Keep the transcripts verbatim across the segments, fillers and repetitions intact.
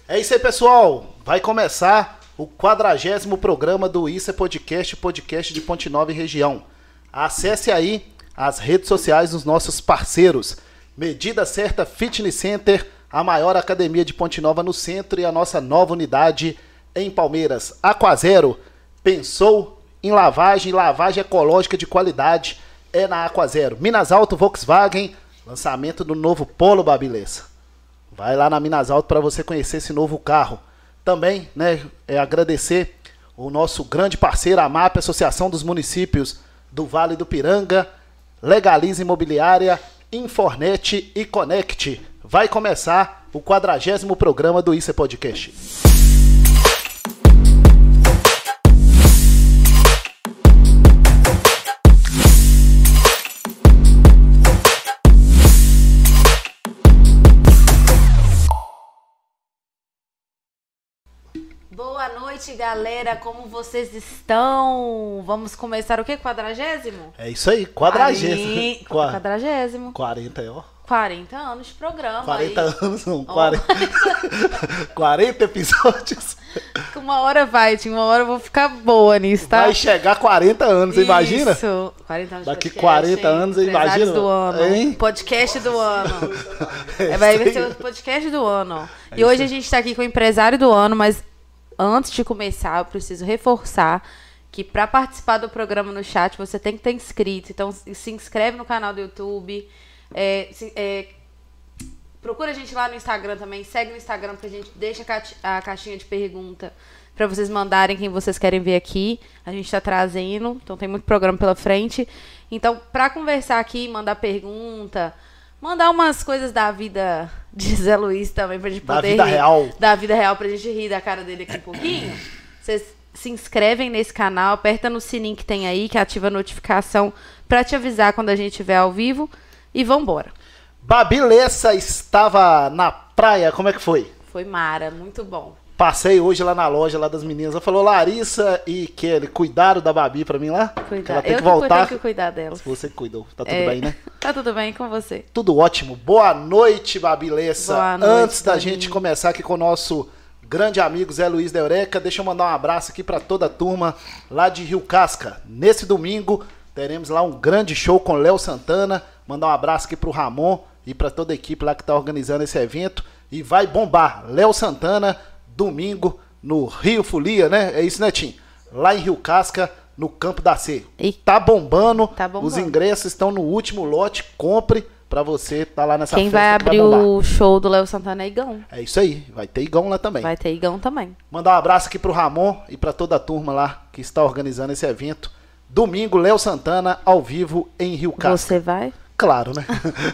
É isso aí, pessoal. Vai começar o quadragésimo programa do Isso é Podcast, podcast de Ponte Nova e região. Acesse aí as redes sociais dos nossos parceiros. Medida Certa Fitness Center, a maior academia de Ponte Nova no centro e a nossa nova unidade em Palmeiras. Aquazero, pensou em lavagem, lavagem ecológica de qualidade, é na Aquazero. Minas Alto Volkswagen, lançamento do novo Polo, Babilessa. Vai lá na Minas Alto para você conhecer esse novo carro. Também, né, é agradecer o nosso grande parceiro, a MAP, Associação dos Municípios do Vale do Piranga, Legaliza Imobiliária, Infornet e Conect. Vai começar o quadragésimo programa do Isso é Podcast. Boa noite, galera, como vocês estão? Vamos começar o quê? Quadragésimo? É isso aí, quadragésimo. Qua... Quadragésimo. quarenta, ó. quarenta anos de programa. quarenta aí. anos, não, quarenta. quarenta episódios. Uma hora vai, Tim, uma hora eu vou ficar boa nisso, tá? Vai chegar a quarenta anos, você imagina? Isso, quarenta anos de Daqui podcast, quarenta hein? anos, você imagina? do ano, hein? podcast do ano. É, vai ser o podcast do ano. É e hoje aí. A gente tá aqui com o empresário do ano, mas antes de começar, eu preciso reforçar que para participar do programa no chat, você tem que estar inscrito. Então, se inscreve no canal do YouTube. É, se, é, procura a gente lá no Instagram também. Segue no Instagram, porque a gente deixa a, caixa, a caixinha de pergunta para vocês mandarem quem vocês querem ver aqui. A gente está trazendo, então tem muito programa pela frente. Então, para conversar aqui, mandar pergunta... Mandar umas coisas da vida de Zé Luiz também, pra gente da poder vida rir. real. Da vida real, pra gente rir da cara dele aqui um pouquinho. Vocês se inscrevem nesse canal, aperta no sininho que tem aí, que ativa a notificação pra te avisar quando a gente estiver ao vivo. E vambora. Babilessa estava na praia, como é que foi? Foi mara, muito bom. Passei hoje lá na loja lá das meninas. Ela falou, Larissa e Kelly, cuidaram da Babi pra mim lá? Cuidar. Ela tem Eu que voltar. tenho que cuidar dela. Você que cuidou. Tá tudo É, bem, né? Tá tudo bem com você. Tudo ótimo. Boa noite, Babilessa. Boa noite, Antes da Toninho. gente começar aqui com o nosso grande amigo Zé Luiz da Eureka, deixa eu mandar um abraço aqui pra toda a turma lá de Rio Casca. Nesse domingo teremos lá um grande show com Léo Santana. Mandar um abraço aqui pro Ramon e pra toda a equipe lá que tá organizando esse evento. E vai bombar. Léo Santana, domingo, no Rio Folia, né? É isso, né, Tim? Lá em Rio Casca, no Campo da C. E tá bombando. tá bombando. Os ingressos estão no último lote. Compre pra você tá lá nessa Quem festa vai que abrir vai bombar. o show do Léo Santana é Igão. É isso aí. Vai ter Igão lá também. Vai ter Igão também. Mandar um abraço aqui pro Ramon e pra toda a turma lá que está organizando esse evento. Domingo, Léo Santana, ao vivo, em Rio Casca. Você vai? Claro, né?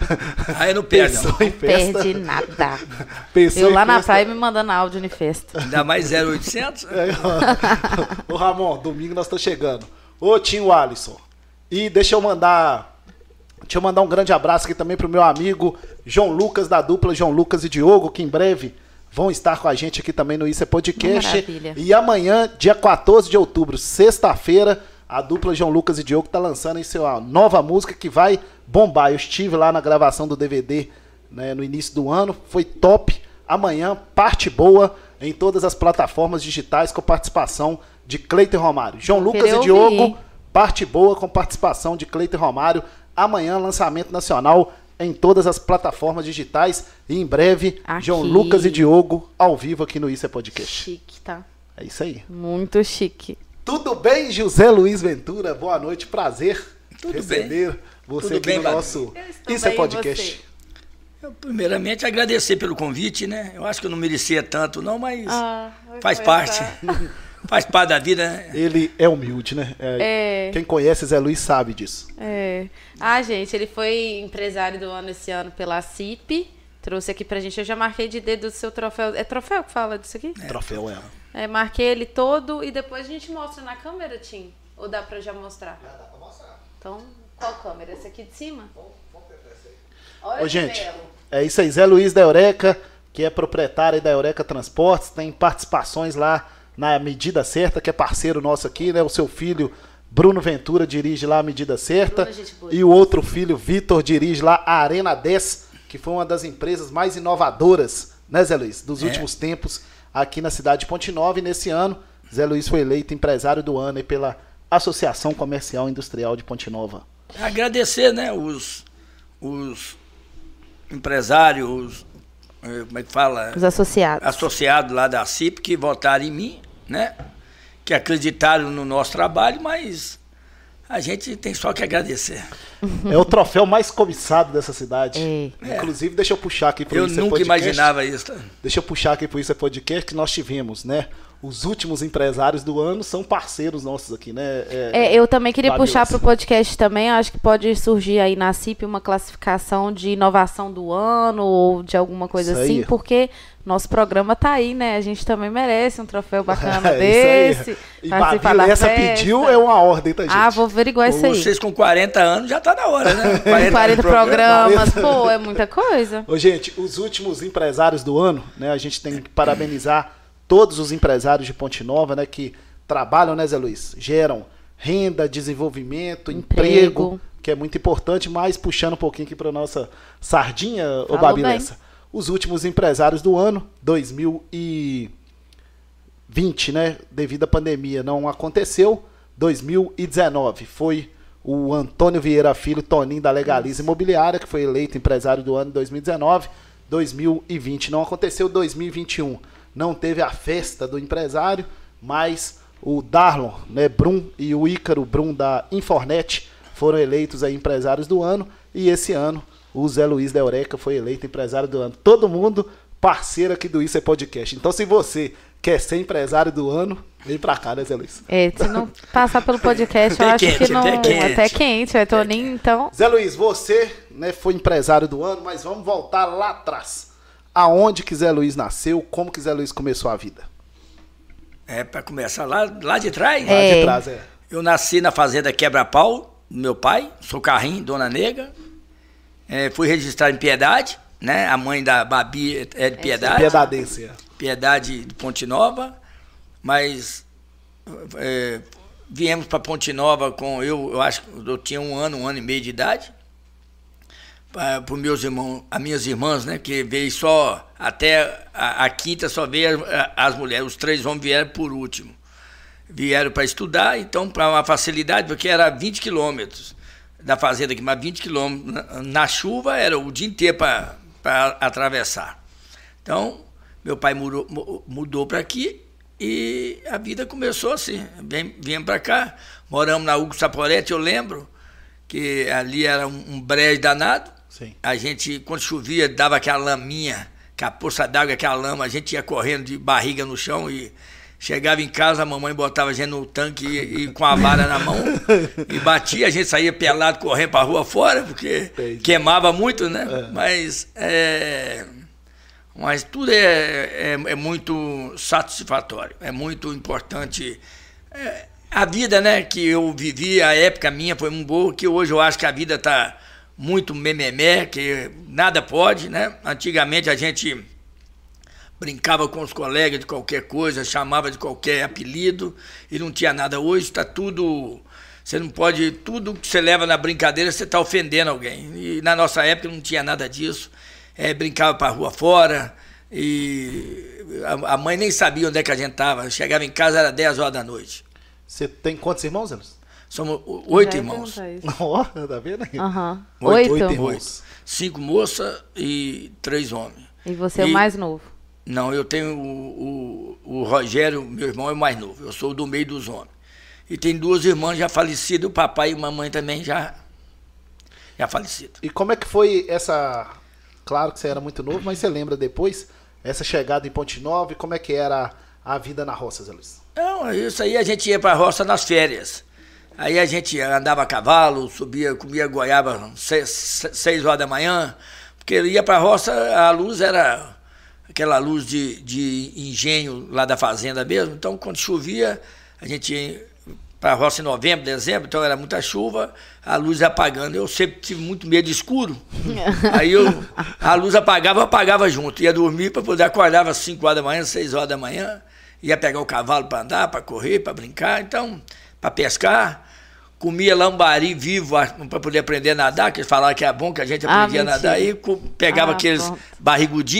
Aí não perde, Pensou não. em festa. Perde nada. Pensou Eu em lá na festa. praia me mandando áudio de festa. Ainda mais zero oitocentos. É, ó. Ô Ramon, domingo nós estamos chegando. Ô Tinho Alisson. E deixa eu mandar. Deixa eu mandar um grande abraço aqui também pro meu amigo João Lucas, da dupla João Lucas e Diogo, que em breve vão estar com a gente aqui também no Isso é Podcast. Maravilha. E amanhã, dia quatorze de outubro, sexta-feira, a dupla João Lucas e Diogo tá lançando em sua nova música que vai bombar. Eu estive lá na gravação do D V D, né, no início do ano, foi top. Amanhã, parte boa em todas as plataformas digitais com participação de Cleiton Romário. João Vou Lucas querer e Diogo, ouvir. parte boa com participação de Cleiton Romário. Amanhã, lançamento nacional em todas as plataformas digitais. E em breve, Aqui. João Lucas e Diogo ao vivo aqui no Isso é Podcast. Chique, tá? É isso aí. Muito chique. Tudo bem, José Luiz Ventura? Boa noite, prazer Tudo receber você Tudo aqui bem, no Babi? nosso Eu estou Isso é bem, e Podcast. você? Eu, primeiramente, agradecer pelo convite, né? Eu acho que eu não merecia tanto, não, mas Ah, vai faz começar. parte. Faz parte da vida, né? Ele é humilde, né? É, É. Quem conhece Zé Luiz sabe disso. É. Ah, gente, ele foi empresário do ano esse ano pela C I P. Trouxe aqui pra gente. Eu já marquei de dedo o seu troféu. É troféu que fala disso aqui? Troféu é. É, marquei ele todo e depois a gente mostra na câmera, Tim. Ou dá pra já mostrar? Já dá pra mostrar. Então, qual câmera? Essa aqui de cima? Olha Ô, que gente, belo. é isso aí. Zé Luiz da Eureka, que é proprietário aí da Eureka Transportes, tem participações lá na Medida Certa, que é parceiro nosso aqui, né? O seu filho, Bruno Ventura, dirige lá a Medida Certa. Bruno, gente boa. E o outro filho, Vitor, dirige lá a Arena dez, que foi uma das empresas mais inovadoras né, Zé Luiz? Dos É. últimos tempos aqui na cidade de Ponte Nova. E nesse ano, Zé Luiz foi eleito empresário do ano aí pela Associação Comercial e Industrial de Ponte Nova. Agradecer, né, os, os empresários, os, eh, como é que fala? Os associados. Associados lá da C I P que votaram em mim, né? Que acreditaram no nosso trabalho, mas a gente tem só que agradecer. É o troféu mais cobiçado dessa cidade. É. Inclusive, deixa eu puxar aqui pro Eu Isso é nunca Podcast. imaginava isso. Tá? Deixa eu puxar aqui pro Isso é Podcast que nós tivemos, né? Os últimos empresários do ano são parceiros nossos aqui, né? É, É, eu também queria Fabiola. puxar para o podcast também. Eu acho que pode surgir aí na C I P uma classificação de inovação do ano ou de alguma coisa Isso assim, aí. porque nosso programa tá aí, né? A gente também merece um troféu bacana É isso aí. desse. E participar Babi, da essa festa. pediu é uma ordem, tá, gente? Ah, vou averiguar isso aí. Vocês com quarenta anos já tá na hora, né? quarenta programa. programas, pô, é muita coisa. Ô, gente, os últimos empresários do ano, né? A gente tem que parabenizar todos os empresários de Ponte Nova, né? Que trabalham, né, Zé Luiz? Geram renda, desenvolvimento, emprego, Emprego. que é muito importante, mas puxando um pouquinho aqui para nossa sardinha, ô Falou Babi bem. Lessa. Os últimos empresários do ano, dois mil e vinte, né? Devido à pandemia, não aconteceu. dois mil e dezenove foi o Antônio Vieira Filho, Toninho da Legaliza Imobiliária, que foi eleito empresário do ano em dois mil e dezenove. dois mil e vinte não aconteceu. dois mil e vinte e um não teve a festa do empresário, mas o Darlon, né, Brum e o Ícaro Brum da Infornet foram eleitos aí empresários do ano. E esse ano o Zé Luiz da Eureka foi eleito empresário do ano. Todo mundo parceiro aqui do Isso é Podcast. Então, se você quer ser empresário do ano, vem pra cá, né, Zé Luiz? É, se não passar pelo podcast, eu Até acho quente, que não. até quente. Até quente, é Toninho, então. Zé Luiz, você, né, foi empresário do ano, mas vamos voltar lá atrás. Aonde que Zé Luiz nasceu? Como que Zé Luiz começou a vida? É, para começar lá, lá de trás. Lá É. de trás, é. Eu nasci na fazenda Quebra-Pau, do meu pai, sou Carrinho, Dona Nega. É, fui registrado em Piedade, né? A mãe da Babi é de Piedade. Piedadense. é. Piedade de Ponte Nova, mas é, viemos para Ponte Nova com eu, eu acho que eu tinha um ano, um ano e meio de idade, para os meus irmãos, as minhas irmãs, né, que veio só até a, a quinta só veio as, as mulheres, os três homens vieram por último, vieram para estudar, então para uma facilidade, porque era vinte quilômetros da fazenda aqui, mas vinte quilômetros na, na chuva era o dia inteiro para atravessar. Então meu pai mudou, mudou para aqui e a vida começou assim. Vim, viemos para cá, moramos na Hugo Saporete, eu lembro que ali era um, um brejo danado. Sim. A gente, quando chovia, dava aquela laminha, que a poça d'água, aquela lama, a gente ia correndo de barriga no chão e chegava em casa, a mamãe botava a gente no tanque e, e com a vara na mão e batia, a gente saía pelado correndo para a rua fora, porque Entendi. queimava muito, né? É. Mas é, Mas tudo é, é, é muito satisfatório, é muito importante. É, a vida, né, que eu vivi, a época minha foi um boa, que hoje eu acho que a vida está muito mememé, que nada pode, né? Antigamente a gente brincava com os colegas de qualquer coisa, chamava de qualquer apelido e não tinha nada. Hoje está tudo... Você não pode... Tudo que você leva na brincadeira, você está ofendendo alguém. E na nossa época não tinha nada disso. É, brincava para a rua fora e a, a mãe nem sabia onde é que a gente estava. Chegava em casa, era dez horas da noite. Você tem quantos irmãos, Zé Luiz? Somos o- oito Já ia irmãos. perguntar isso. Ó, tá vendo aí? Aham. Oito, Oito? oito irmãos. Cinco moças e três homens. E você é o E- mais novo? Não, eu tenho o, o, o Rogério, meu irmão é o mais novo. Eu sou do meio dos homens. E tem duas irmãs já falecidas, o papai e a mamãe também já, já falecidos. E como é que foi essa... Claro que você era muito novo, mas você lembra depois essa chegada em Ponte Nova e como é que era a vida na roça, Zé Luiz? Não, isso aí a gente ia para a roça nas férias. Aí a gente andava a cavalo, subia, comia goiaba seis, seis horas da manhã, porque ia para a roça, a luz era aquela luz de, de engenho lá da fazenda mesmo. Então, quando chovia, a gente ia para a roça em novembro, dezembro, então era muita chuva, a luz ia apagando. Eu sempre tive muito medo de escuro. Aí eu, a luz apagava, eu apagava junto. Ia dormir para poder acordar às cinco horas da manhã, seis horas da manhã. Ia pegar o cavalo para andar, para correr, para brincar, então, para pescar. Comia lambari vivo para poder aprender a nadar, que eles falavam que é bom, que a gente Ah, aprendia a mentira. nadar. Aí co- pegava Ah, aqueles pronto. barrigudinhos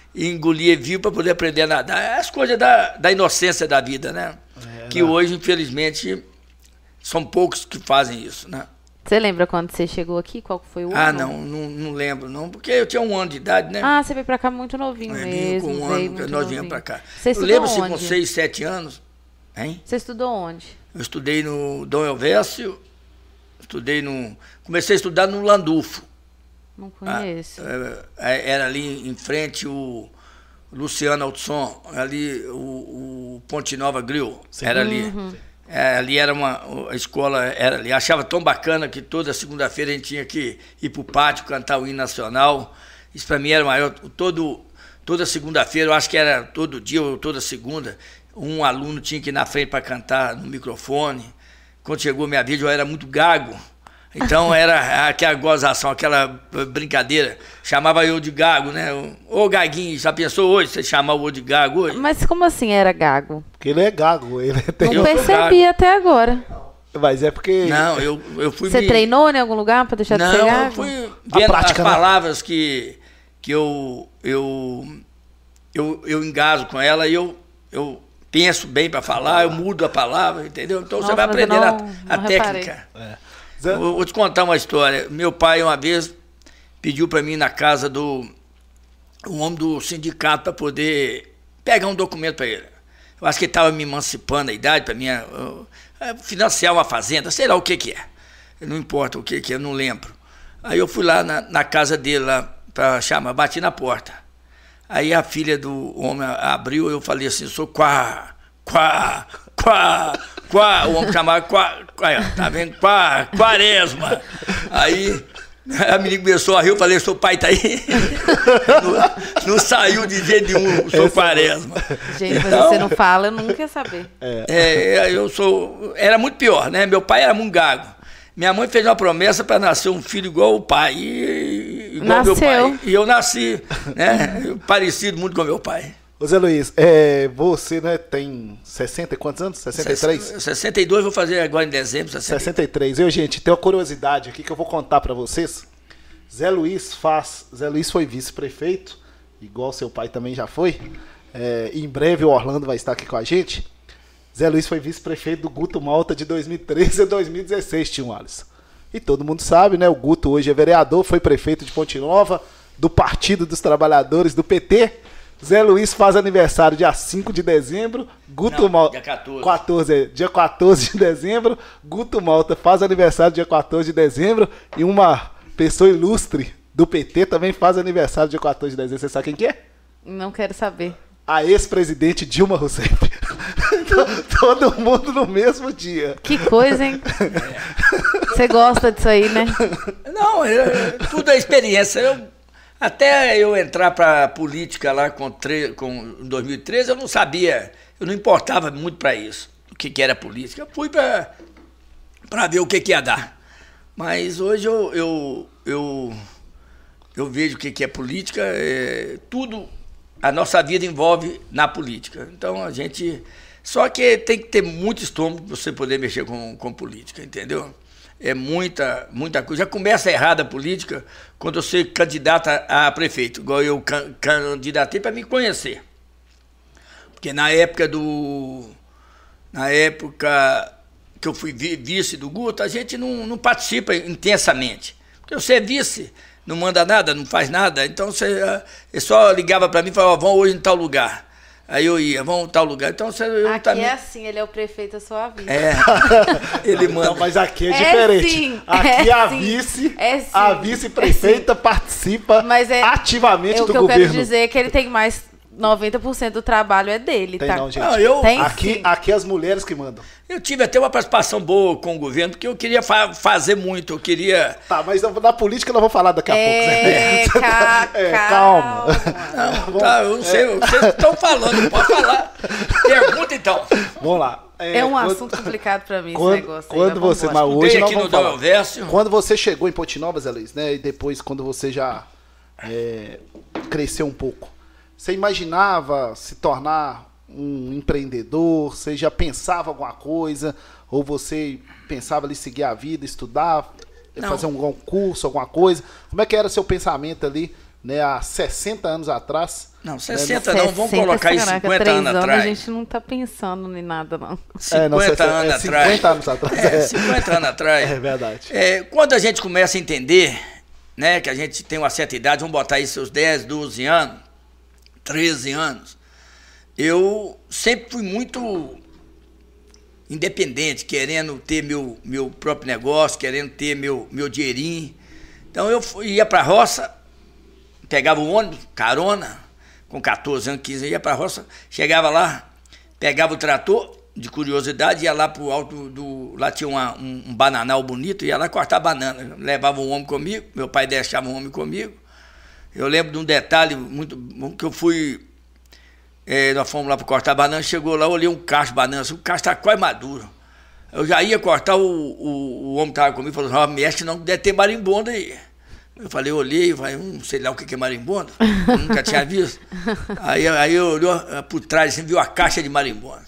e engolia vivo para poder aprender a nadar. As coisas da, da inocência da vida, né? É, que não. Hoje, infelizmente, são poucos que fazem isso, né? Você lembra quando você chegou aqui? Qual foi o ano? Ah, não, não, não lembro, não, porque eu tinha um ano de idade, né? Ah, você veio pra cá muito novinho é, mesmo. Com um ano que nós viemos pra cá. Você eu lembro-se com seis, sete anos, hein? Você estudou onde? Eu estudei no Dom Elvésio, estudei no... Comecei a estudar no Landulfo. Não conheço. Ah, era ali em frente o Luciano Altson, ali o, o Ponte Nova Grill, Sim. era ali. Uhum. É, ali era uma... A escola era ali. Achava tão bacana que toda segunda-feira a gente tinha que ir para o pátio cantar o hino nacional. Isso para mim era maior. Todo, toda segunda-feira, eu acho que era todo dia ou toda segunda, um aluno tinha que ir na frente para cantar no microfone. Quando chegou a minha vez, eu era muito gago. Então era aquela gozação, aquela brincadeira. Chamava eu de gago, né? Ô Gaguinho, já pensou hoje você chamar o outro de gago hoje? Mas como assim era gago? Porque ele é gago. Ele tem... Não percebi até agora. Mas é porque... Não, eu, eu fui... Você me... treinou em algum lugar para deixar Não, de ser gago? Não, eu fui vendo prática, as palavras né? que, que eu, eu, eu, eu engaso com ela e eu, eu penso bem para falar, eu mudo a palavra, entendeu? Então Nossa, você vai aprender não, a, a técnica. É. Vou, vou te contar uma história. Meu pai, uma vez, pediu para mim na casa do um homem do sindicato para poder pegar um documento para ele. Eu acho que ele estava me emancipando a idade para mim uh, financiar uma fazenda, sei lá o que que é. Não importa o que que é, eu não lembro. Aí eu fui lá na, na casa dele, lá para chamar, bati na porta. Aí a filha do homem abriu, eu falei assim, sou quá, quá, quá, quá. O homem chamava quá, quá, tá vendo? Quá, Quaresma. Aí a menina começou a rir, eu falei, seu pai tá aí? não, não saiu de jeito nenhum, sou Quaresma. Gente, mas então, você não fala, eu nunca ia saber. É. É, eu sou, era muito pior, né? Meu pai era muito gago. Minha mãe fez uma promessa para nascer um filho igual o pai, e, igual Nasceu. meu pai. E eu nasci, né? Parecido muito com meu pai. Ô Zé Luiz, é, você né, tem sessenta e quantos anos? sessenta e três? sessenta e dois, vou fazer agora em dezembro. sessenta e três. Eu, gente, tem uma curiosidade aqui que eu vou contar para vocês. Zé Luiz faz... Zé Luiz foi vice-prefeito, igual seu pai também já foi. É, em breve o Orlando vai estar aqui com a gente. Zé Luiz foi vice-prefeito do Guto Malta de dois mil e treze a dois mil e dezesseis, tio Alisson. E todo mundo sabe, né? O Guto hoje é vereador, foi prefeito de Ponte Nova, do Partido dos Trabalhadores, do P T. Zé Luiz faz aniversário dia cinco de dezembro. Guto Malta. Dia quatorze. quatorze. Dia quatorze de dezembro. Guto Malta faz aniversário dia quatorze de dezembro. E uma pessoa ilustre do P T também faz aniversário dia quatorze de dezembro. Você sabe quem que é? Não quero saber. A ex-presidente Dilma Rousseff. Todo mundo no mesmo dia. Que coisa, hein? Você gosta disso aí, né? Não, eu, tudo é experiência. Eu, até eu entrar para a política lá com, tre, com em dois mil e treze, eu não sabia, eu não importava muito para isso, o que, que era política. Eu fui para para ver o que, que ia dar. Mas hoje eu, eu, eu, eu vejo o que, que é política, é, tudo... A nossa vida envolve na política. Então a gente... Só que tem que ter muito estômago para você poder mexer com, com política, entendeu? É muita, muita coisa. Já começa errada a política quando você candidata a prefeito, igual eu can, candidatei para me conhecer. Porque na época do... Na época que eu fui vice do Guto, a gente não, não participa intensamente. Porque você é vice... Não manda nada, não faz nada. Então você, você só ligava para mim e falava, vamos hoje em tal lugar. Aí eu ia, vamos em tal lugar. Então você, eu aqui também... é assim, ele é o prefeito da sua vida. É, ele manda. Não, mas aqui é, é diferente. Sim, aqui é a sim, vice, é sim, a vice-prefeita é participa mas é, ativamente é, do governo. O que eu quero dizer é que ele tem mais... noventa por cento do trabalho é dele, tem tá? Não, gente. Não, eu, tem aqui, aqui as mulheres que mandam. Eu tive até uma participação boa com o governo, porque eu queria fa fazer muito, eu queria... Tá, mas na política nós vamos falar daqui a é, pouco. Ca é, calma. Não, tá, eu não sei, é. Vocês estão falando, pode falar. Pergunta então. Vamos lá. É, é um quando, assunto complicado para mim quando, esse negócio. Quando aí, você, mas hoje aqui não no vamos falar. Quando você chegou em Ponte Nova, Zé Luiz, né, e depois quando você já é, cresceu um pouco, você imaginava se tornar um empreendedor? Você já pensava alguma coisa? Ou você pensava ali seguir a vida, estudar, não. fazer um curso, alguma coisa? Como é que era seu pensamento ali, né, há sessenta anos atrás, Não, sessenta não, vamos colocar isso cinquenta anos atrás. A gente não tá pensando em nada, não. cinquenta anos atrás. cinquenta anos atrás. É, cinquenta anos atrás. É verdade. É, quando a gente começa a entender, né, que a gente tem uma certa idade, vamos botar aí seus dez, doze anos, treze anos, eu sempre fui muito independente, querendo ter meu, meu próprio negócio, querendo ter meu, meu dinheirinho. Então eu ia pra roça, pegava o ônibus, carona, com quatorze anos, quinze, ia pra roça, chegava lá, pegava o trator, de curiosidade, ia lá pro alto do... Lá tinha uma, um, um bananal bonito, ia lá cortar banana. Levava um homem comigo, meu pai deixava um homem comigo. Eu lembro de um detalhe muito bom, que eu fui... É, nós fomos lá para cortar banana, chegou lá, eu olhei um cacho de banana, o cacho está quase maduro. Eu já ia cortar, o, o, o homem estava comigo, falou, ah, mexe não, deve ter marimbondo aí. Eu falei, eu olhei, eu falei, hum, sei lá o que é marimbondo, eu nunca tinha visto. Aí, aí eu olhei por trás, assim, viu a caixa de marimbondo.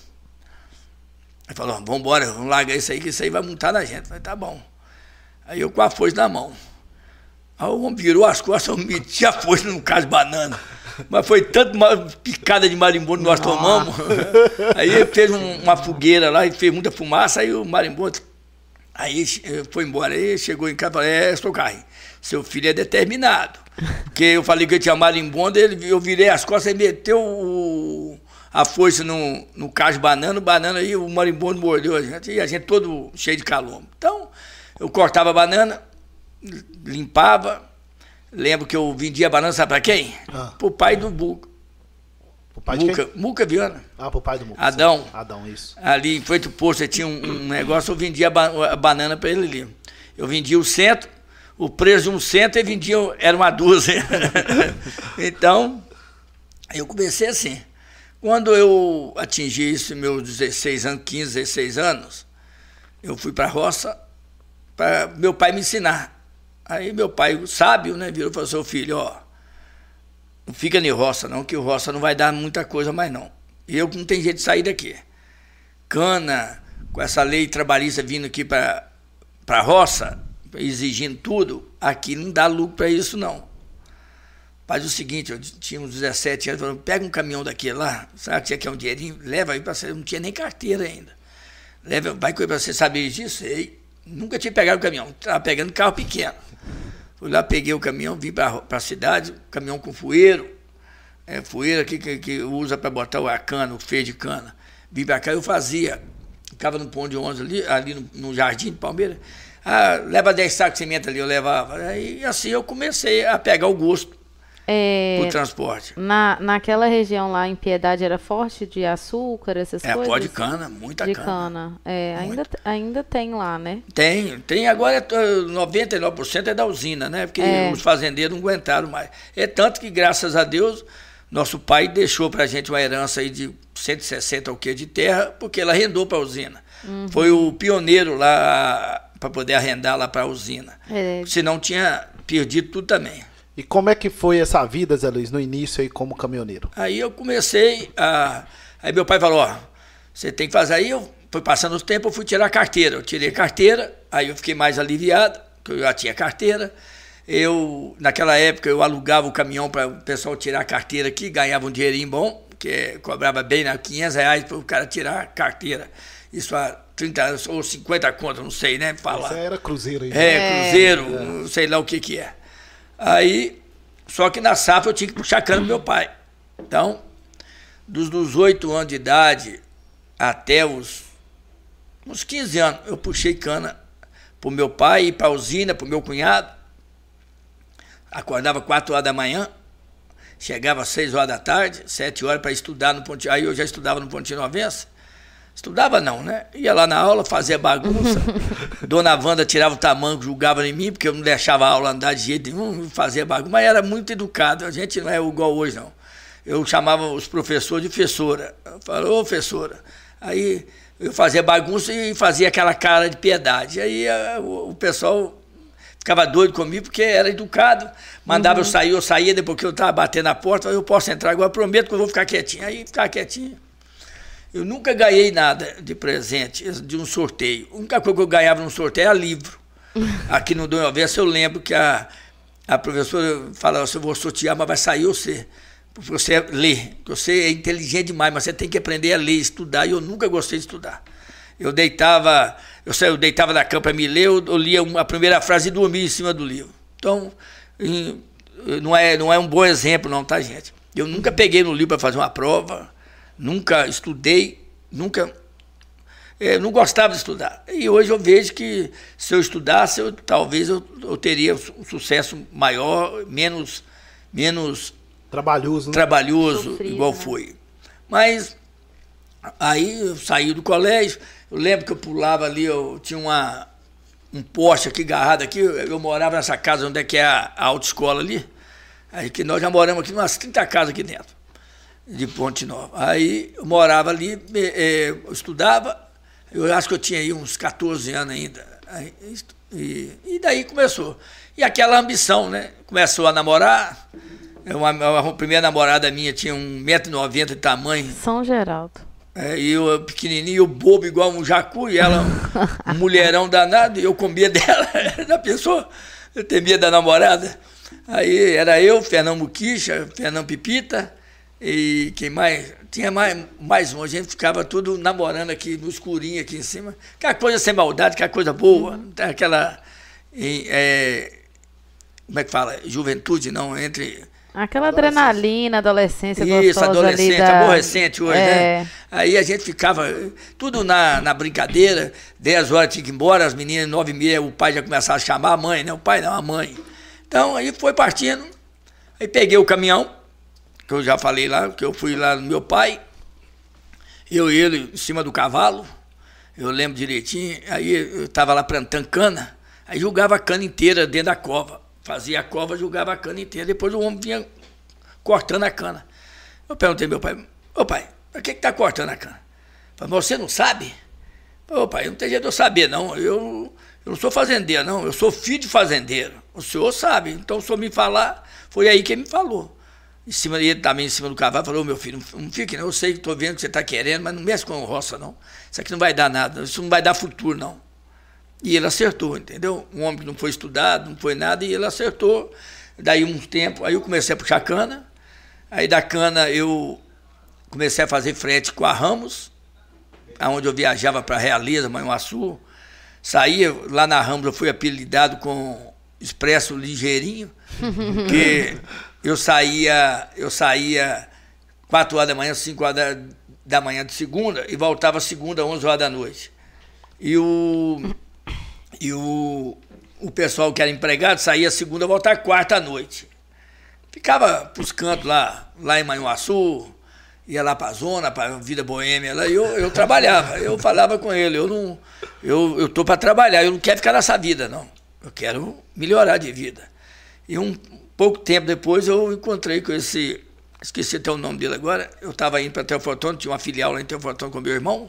Ele falou, vamos embora, vamos largar isso aí, que isso aí vai montar na gente. Eu falei, tá bom. Aí eu com a foice na mão. Aí o homem virou as costas, eu meti a foice no cacho de banana. Mas foi tanto uma picada de marimbondo que nós tomamos. Aí ele fez um, uma fogueira lá e fez muita fumaça, aí o marimbondo... Aí foi embora, aí chegou em casa e falou, é, seu Carrinho, seu filho é determinado. Porque eu falei que eu tinha marimbondo, ele, eu virei as costas e meteu o, a foice no, no cacho de banana, o banana aí, o marimbondo mordeu a gente, e a gente todo cheio de calombo. Então, eu cortava a banana, limpava, lembro que eu vendia a banana, sabe para quem? Ah. Pro pai do Muca. Pro pai de Muca, quem? Muca Viana. Ah, pro pai do Muca. Adão. Sim. Adão, isso. Ali em Feito Posto, tinha um, um negócio, eu vendia a, ba a banana para ele ali. Eu vendia o cento, o preço de um cento e vendia, era uma dúzia. Então, eu comecei assim. Quando eu atingi isso, meus dezesseis anos, quinze, dezesseis anos, eu fui para a roça para meu pai me ensinar. Aí meu pai, sábio, né, virou e falou, seu filho, ó, não fica nem roça não, que o roça não vai dar muita coisa mais não. E eu não tenho jeito de sair daqui. Cana, com essa lei trabalhista vindo aqui para a roça, exigindo tudo, aqui não dá lucro para isso não. Faz o seguinte, eu tinha uns dezessete anos, falando, pega um caminhão daquele lá, sabe que você quer um dinheirinho? Leva aí para você, eu não tinha nem carteira ainda. Leva, vai com ele para você saber disso? Ei, nunca tinha pegado o caminhão, estava pegando carro pequeno. Fui lá, peguei o caminhão, vim para a cidade, caminhão com fueiro, é, fueiro aqui que, que usa para botar a cana, o feio de cana. Vim para cá, eu fazia, ficava no ponto de ônibus ali, ali no, no Jardim de Palmeiras, ah, leva dez sacos de cimento ali, eu levava. Aí assim eu comecei a pegar o gosto é, pro transporte. Na, naquela região lá em Piedade era forte de açúcar, essas é, coisas? É, pó de cana, muita de cana. De cana, é, ainda, ainda tem lá, né? Tem, tem agora noventa e nove por cento é da usina, né? Porque é. Os fazendeiros não aguentaram mais. É tanto que, graças a Deus, nosso pai deixou pra gente uma herança aí de cento e sessenta o quê de terra, porque ela arrendou pra usina. Uhum. Foi o pioneiro lá para poder arrendar lá para a usina. É. Senão tinha perdido tudo também. E como é que foi essa vida, Zé Luiz, no início aí como caminhoneiro? Aí eu comecei a... Aí meu pai falou, ó, você tem que fazer. Aí eu fui passando os tempos, eu fui tirar a carteira. Eu tirei a carteira, aí eu fiquei mais aliviado, porque eu já tinha carteira. Eu, naquela época, eu alugava o caminhão para o pessoal tirar a carteira aqui, ganhava um dinheirinho bom, que cobrava bem, né, quinhentos reais para o cara tirar a carteira. Isso há trinta ou cinquenta contas, não sei, né? Falar. Isso era cruzeiro aí. É, é, cruzeiro, é. Não sei lá o que que é. Aí, só que na safra eu tinha que puxar cana do meu pai. Então, dos oito anos de idade até os uns quinze anos, eu puxei cana pro meu pai e para a usina, pro meu cunhado. Acordava quatro horas da manhã, chegava às seis horas da tarde, sete horas para estudar no Ponte. Aí eu já estudava no Ponte Novense. Estudava não, né? Ia lá na aula, fazia bagunça. Dona Wanda tirava o tamanco, julgava em mim, porque eu não deixava a aula andar de jeito nenhum, fazia bagunça. Mas era muito educado, a gente não é igual hoje, não. Eu chamava os professores de professora. Eu falava, ô, professora. Aí eu fazia bagunça e fazia aquela cara de piedade. Aí a, o, o pessoal ficava doido comigo, porque era educado. Mandava uhum. eu sair, eu saía, depois que eu estava batendo na porta, eu posso entrar agora, prometo que eu vou ficar quietinho. Aí ficava quietinho. Eu nunca ganhei nada de presente, de um sorteio. A única coisa que eu ganhava num sorteio era livro. Aqui no Dom Alves eu lembro que a, a professora falava assim, eu vou sortear, mas vai sair você. você ler. Você é inteligente demais, mas você tem que aprender a ler, estudar. E eu nunca gostei de estudar. Eu deitava, eu, eu deitava da cama para me ler, eu, eu lia a primeira frase e dormia em cima do livro. Então, em, não, é, não é um bom exemplo não, tá, gente? Eu nunca peguei no livro para fazer uma prova, nunca estudei, nunca... Eu não gostava de estudar. E hoje eu vejo que se eu estudasse, eu, talvez eu, eu teria um sucesso maior, menos... menos trabalhoso, né? trabalhoso Sofrido, igual né? foi. Mas aí eu saí do colégio, eu lembro que eu pulava ali, eu tinha uma, um poste aqui agarrado aqui, eu, eu morava nessa casa onde é que é a, a autoescola ali, aí que nós já moramos aqui umas trinta casas aqui dentro, de Ponte Nova. Aí eu morava ali, é, eu estudava, eu acho que eu tinha aí uns quatorze anos ainda, aí, e, e daí começou. E aquela ambição, né? Começou a namorar. Uma, a primeira namorada minha tinha um metro e noventa de tamanho. São Geraldo. É, e eu pequenininho, eu bobo igual um jacu, e ela um, um mulherão danado, e eu comia dela. Já pensou? Eu temia da namorada. Aí era eu, Fernando Muquicha, Fernando Pipita, e quem mais? Tinha mais, mais um, a gente ficava tudo namorando aqui no escurinho aqui em cima. Aquela coisa sem maldade, aquela coisa boa, uhum. aquela... É, como é que fala? Juventude, não, entre... Aquela adrenalina, adolescência gostosa. Isso, adolescente, da... aborrecente hoje, é. né? Aí a gente ficava tudo na, na brincadeira, dez horas tinha que ir embora, as meninas, nove e meia, o pai já começava a chamar a mãe, né? O pai não, a mãe. Então, aí foi partindo, aí peguei o caminhão, que eu já falei lá, que eu fui lá no meu pai, eu e ele em cima do cavalo, eu lembro direitinho, aí eu estava lá plantando cana, aí jogava a cana inteira dentro da cova. Fazia a cova, jogava a cana inteira. Depois o homem vinha cortando a cana. Eu perguntei ao meu pai, ô pai, por que que tá cortando a cana? Eu falei, mas você não sabe? Ô pai, não tem jeito de eu saber, não. Eu, eu não sou fazendeiro, não. Eu sou filho de fazendeiro. O senhor sabe. Então o senhor me falar, foi aí que ele me falou. Em cima, ele também em cima do cavalo, falou, ô meu filho, não, não fique não. Eu sei que estou vendo que você está querendo, mas não mexe com roça, não. Isso aqui não vai dar nada. Isso não vai dar futuro, não. E ele acertou, entendeu? Um homem que não foi estudado, não foi nada, e ele acertou. Daí um tempo, aí eu comecei a puxar cana, aí da cana eu comecei a fazer frete com a Ramos, onde eu viajava para Realeza, Manhuaçu, saía, lá na Ramos eu fui apelidado com Expresso Ligeirinho, porque eu saía, eu saía quatro horas da manhã, cinco horas da, da manhã de segunda, e voltava segunda, onze horas da noite. E o... E o, o pessoal que era empregado saía segunda, voltava quarta à noite. Ficava pros cantos lá, lá em Manhuaçu, ia lá para a zona, para a vida boêmia lá, e eu, eu trabalhava. Eu falava com ele, eu não, eu, eu tô para trabalhar, eu não quero ficar nessa vida, não. Eu quero melhorar de vida. E um pouco tempo depois eu encontrei com esse, esqueci até o nome dele agora, eu estava indo para Teoflotone, tinha uma filial lá em Teoflotone com meu irmão,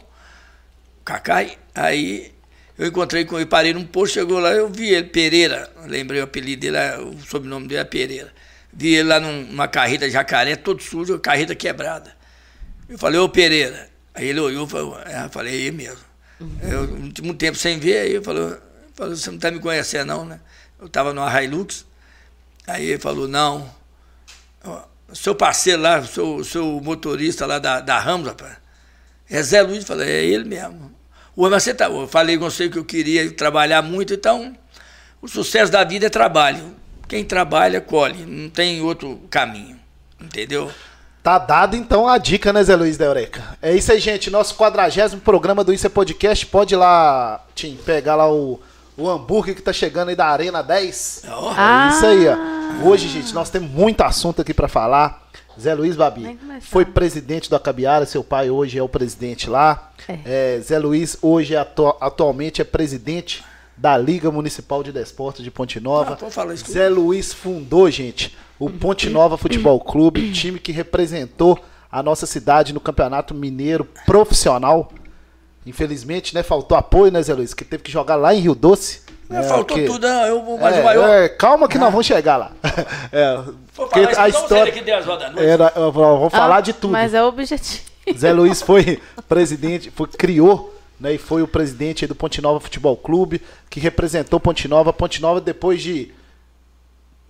Cacai, aí... Eu encontrei com ele, parei num posto, chegou lá, eu vi ele, Pereira, lembrei o apelido dele, o sobrenome dele é Pereira. Vi ele lá num, numa carreta jacaré, todo sujo, carreta quebrada. Eu falei, ô Pereira. Aí ele olhou e falou, é, eu falei, é ele mesmo. Eu, um tempo sem ver, aí eu falou, falou, você não está me conhecendo não, né? Eu estava numa Hilux, aí ele falou, não, seu parceiro lá, seu, seu motorista lá da, da Ramos, rapaz, é Zé Luiz. Eu falei, é ele mesmo. Ué, mas você tá, eu falei com você que eu queria trabalhar muito, então o sucesso da vida é trabalho. Quem trabalha, colhe, não tem outro caminho, entendeu? Tá dado então a dica, né, Zé Luiz da Eureka? É isso aí, gente, nosso quadragésimo programa do Isso é Podcast, pode ir lá, Tim, pegar lá o, o hambúrguer que tá chegando aí da Arena dez. Oh. É isso aí, ó. Hoje, gente, nós temos muito assunto aqui pra falar. Zé Luiz Babi foi presidente do Acabiara, seu pai hoje é o presidente lá. É. É, Zé Luiz hoje é atu atualmente é presidente da Liga Municipal de Desportos de Ponte Nova. Ah, Zé Luiz fundou, gente, o Ponte Nova Futebol Clube, time que representou a nossa cidade no Campeonato Mineiro Profissional. Infelizmente, né, faltou apoio, né, Zé Luiz, que teve que jogar lá em Rio Doce. É, faltou que... tudo, não, eu, mas é, o maior... é, calma que ah. nós vamos chegar lá. É, porque a história era, eu vou falar ah, de tudo. Mas é o objetivo. Zé Luiz foi presidente, foi, criou, né, e foi o presidente do Ponte Nova Futebol Clube, que representou Ponte Nova. Ponte Nova, depois de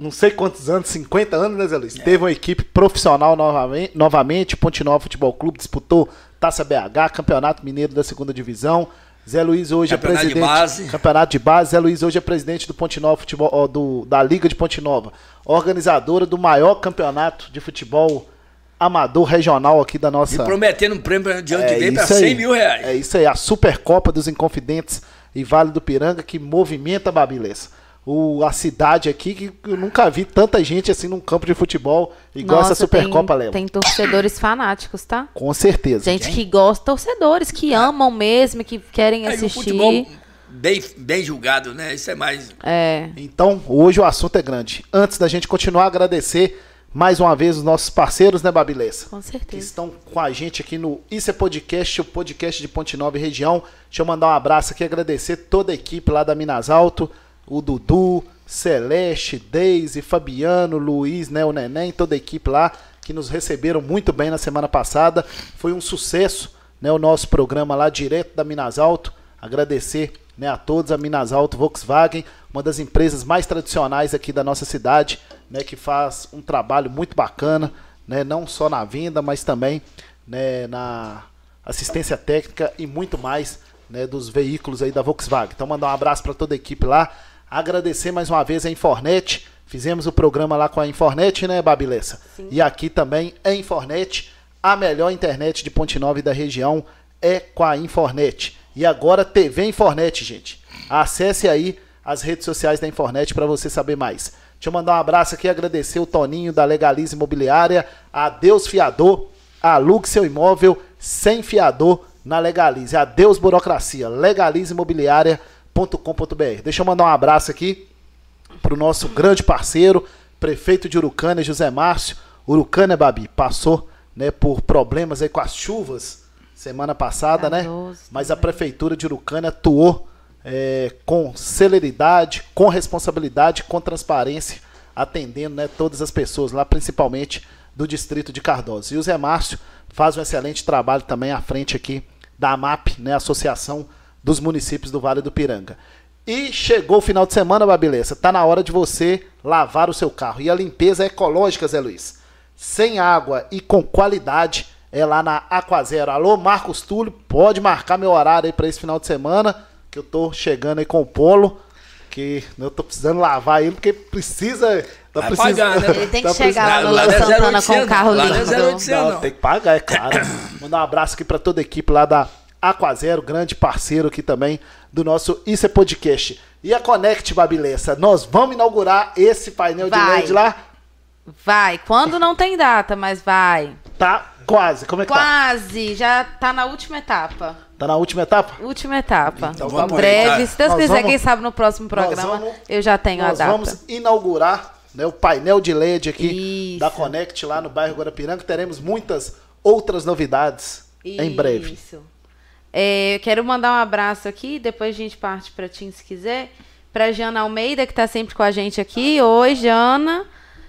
não sei quantos anos, cinquenta anos, né, Zé Luiz? É. Teve uma equipe profissional novamente, novamente, Ponte Nova Futebol Clube disputou Taça B H, Campeonato Mineiro da segunda Divisão. Zé Luiz hoje Campeonato é presidente... de base. Campeonato de base. Zé Luiz hoje é presidente do Ponte Nova Futebol, ó, do, da Liga de Ponte Nova, organizadora do maior campeonato de futebol amador regional aqui da nossa... E prometendo um prêmio de ano que é vem para cem mil reais. É isso aí, a Supercopa dos Inconfidentes e Vale do Piranga, que movimenta, Babilessa, o, a cidade aqui, que eu nunca vi tanta gente assim num campo de futebol igual Nossa, essa Supercopa leva. Tem torcedores fanáticos, tá? Com certeza. Gente Quem? que gosta, torcedores que amam mesmo, que querem Aí, assistir. o futebol bem, bem julgado, né? Isso é mais... É. Então, hoje o assunto é grande. Antes da gente continuar, agradecer mais uma vez os nossos parceiros, né, Babilessa? Com Que certeza. estão com a gente aqui no Isso é Podcast, o podcast de Ponte Nova e região. Deixa eu mandar um abraço aqui, agradecer toda a equipe lá da Minas Alto, o Dudu, Celeste, Deise, Fabiano, Luiz, né, o Neném, toda a equipe lá, que nos receberam muito bem na semana passada. Foi um sucesso, né, o nosso programa lá direto da Minas Alto. Agradecer, né, a todos, a Minas Alto Volkswagen, uma das empresas mais tradicionais aqui da nossa cidade, né, que faz um trabalho muito bacana, né, não só na venda, mas também, né, na assistência técnica e muito mais, né, dos veículos aí da Volkswagen. Então mandar um abraço para toda a equipe lá. Agradecer mais uma vez a Infornet. Fizemos o programa lá com a Infornet, né, Babilessa? Sim. E aqui também é Infornet. A melhor internet de Ponte Nova e da região é com a Infornet. E agora T V Infornet, gente. Acesse aí as redes sociais da Infornet para você saber mais. Deixa eu mandar um abraço aqui e agradecer o Toninho da Legalize Imobiliária, a Deus Fiador, alugue seu imóvel sem fiador na Legalize. Adeus burocracia, legalize imobiliária ponto com ponto br. Deixa eu mandar um abraço aqui pro nosso grande parceiro, prefeito de Urucânia, José Márcio. Urucânia, Babi, passou, né, por problemas aí com as chuvas semana passada, né? Mas a prefeitura de Urucânia atuou é, com celeridade, com responsabilidade, com transparência, atendendo, né, todas as pessoas lá, principalmente do distrito de Cardoso. E o Zé Márcio faz um excelente trabalho também à frente aqui da AMAP, né, Associação dos Municípios do Vale do Piranga. E chegou o final de semana, Babilessa, tá na hora de você lavar o seu carro. E a limpeza ecológica, Zé Luiz, sem água e com qualidade, é lá na Aquazero. Alô, Marcos Túlio, pode marcar meu horário aí para esse final de semana, que eu tô chegando aí com o Polo, que eu tô precisando lavar ele, porque precisa... Tá Vai precisa, pagar, né? Ele tem que tá chegar lá no lá Léo é zero Santana com o oitocentos, carro lá não é zero lindo. oitocentos. Não, tem que pagar, é claro. Mandar um abraço aqui para toda a equipe lá da Aquazero, grande parceiro aqui também do nosso Isso é Podcast. E a Connect, Babilessa, nós vamos inaugurar esse painel de Vai. L E D lá? Vai, quando não tem data, mas vai. Tá quase, como é que tá? Quase, já tá na última etapa. Tá na última etapa? Última etapa. Então, em vamos breve, aproveitar. se Deus Nós quiser, vamos- quem sabe no próximo nós programa vamos- eu já tenho a Nós data. vamos inaugurar, né, o painel de L E D aqui Isso. da Connect lá no bairro Guarapiranga. Teremos muitas outras novidades em breve. Isso. É, eu quero mandar um abraço aqui, depois a gente parte para Tim, se quiser. Para Jana Almeida, que está sempre com a gente aqui. Oi, Jana.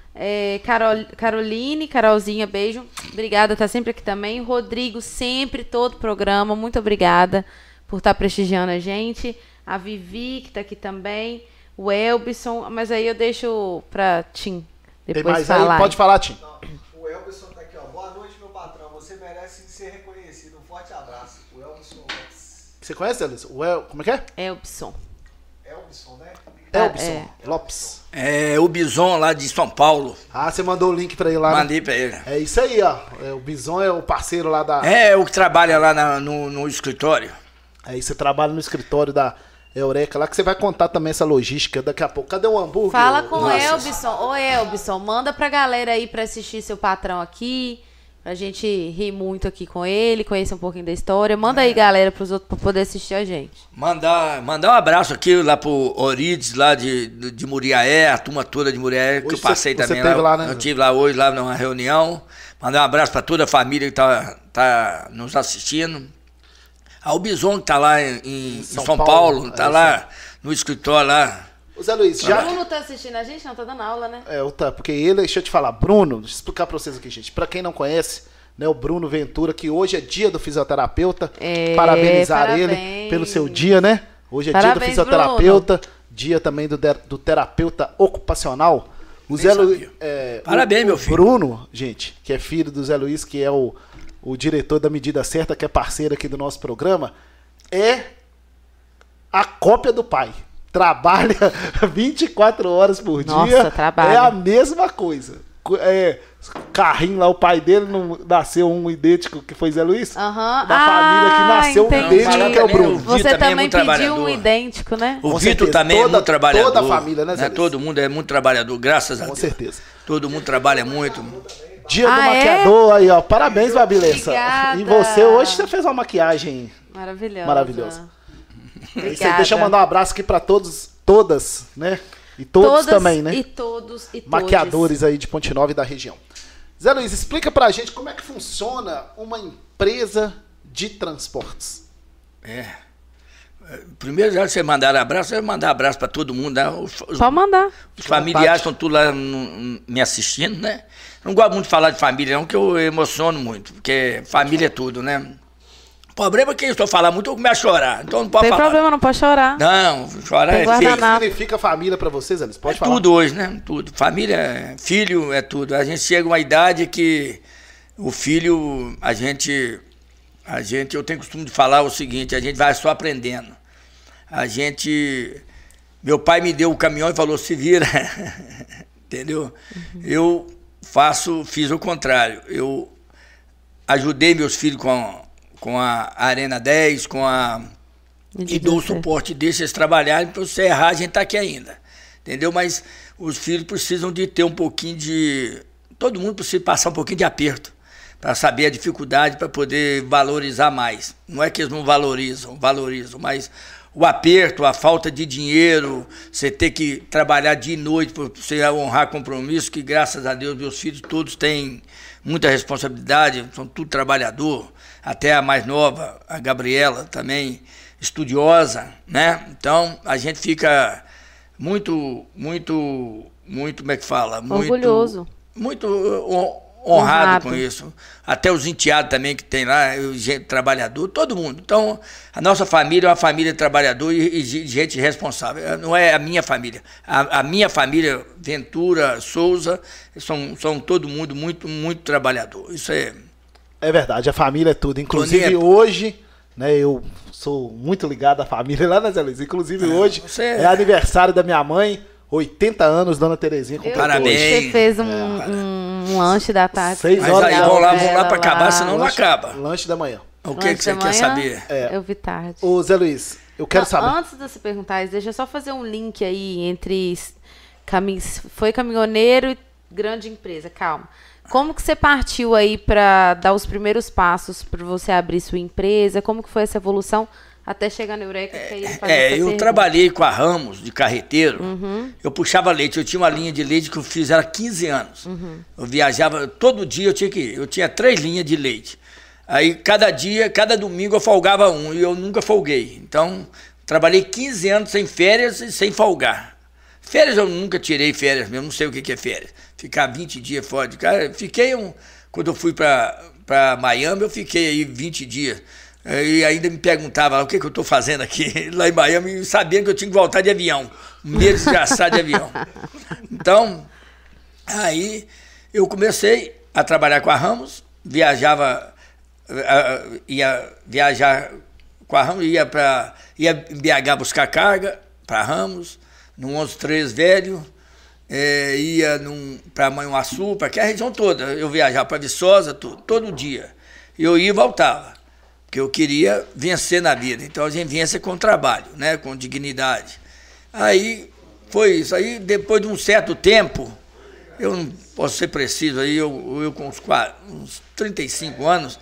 É, Carol, Caroline, Carolzinha, beijo. Obrigada, tá sempre aqui também. Rodrigo, sempre, todo programa. Muito obrigada por estar prestigiando a gente. A Vivi, que está aqui também. O Elbson, mas aí eu deixo para Tim Tem depois mais falar. aí? Pode falar, Tim. O Elbson tá aqui, ó. Boa noite, meu patrão. Você merece ser reconhecido. Um forte abraço. O Elbson Lopes. Você conhece, Alice? O El... Como é que é? Elbson. Elbson, né? Elbson é. Lopes. É o Bison lá de São Paulo. Ah, você mandou o link pra ele lá, né? Mandei pra ele. É isso aí, ó. É, o Bison é o parceiro lá da... É o que trabalha lá na- no, no escritório. Aí você trabalha no escritório da Eureka lá, que você vai contar também essa logística daqui a pouco. Cadê o hambúrguer? Fala com o Nossa. Elbson. Ô, Elbson, manda pra galera aí pra assistir seu patrão aqui. Pra gente rir muito aqui com ele, conhecer um pouquinho da história. Manda aí, galera, pros outros pra poder assistir a gente. Mandar, mandar um abraço aqui lá pro Orides, lá de, de, de Muriaé, a turma toda de Muriaé, que Hoje eu passei você- você também teve lá. lá, né? Eu estive lá hoje, lá numa reunião. Mandar um abraço pra toda a família que tá, tá nos assistindo. Ah, o Bison que tá lá em, em- em São São, Paulo, Paulo, tá é lá no escritório lá. Ô, Zé Luiz, O já... Bruno tá assistindo a gente? Não, tá dando aula, né? É, tá, porque ele, deixa eu te falar, Bruno, deixa eu explicar pra vocês aqui, gente. Pra quem não conhece, né, o Bruno Ventura, que hoje é dia do fisioterapeuta. É, Parabenizar parabéns. ele pelo seu dia, né? Hoje é dia do Parabéns, fisioterapeuta, dia também do, de- do terapeuta ocupacional. O Zé Luiz... É, Parabéns, o, meu o filho. Bruno, gente, que é filho do Zé Luiz, que é o, o diretor da Medida Certa, que é parceiro aqui do nosso programa, é a cópia do pai. Trabalha vinte e quatro horas por Nossa, dia. trabalha. É a mesma coisa. É, carrinho lá, o pai dele não nasceu um idêntico que foi Zé Luiz? Aham. Da família que Ah, nasceu um entendi. idêntico, que é o Bruno. Vitor Você também é também muito pediu um trabalhador. idêntico, né? O Com Vitor certeza. também é Toda- muito trabalhador. toda a família, né, Zé né? Luiz? Todo mundo é muito trabalhador, graças a Com Deus. certeza. Todo mundo trabalha muito. Dia Ah, do é? maquiador aí, ó. Parabéns, Babilessa. Obrigada. E você, hoje você fez uma maquiagem Maravilhosa. maravilhosa. É isso aí, Obrigada. deixa eu mandar um abraço aqui pra todos, todas, né? E todos Todas também, né? E todos e todos. Maquiadores aí de Ponte Nova e da região. Zé Luiz, explica pra gente como é que funciona uma empresa de transportes. É. Primeiro, já que você mandar abraço, eu vou mandar abraço para todo mundo. Né? Os, os- Pode mandar. os familiares estão tudo lá no- me assistindo, né? Não gosto muito de falar de família, não, que eu emociono muito, porque família é tudo, né? O problema é que se eu falar muito, eu começo a chorar. Então não pode Tem falar. problema, não pode chorar. Não, chorar Tem é guardanapo. feio. O que Nada. significa família pra vocês, Zé Luiz? Pode É falar. tudo hoje, né? Tudo. Família, é- filho é tudo. A gente chega a uma idade que o filho, a gente, a gente, eu tenho costume de falar o seguinte, a gente vai só aprendendo. A gente, meu pai me deu o caminhão e falou, se vira, entendeu? Uhum. Eu faço, fiz o contrário. Eu ajudei meus filhos com, com a Arena dez, com a... E dou o suporte, deixa eles trabalharem, para você errar, a gente está aqui ainda. Entendeu? Mas os filhos precisam de ter um pouquinho de... Todo mundo precisa passar um pouquinho de aperto para saber a dificuldade, para poder valorizar mais. Não é que eles não valorizam, valorizam, mas o aperto, a falta de dinheiro, você ter que trabalhar dia e noite para você honrar compromisso, que graças a Deus meus filhos todos têm muita responsabilidade, são tudo trabalhador, até a mais nova, a Gabriela também, estudiosa, né? Então a gente fica muito, muito, muito, como é que fala? Muito, orgulhoso. Muito honrado, honrado com isso. Até os enteados também que tem lá, gente trabalhador, todo mundo. Então a nossa família é uma família trabalhadora e, e de gente responsável. Não é a minha família. A, a minha família, Ventura, Souza, são, são todo mundo muito, muito trabalhador. Isso é... É verdade, a família é tudo. Inclusive Toninha- hoje, né, eu sou muito ligado à família lá, né, Zé Luiz? Inclusive hoje você- é aniversário da minha mãe, oitenta anos, Dona Terezinha. Eu- completou Parabéns. hoje. Você fez um, um, um lanche da tarde. Seis Mas horas aí, da vamos lá, manhã. vamos lá para Ela acabar, senão não Lanche- acaba. Lanche da manhã. O que, Lanche que você da quer manhã, saber? É. Eu vi tarde. Ô, Zé Luiz, eu quero Não, saber. Antes de você perguntar isso, deixa eu só fazer um link aí entre camin... foi caminhoneiro e grande empresa. Calma. Como que você partiu aí para dar os primeiros passos para você abrir sua empresa? Como que foi essa evolução até chegar na Eureka? Que aí ele faz É, essa eu pergunta. trabalhei com a Ramos de carreteiro. Uhum. Eu puxava leite. Eu tinha uma linha de leite que eu fiz há quinze anos. Uhum. Eu viajava, todo dia eu tinha que ir. Eu tinha três linhas de leite. Aí, cada dia, cada domingo eu folgava um e eu nunca folguei. Então, trabalhei quinze anos sem férias e sem folgar. Férias eu nunca tirei férias mesmo, não sei o que que é férias. Ficar vinte dias fora de casa. Fiquei um. Quando eu fui para Miami, eu fiquei aí vinte dias. E ainda me perguntava o que, que eu estou fazendo aqui, lá em Miami, sabendo que eu tinha que voltar de avião. Um medo desgraçado de avião. Então, aí eu comecei a trabalhar com a Ramos, viajava, ia viajar com a Ramos, ia para ia em B H buscar carga para Ramos, no onze três velho, é, ia para Manhuaçu, para aquela região toda. Eu viajava para Viçosa tudo, todo dia. Eu ia e voltava, porque eu queria vencer na vida. Então a gente vence com trabalho, né, com dignidade. Aí foi isso. Aí depois de um certo tempo, eu não posso ser preciso, aí eu, eu com uns, uns trinta e cinco anos,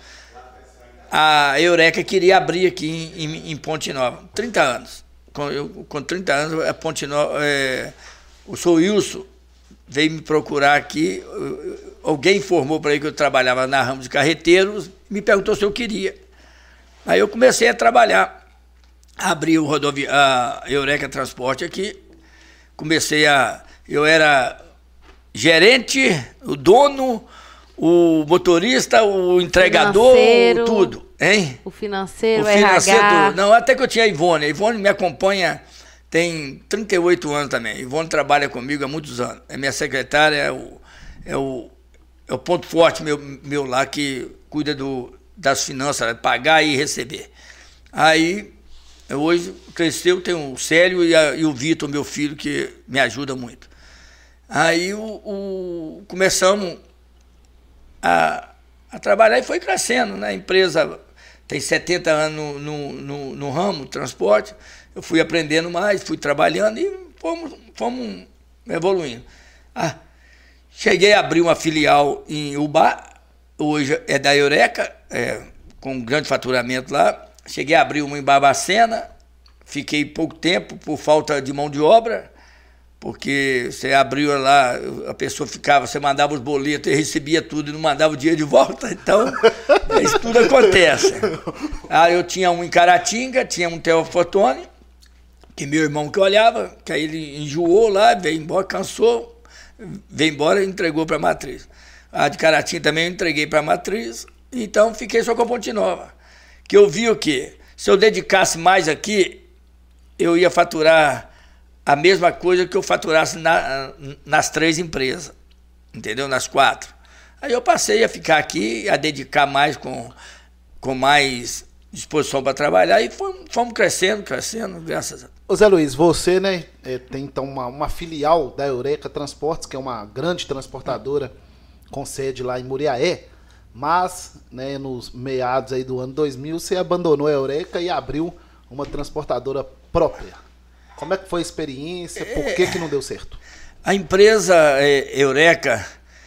a Eureka queria abrir aqui em, em, em Ponte Nova. trinta anos. Com, eu, com trinta anos, a Ponte Nova, é, o seu Wilson veio me procurar aqui. Alguém informou para ele que eu trabalhava na Ramos de carreteiros, me perguntou se eu queria. Aí eu comecei a trabalhar, abri o rodovia, a Eureka Transporte aqui, comecei a... Eu era gerente, o dono, o motorista, o entregador, Financeiro, tudo, hein? O financeiro, O o financeiro, R H. tudo. Não, até que eu tinha a Ivone. A Ivone me acompanha tem trinta e oito anos também. Ivone trabalha comigo há muitos anos. É minha secretária, é o, é o, é o ponto forte meu, meu lá, que cuida do, das finanças, pagar e receber. Aí, hoje, cresceu, tem o Célio e, a, e o Vitor, meu filho, que me ajuda muito. Aí, o, o, começamos a, a trabalhar e foi crescendo, né? A empresa tem setenta anos no, no, no ramo, transporte. Eu fui aprendendo mais, fui trabalhando e fomos, fomos evoluindo. Ah, cheguei a abrir uma filial em Ubá, hoje é da Eureka, é, com um grande faturamento lá. Cheguei a abrir uma em Barbacena, fiquei pouco tempo por falta de mão de obra, porque você abriu lá, a pessoa ficava, você mandava os boletos e recebia tudo e não mandava o dinheiro de volta, então isso tudo acontece. Aí eu tinha um em Caratinga, tinha um Teofotone, que meu irmão que olhava, que aí ele enjoou lá, veio embora, cansou, veio embora e entregou para a matriz. A de Caratinga também eu entreguei para a matriz, então fiquei só com a Ponte Nova. Que eu vi o quê? Se eu dedicasse mais aqui, eu ia faturar a mesma coisa que eu faturasse na, nas três empresas, entendeu? Nas quatro. Aí eu passei a ficar aqui, a dedicar mais com, com mais disposição para trabalhar e fomos, fomos crescendo, crescendo, graças a Deus. Ô Zé Luiz, você, né, é, tem então uma, uma filial da Eureka Transportes, que é uma grande transportadora com sede lá em Muriaé, mas, né, nos meados aí do ano dois mil, você abandonou a Eureka e abriu uma transportadora própria. Como é que foi a experiência? Por que que não deu certo? A empresa é, Eureka,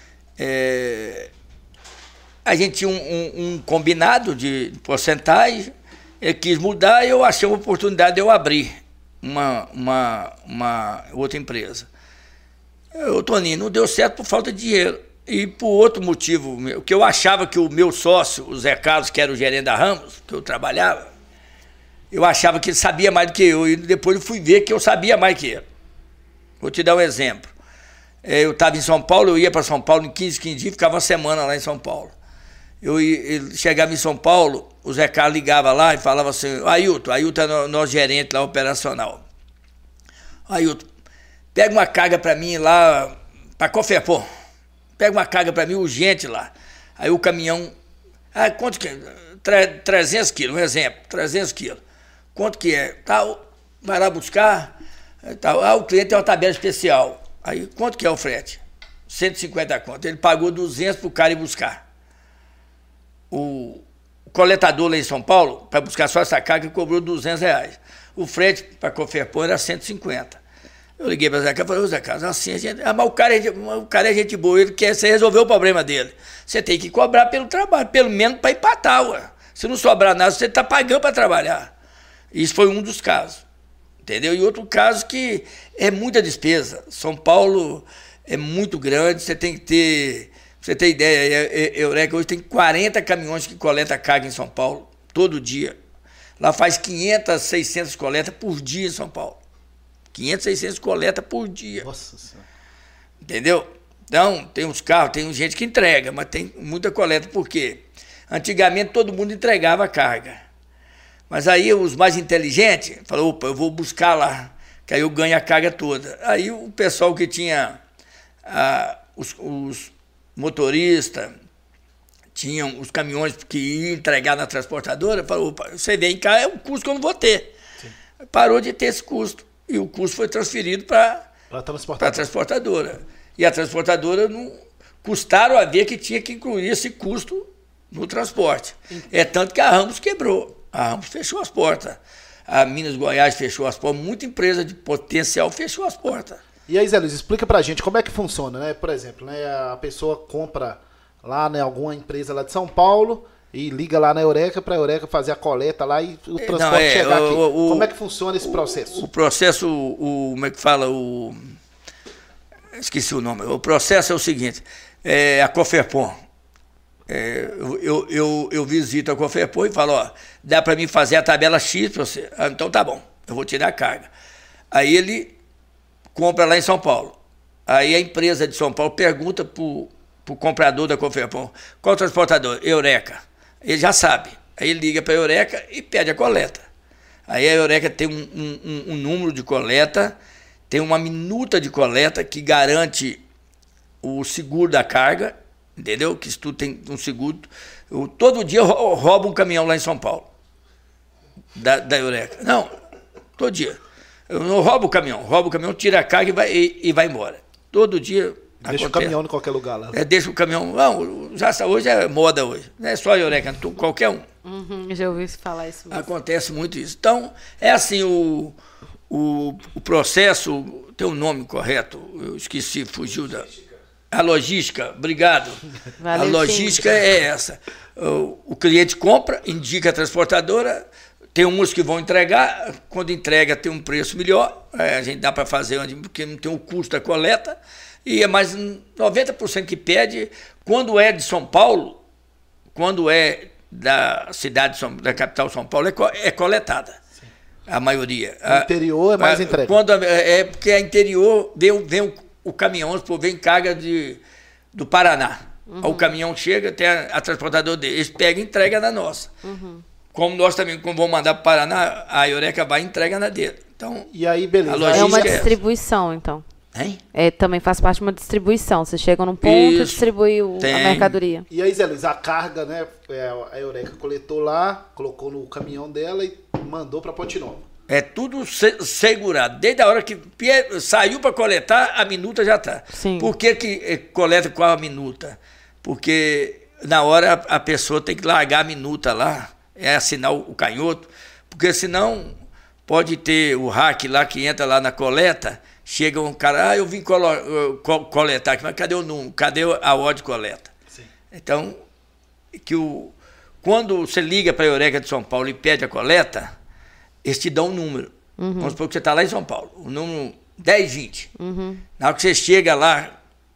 é, a gente tinha um, um, um combinado de porcentagem, ele quis mudar e eu achei uma oportunidade de eu abrir uma, uma, uma outra empresa. Eu, Toninho, não deu certo por falta de dinheiro. E por outro motivo, que eu achava que o meu sócio, o Zé Carlos, que era o gerente da Ramos, que eu trabalhava, eu achava que ele sabia mais do que eu, e depois eu fui ver que eu sabia mais que ele. Vou te dar um exemplo. Eu estava em São Paulo, eu ia para São Paulo em quinze, quinze dias, ficava uma semana lá em São Paulo. Eu, eu chegava em São Paulo, o Zé Carlos ligava lá e falava assim, Ailton, Ailton é o nosso gerente lá operacional. Ailton, pega uma carga para mim lá, para Cofepô. Pega uma carga para mim urgente lá. Aí o caminhão, ah, quanto que é? trezentos quilos, um exemplo, trezentos quilos. Quanto que é? Tal, vai lá buscar, tal. Ah, o cliente tem uma tabela especial. Aí, quanto que é o frete? cento e cinquenta conto. Ele pagou duzentos pro cara ir buscar. O coletador lá em São Paulo, para buscar só essa carga, cobrou duzentos reais. O frete para Cofepô era cento e cinquenta. Eu liguei para o Zé Carlos e falei, ô Zé Carlos, assim, a gente, ah, mas o cara, é, o cara é gente boa, ele quer você resolver o problema dele. Você tem que cobrar pelo trabalho, pelo menos para empatar, ué. Se não sobrar nada, você está pagando para trabalhar. Isso foi um dos casos, entendeu? E outro caso que é muita despesa. São Paulo é muito grande, você tem que ter, você tem ideia, a Eureka hoje tem quarenta caminhões que coletam carga em São Paulo, todo dia. Lá faz quinhentas, seiscentas coletas por dia em São Paulo. quinhentas, seiscentas coletas por dia. Nossa Senhora. Entendeu? Então, tem uns carros, tem gente que entrega, mas tem muita coleta. Por quê? Antigamente todo mundo entregava a carga. Mas aí os mais inteligentes falaram, opa, eu vou buscar lá, que aí eu ganho a carga toda. Aí o pessoal que tinha, ah, os, os motoristas, tinham os caminhões que iam entregar na transportadora, falou, opa, você vem cá, é um custo que eu não vou ter. Sim. Parou de ter esse custo. E o custo foi transferido para a transportadora. transportadora. E a transportadora não custaram a ver que tinha que incluir esse custo no transporte. É tanto que a Ramos quebrou. A Ramos fechou as portas. A Minas Goiás fechou as portas. Muita empresa de potencial fechou as portas. E aí, Zé Luiz, explica pra gente como é que funciona, né? Por exemplo, né, a pessoa compra lá, né, alguma empresa lá de São Paulo e liga lá na Eureka para a Eureka fazer a coleta lá e o transporte Não, é, chegar o, aqui. O, como é que funciona esse processo? O, o processo, o, como é que fala? O, esqueci o nome. O processo é o seguinte, é, a Cofepô. É, eu, eu, eu visito a Cofepô e falo, ó, dá para mim fazer a tabela X para você? Ah, então tá bom, eu vou tirar a carga. Aí ele compra lá em São Paulo. Aí a empresa de São Paulo pergunta para o comprador da Cofepô, qual o transportador? Eureka. Ele já sabe. Aí ele liga para a Eureka e pede a coleta. Aí a Eureka tem um, um, um número de coleta, tem uma minuta de coleta que garante o seguro da carga, entendeu? Que isso tudo tem um seguro. Eu, todo dia eu roubo um caminhão lá em São Paulo, da, da Eureka. Não, todo dia. Eu não roubo o caminhão, roubo o caminhão, tira a carga e vai, e, e vai embora. Todo dia deixa acontece. O caminhão em qualquer lugar lá. É, deixa o caminhão. Não, já hoje é moda hoje. Não é só a Eureka, qualquer um. Uhum, já ouvi falar isso mesmo. Acontece muito isso. Então, é assim, o, o, o processo, tem um nome correto, eu esqueci, fugiu da... A logística, obrigado. Valeu, a logística sim. É essa. O, o cliente compra, indica a transportadora, tem uns que vão entregar, quando entrega tem um preço melhor, é, a gente dá para fazer, porque não tem o custo da coleta, e é mais noventa por cento que pede, quando é de São Paulo, quando é da cidade, de São, da capital de São Paulo, é, co, é coletada, sim. A maioria. O interior é mais a, entregue. Quando, é, é porque a interior vem, vem o, o caminhão, vem carga de, do Paraná. Uhum. O caminhão chega, tem a, a transportadora dele, eles pegam e entregam na nossa. Uhum. Como nós também, como vamos mandar para o Paraná, a Eureka vai e entrega na dele. Então, e aí, beleza. É uma distribuição, é então. Hein? É, também faz parte de uma distribuição. Você chega num ponto e distribui o, a mercadoria. E aí, Zé Luiz, a carga, né? A Eureka coletou lá, colocou no caminhão dela e mandou para Ponte Nova. É tudo se segurado. Desde a hora que saiu para coletar, a minuta já está. Por que, que coleta com a minuta? Porque na hora a pessoa tem que largar a minuta lá, é assinar o canhoto, porque senão pode ter o hack lá que entra lá na coleta, chega um cara, ah, eu vim colo coletar aqui, mas cadê o número? Cadê a hora de coleta? Sim. Então, que o, quando você liga para a Eureka de São Paulo e pede a coleta, eles te dão um número. Uhum. Vamos supor que você está lá em São Paulo, o número dez vinte. Uhum. Na hora que você chega lá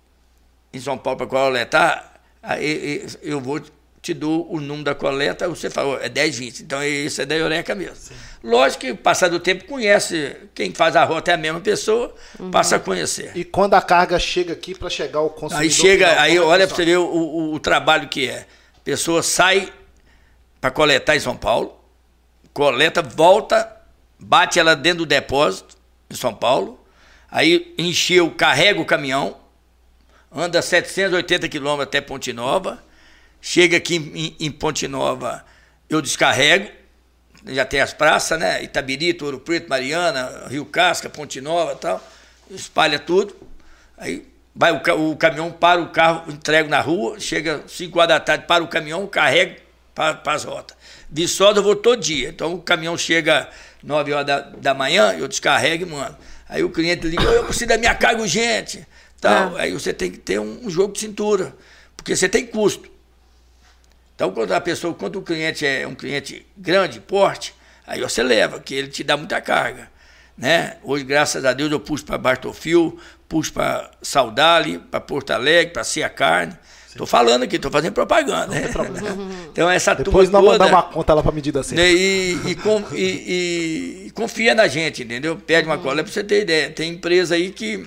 em São Paulo para coletar, aí eu vou te dou o número da coleta, você falou, é dez vinte, então isso é da Eureka mesmo. Sim. Lógico que, passado o tempo, conhece, quem faz a rota é a mesma pessoa, uhum. Passa a conhecer. E quando a carga chega aqui para chegar ao consumidor... Aí chega, final, aí olha para você ver o, o, o trabalho que é. A pessoa sai para coletar em São Paulo, coleta, volta, bate ela dentro do depósito em São Paulo, aí encheu, carrega o caminhão, anda setecentos e oitenta quilômetros até Ponte Nova, chega aqui em, em Ponte Nova, eu descarrego, já tem as praças, né? Itabirito, Ouro Preto, Mariana, Rio Casca, Ponte Nova e tal, espalha tudo, aí vai o, o caminhão, para o carro, entrego na rua, chega cinco horas da tarde, para o caminhão, carrego para, para as rotas. Viçosa eu vou todo dia, então o caminhão chega nove horas da, da manhã, eu descarrego e mando. Aí o cliente liga, eu preciso da minha carga urgente, tal. Ah. Aí você tem que ter um, um jogo de cintura, porque você tem custo. Então, quando a pessoa, quando o cliente é um cliente grande, porte, aí você leva, que ele te dá muita carga, né? Hoje, graças a Deus, eu puxo para Bartolfil, puxo para Saudade, para Porto Alegre, para Cia Carne. Estou falando aqui, estou fazendo propaganda. Não, né? Tem problema. Então, essa Depois turma nós toda... mandar uma conta lá para medida certa. E, e, e, e, e confia na gente, entendeu? Pede uma cola para você ter ideia. Tem empresa aí que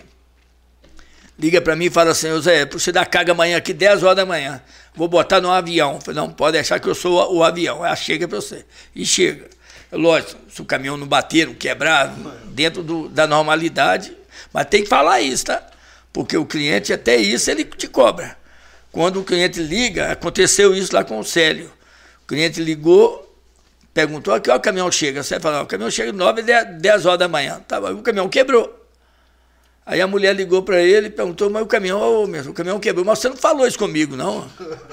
liga para mim e fala assim, Zé, para você dar carga amanhã aqui, dez horas da manhã, vou botar no avião. Eu falei, não, pode deixar que eu sou o, o avião. Aí chega para você. E chega. Lógico, se o caminhão não bater, não quebrar, dentro do, da normalidade, mas tem que falar isso, tá? Porque o cliente, até isso, ele te cobra. Quando o cliente liga, aconteceu isso lá com o Célio. O cliente ligou, perguntou, a que hora o caminhão chega? Você fala, o caminhão chega nove, dez horas da manhã. Tá, o caminhão quebrou. Aí a mulher ligou para ele e perguntou, mas o caminhão, oh, meu, o caminhão quebrou. Mas você não falou isso comigo, não?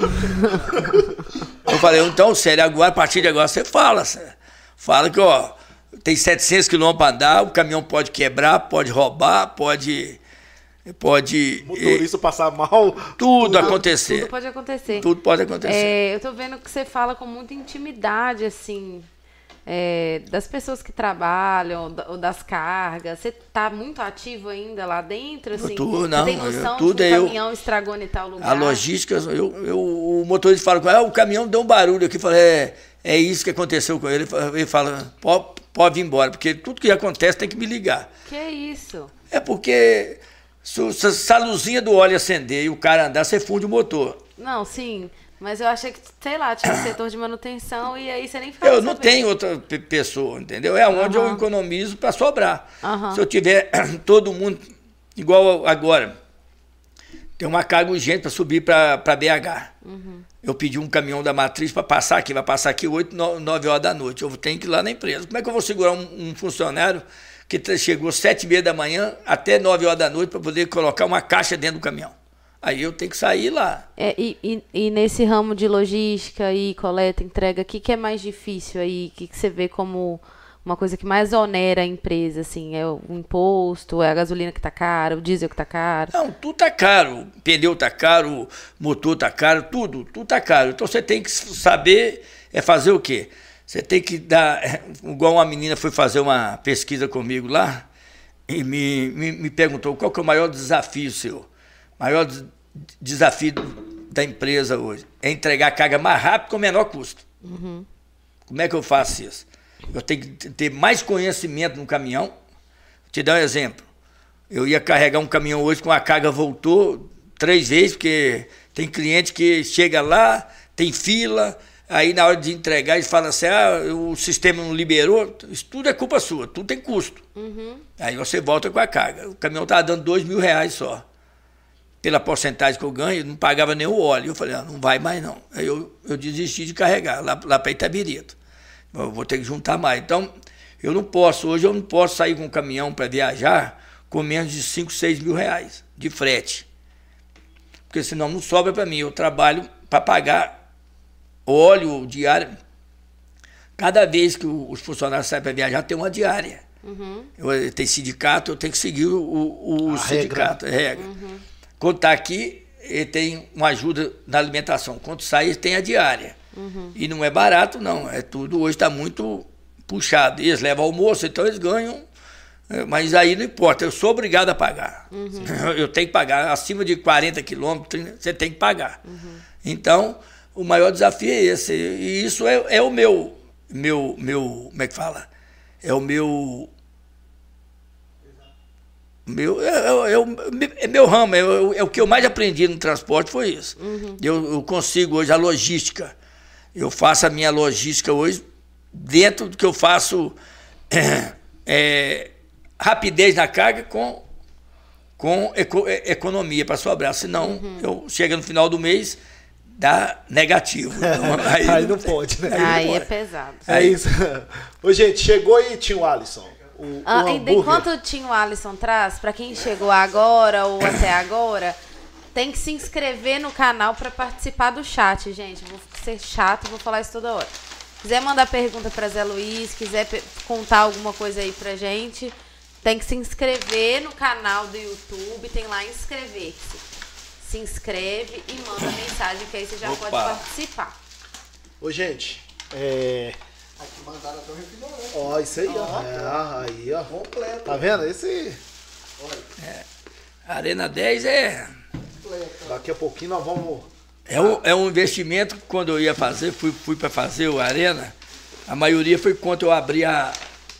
Eu falei, então, Célio, agora, a partir de agora você fala. Célio. Fala que, ó, tem setecentos quilômetros para andar, o caminhão pode quebrar, pode roubar, pode... Pode... O motorista é, passar mal. Tudo, tudo acontecer. Tudo pode acontecer. Tudo pode acontecer. É, eu tô vendo que você fala com muita intimidade, assim, é, das pessoas que trabalham, ou das cargas. Você tá muito ativo ainda lá dentro, assim? Tô, não, você tem noção eu, tudo de que o é caminhão eu, estragou em tal lugar? A logística, eu, eu, o motorista fala com ele, ah, o caminhão deu um barulho aqui. Eu falei, é, é isso que aconteceu com ele. Ele fala, pode, pode vir embora, porque tudo que acontece tem que me ligar. Que isso? É porque... Se, se a luzinha do óleo acender e o cara andar, você funde o motor. Não, sim. Mas eu achei que, sei lá, tinha um setor de manutenção e aí você nem fala. Eu não tenho outra pe- pessoa, entendeu? É onde Uhum. eu economizo para sobrar. Uhum. Se eu tiver todo mundo igual agora, tem uma carga urgente para subir para B H. Uhum. Eu pedi um caminhão da matriz para passar aqui, vai passar aqui oito, nove horas da noite. Eu tenho que ir lá na empresa. Como é que eu vou segurar um, um funcionário que chegou sete e meia da manhã até nove horas da noite para poder colocar uma caixa dentro do caminhão? Aí eu tenho que sair lá. É, e, e, e nesse ramo de logística e coleta, entrega, o que, que é mais difícil aí? O que, que você vê como uma coisa que mais onera a empresa? Assim, é o imposto, é a gasolina que tá cara, o diesel que tá caro? Não, tudo tá caro. O pneu tá caro, o motor tá caro, tudo, tudo tá caro. Então você tem que saber é fazer o quê? Você tem que dar... Igual uma menina foi fazer uma pesquisa comigo lá e me, me, me perguntou qual que é o maior desafio seu. O maior des- desafio da empresa hoje é entregar a carga mais rápido com o menor custo. Uhum. Como é que eu faço isso? Eu tenho que ter mais conhecimento no caminhão. Vou te dar um exemplo. Eu ia carregar um caminhão hoje com a carga voltou três vezes, porque tem cliente que chega lá, tem fila, aí na hora de entregar eles falam assim, ah, o sistema não liberou. Isso tudo é culpa sua, tudo tem custo. Uhum. Aí você volta com a carga. O caminhão estava dando dois mil reais só. Pela porcentagem que eu ganho, não pagava nem o óleo. Eu falei, ah, não vai mais não. Aí eu, eu desisti de carregar lá, lá para Itabirito. Eu vou ter que juntar mais. Então, eu não posso, hoje eu não posso sair com um caminhão para viajar com menos de cinco, seis mil reais de frete. Porque senão não sobra para mim. Eu trabalho para pagar óleo diário. Cada vez que os funcionários saem para viajar, tem uma diária. Uhum. Eu tenho sindicato, eu tenho que seguir o, o, o sindicato, regra. é regra. Uhum. Quando está aqui, ele tem uma ajuda na alimentação. Quando sai, ele tem a diária. Uhum. E não é barato, não. É tudo, hoje está muito puxado. Eles levam almoço, então eles ganham. Mas aí não importa, eu sou obrigado a pagar. Uhum. Eu tenho que pagar. Acima de quarenta quilômetros, você tem que pagar. Uhum. Então, o maior desafio é esse. E isso é, é o meu, meu, meu, como é que fala? É o meu... Meu, é, é, é, é meu ramo, é, é o que eu mais aprendi no transporte foi isso. Uhum. Eu, eu consigo hoje a logística. Eu faço a minha logística hoje dentro do que eu faço é, é, rapidez na carga com, com eco, é, economia para sobrar. Senão, uhum. eu chego no final do mês, dá negativo. Então, aí, aí não pode, né? Aí, aí não é pode. pesado. É isso. Ô, gente, chegou aí, tio Alisson. O, ah, o enquanto o Tinho Alisson traz, para quem chegou agora ou até agora, tem que se inscrever no canal para participar do chat, gente. Vou ser chato, vou falar isso toda hora. Quiser mandar pergunta para Zé Luiz, quiser contar alguma coisa aí pra gente, tem que se inscrever no canal do YouTube, tem lá inscrever-se. Se inscreve e manda mensagem que aí você já Opa. pode participar. Ô, gente, é... Aqui mandaram até o refrigerante. Ó, isso aí, ó. Ó, É, aí, ó. Completo. Tá vendo? Esse... Olha, É. Arena dez é... completo. Daqui a pouquinho nós vamos... É um, é um investimento que quando eu ia fazer, fui, fui para fazer o Arena, a maioria foi quando eu abri a,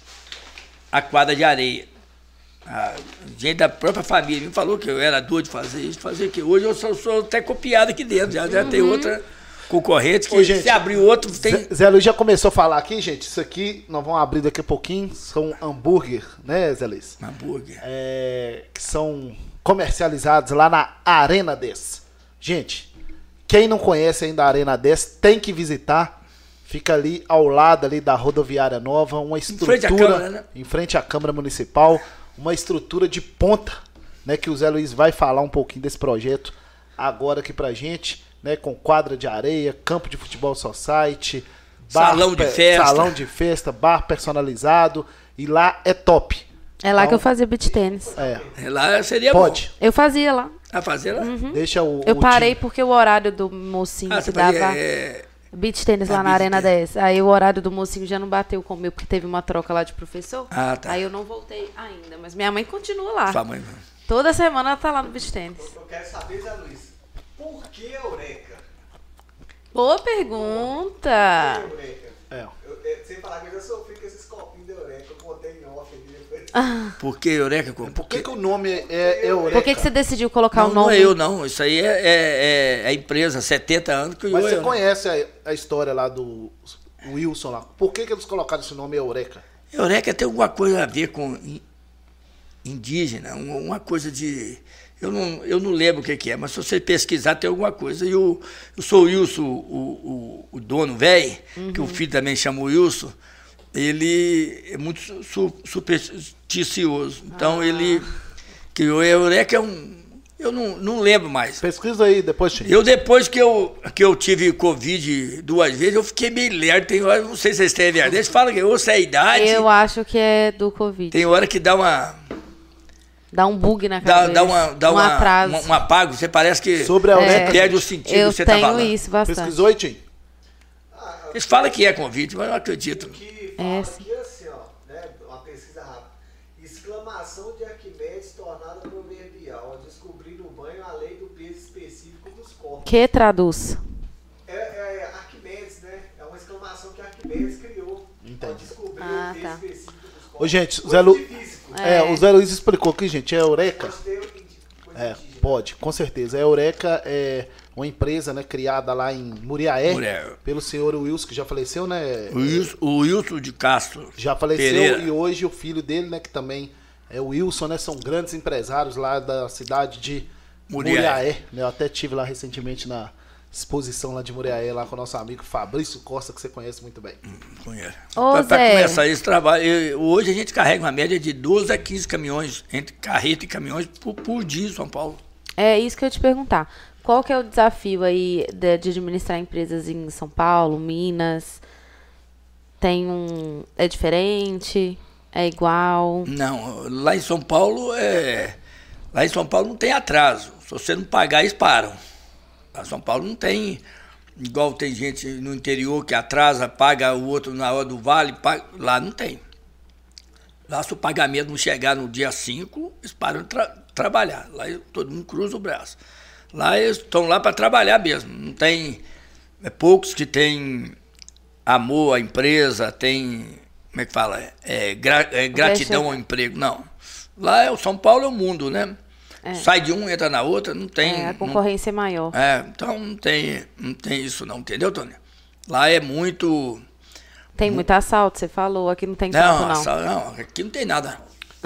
a quadra de areia. A gente da própria família me falou que eu era doido de fazer isso, fazer que hoje eu sou, sou até copiado aqui dentro, já, já tem outra concorrente que Ô, gente, se abrir outro tem... Zé, Zé Luiz já começou a falar aqui, gente. Isso aqui nós vamos abrir daqui a pouquinho. São hambúrguer, né, Zé Luiz? hambúrguer. É, que são comercializados lá na Arena dez. Gente, quem não conhece ainda a Arena dez tem que visitar. Fica ali ao lado ali da rodoviária nova, uma estrutura frente à Câmara, né? em frente à Câmara Municipal, uma estrutura de ponta, né, que o Zé Luiz vai falar um pouquinho desse projeto agora aqui pra gente, né, com quadra de areia, campo de futebol society, bar, Salão de festa. salão de festa, bar personalizado, e lá é top. É lá Então, que eu fazia beach tênis. É, Lá seria pode. Eu fazia lá. bom. A fazer lá? Deixa o Eu o parei time- porque o horário do mocinho Ah, que você dava fazia, é, beach tênis Ah, lá na beach Arena tênis. dez. Aí o horário do mocinho já não bateu com o meu, porque teve uma troca lá de professor. Ah, tá. Aí eu não voltei ainda, mas minha mãe continua lá. sua mãe. Toda semana ela tá lá no beach tênis. Eu quero saber, Zé Luiz, por que Eureka? Boa pergunta. Eureka? É. Eu, eu, sem falar que eu já sofri com esses copinhos de Eureka, eu botei em off aqui depois. Por que Eureka? Por que, que o nome é Eureka? Por que, que você decidiu colocar não, o nome? Não é eu, não. Isso aí é, é, é a empresa, setenta anos que Mas eu, você eu, conhece a, a história lá do Wilson lá. Por que, que eles colocaram esse nome Eureka? Eureka tem alguma coisa a ver com indígena, uma coisa de... Eu não, eu não lembro o que, que é, mas se você pesquisar tem alguma coisa. E o, eu sou o Wilson, o, o, o dono velho, uhum. que o filho também chama Wilson, ele é muito su, supersticioso. Então ah. ele criou a Eureka, é um... Eu não, não lembro mais. Pesquisa aí, depois, Tim. Eu, depois que eu, que eu tive Covid duas vezes, eu fiquei meio lerdo. Tem hora, não sei se vocês têm verdade. Eles falam que ou se é a idade... Eu acho que é do Covid. Tem hora que dá uma... Dá um bug na cabeça. Dá, dá, uma, dá um uma, atraso. Um, um apago. Você parece que Sobre a Eureka, você perde o sentido eu que você está falando. Eu tenho isso bastante. Pesquisou aí, Tim? Eles falam que é Covid, mas eu não acredito. O que fala é. aqui assim, ó, né, uma pesquisa rápida. Exclamação de Arquimedes tornada proverbial. Descobrir no banho a lei do peso específico dos corpos. Que traduz? É, é Arquimedes, né? É uma exclamação que Arquimedes criou. Entendi. Descobrir Ah, o peso tá. específico dos corpos. Ô, gente, o Zé, Lu... É. é, o Zé Luiz explicou aqui, gente, é Eureka. Pode ter coisa É, indígena. pode, com certeza. A Eureka é uma empresa, né, criada lá em Muriaé, Muriaé. pelo senhor Wilson, que já faleceu, né? O Wilson, o Wilson de Castro Já faleceu Pereira. E hoje o filho dele, né, que também é o Wilson, né, são grandes empresários lá da cidade de Muriaé. Muriaé, né? Eu até estive lá recentemente na exposição lá de Muriaé, lá com o nosso amigo Fabrício Costa, que você conhece muito bem. Conheço. Ô, Para Zé. começar esse trabalho, eu- hoje a gente carrega uma média de doze a quinze caminhões, entre carreta e caminhões, por, por dia em São Paulo. É isso que eu ia te perguntar. Qual que é o desafio aí de, de administrar empresas em São Paulo, Minas? Tem um... É diferente? É igual? Não, lá em São Paulo é. Lá em São Paulo não tem atraso. Se você não pagar, eles param. Lá em São Paulo não tem. Igual tem gente no interior que atrasa, paga o outro na hora do vale, paga, lá não tem. Lá se o pagamento não chegar no dia cinco, eles param de tra trabalhar. Lá todo mundo cruza o braço. Lá eles estão lá para trabalhar mesmo. Não tem. É poucos que têm amor à empresa, tem. Como é que fala? É, gra é gratidão ao emprego. Não. Lá é o São Paulo é o mundo, né? É. Sai de um, entra na outra, não tem. É, a não- concorrência é maior. é, então não tem, não tem isso não, entendeu, Tony? Lá é muito... Tem muito assalto, você falou. Aqui não tem tanto, Não, não. essa- não, aqui não tem nada.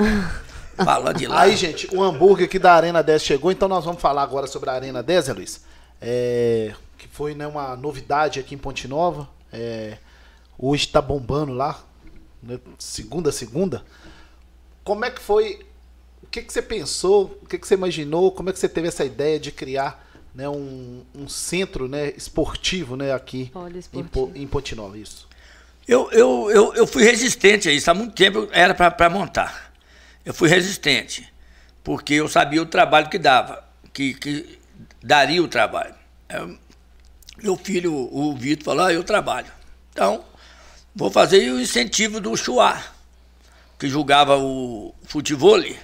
Fala de lá. Aí, gente, o hambúrguer aqui da Arena dez chegou, então nós vamos falar agora sobre a Arena dez, Zé Luiz. É, que foi, né, uma novidade aqui em Ponte Nova. É, hoje tá bombando lá, né, segunda a segunda. Como é que foi? O que, que você pensou? O que, que você imaginou? Como é que você teve essa ideia de criar, né, um, um centro, né, esportivo, né, aqui em, Poliesportivo. Po- em Ponte Nova? Isso. Eu, eu, eu, eu fui resistente a isso, há muito tempo era para montar. Eu fui resistente, porque eu sabia o trabalho que dava, que, que daria o trabalho. Eu- meu filho, o Vitor, falou, ah, eu trabalho. Então, vou fazer o incentivo do Chuá, que jogava o futevôlei,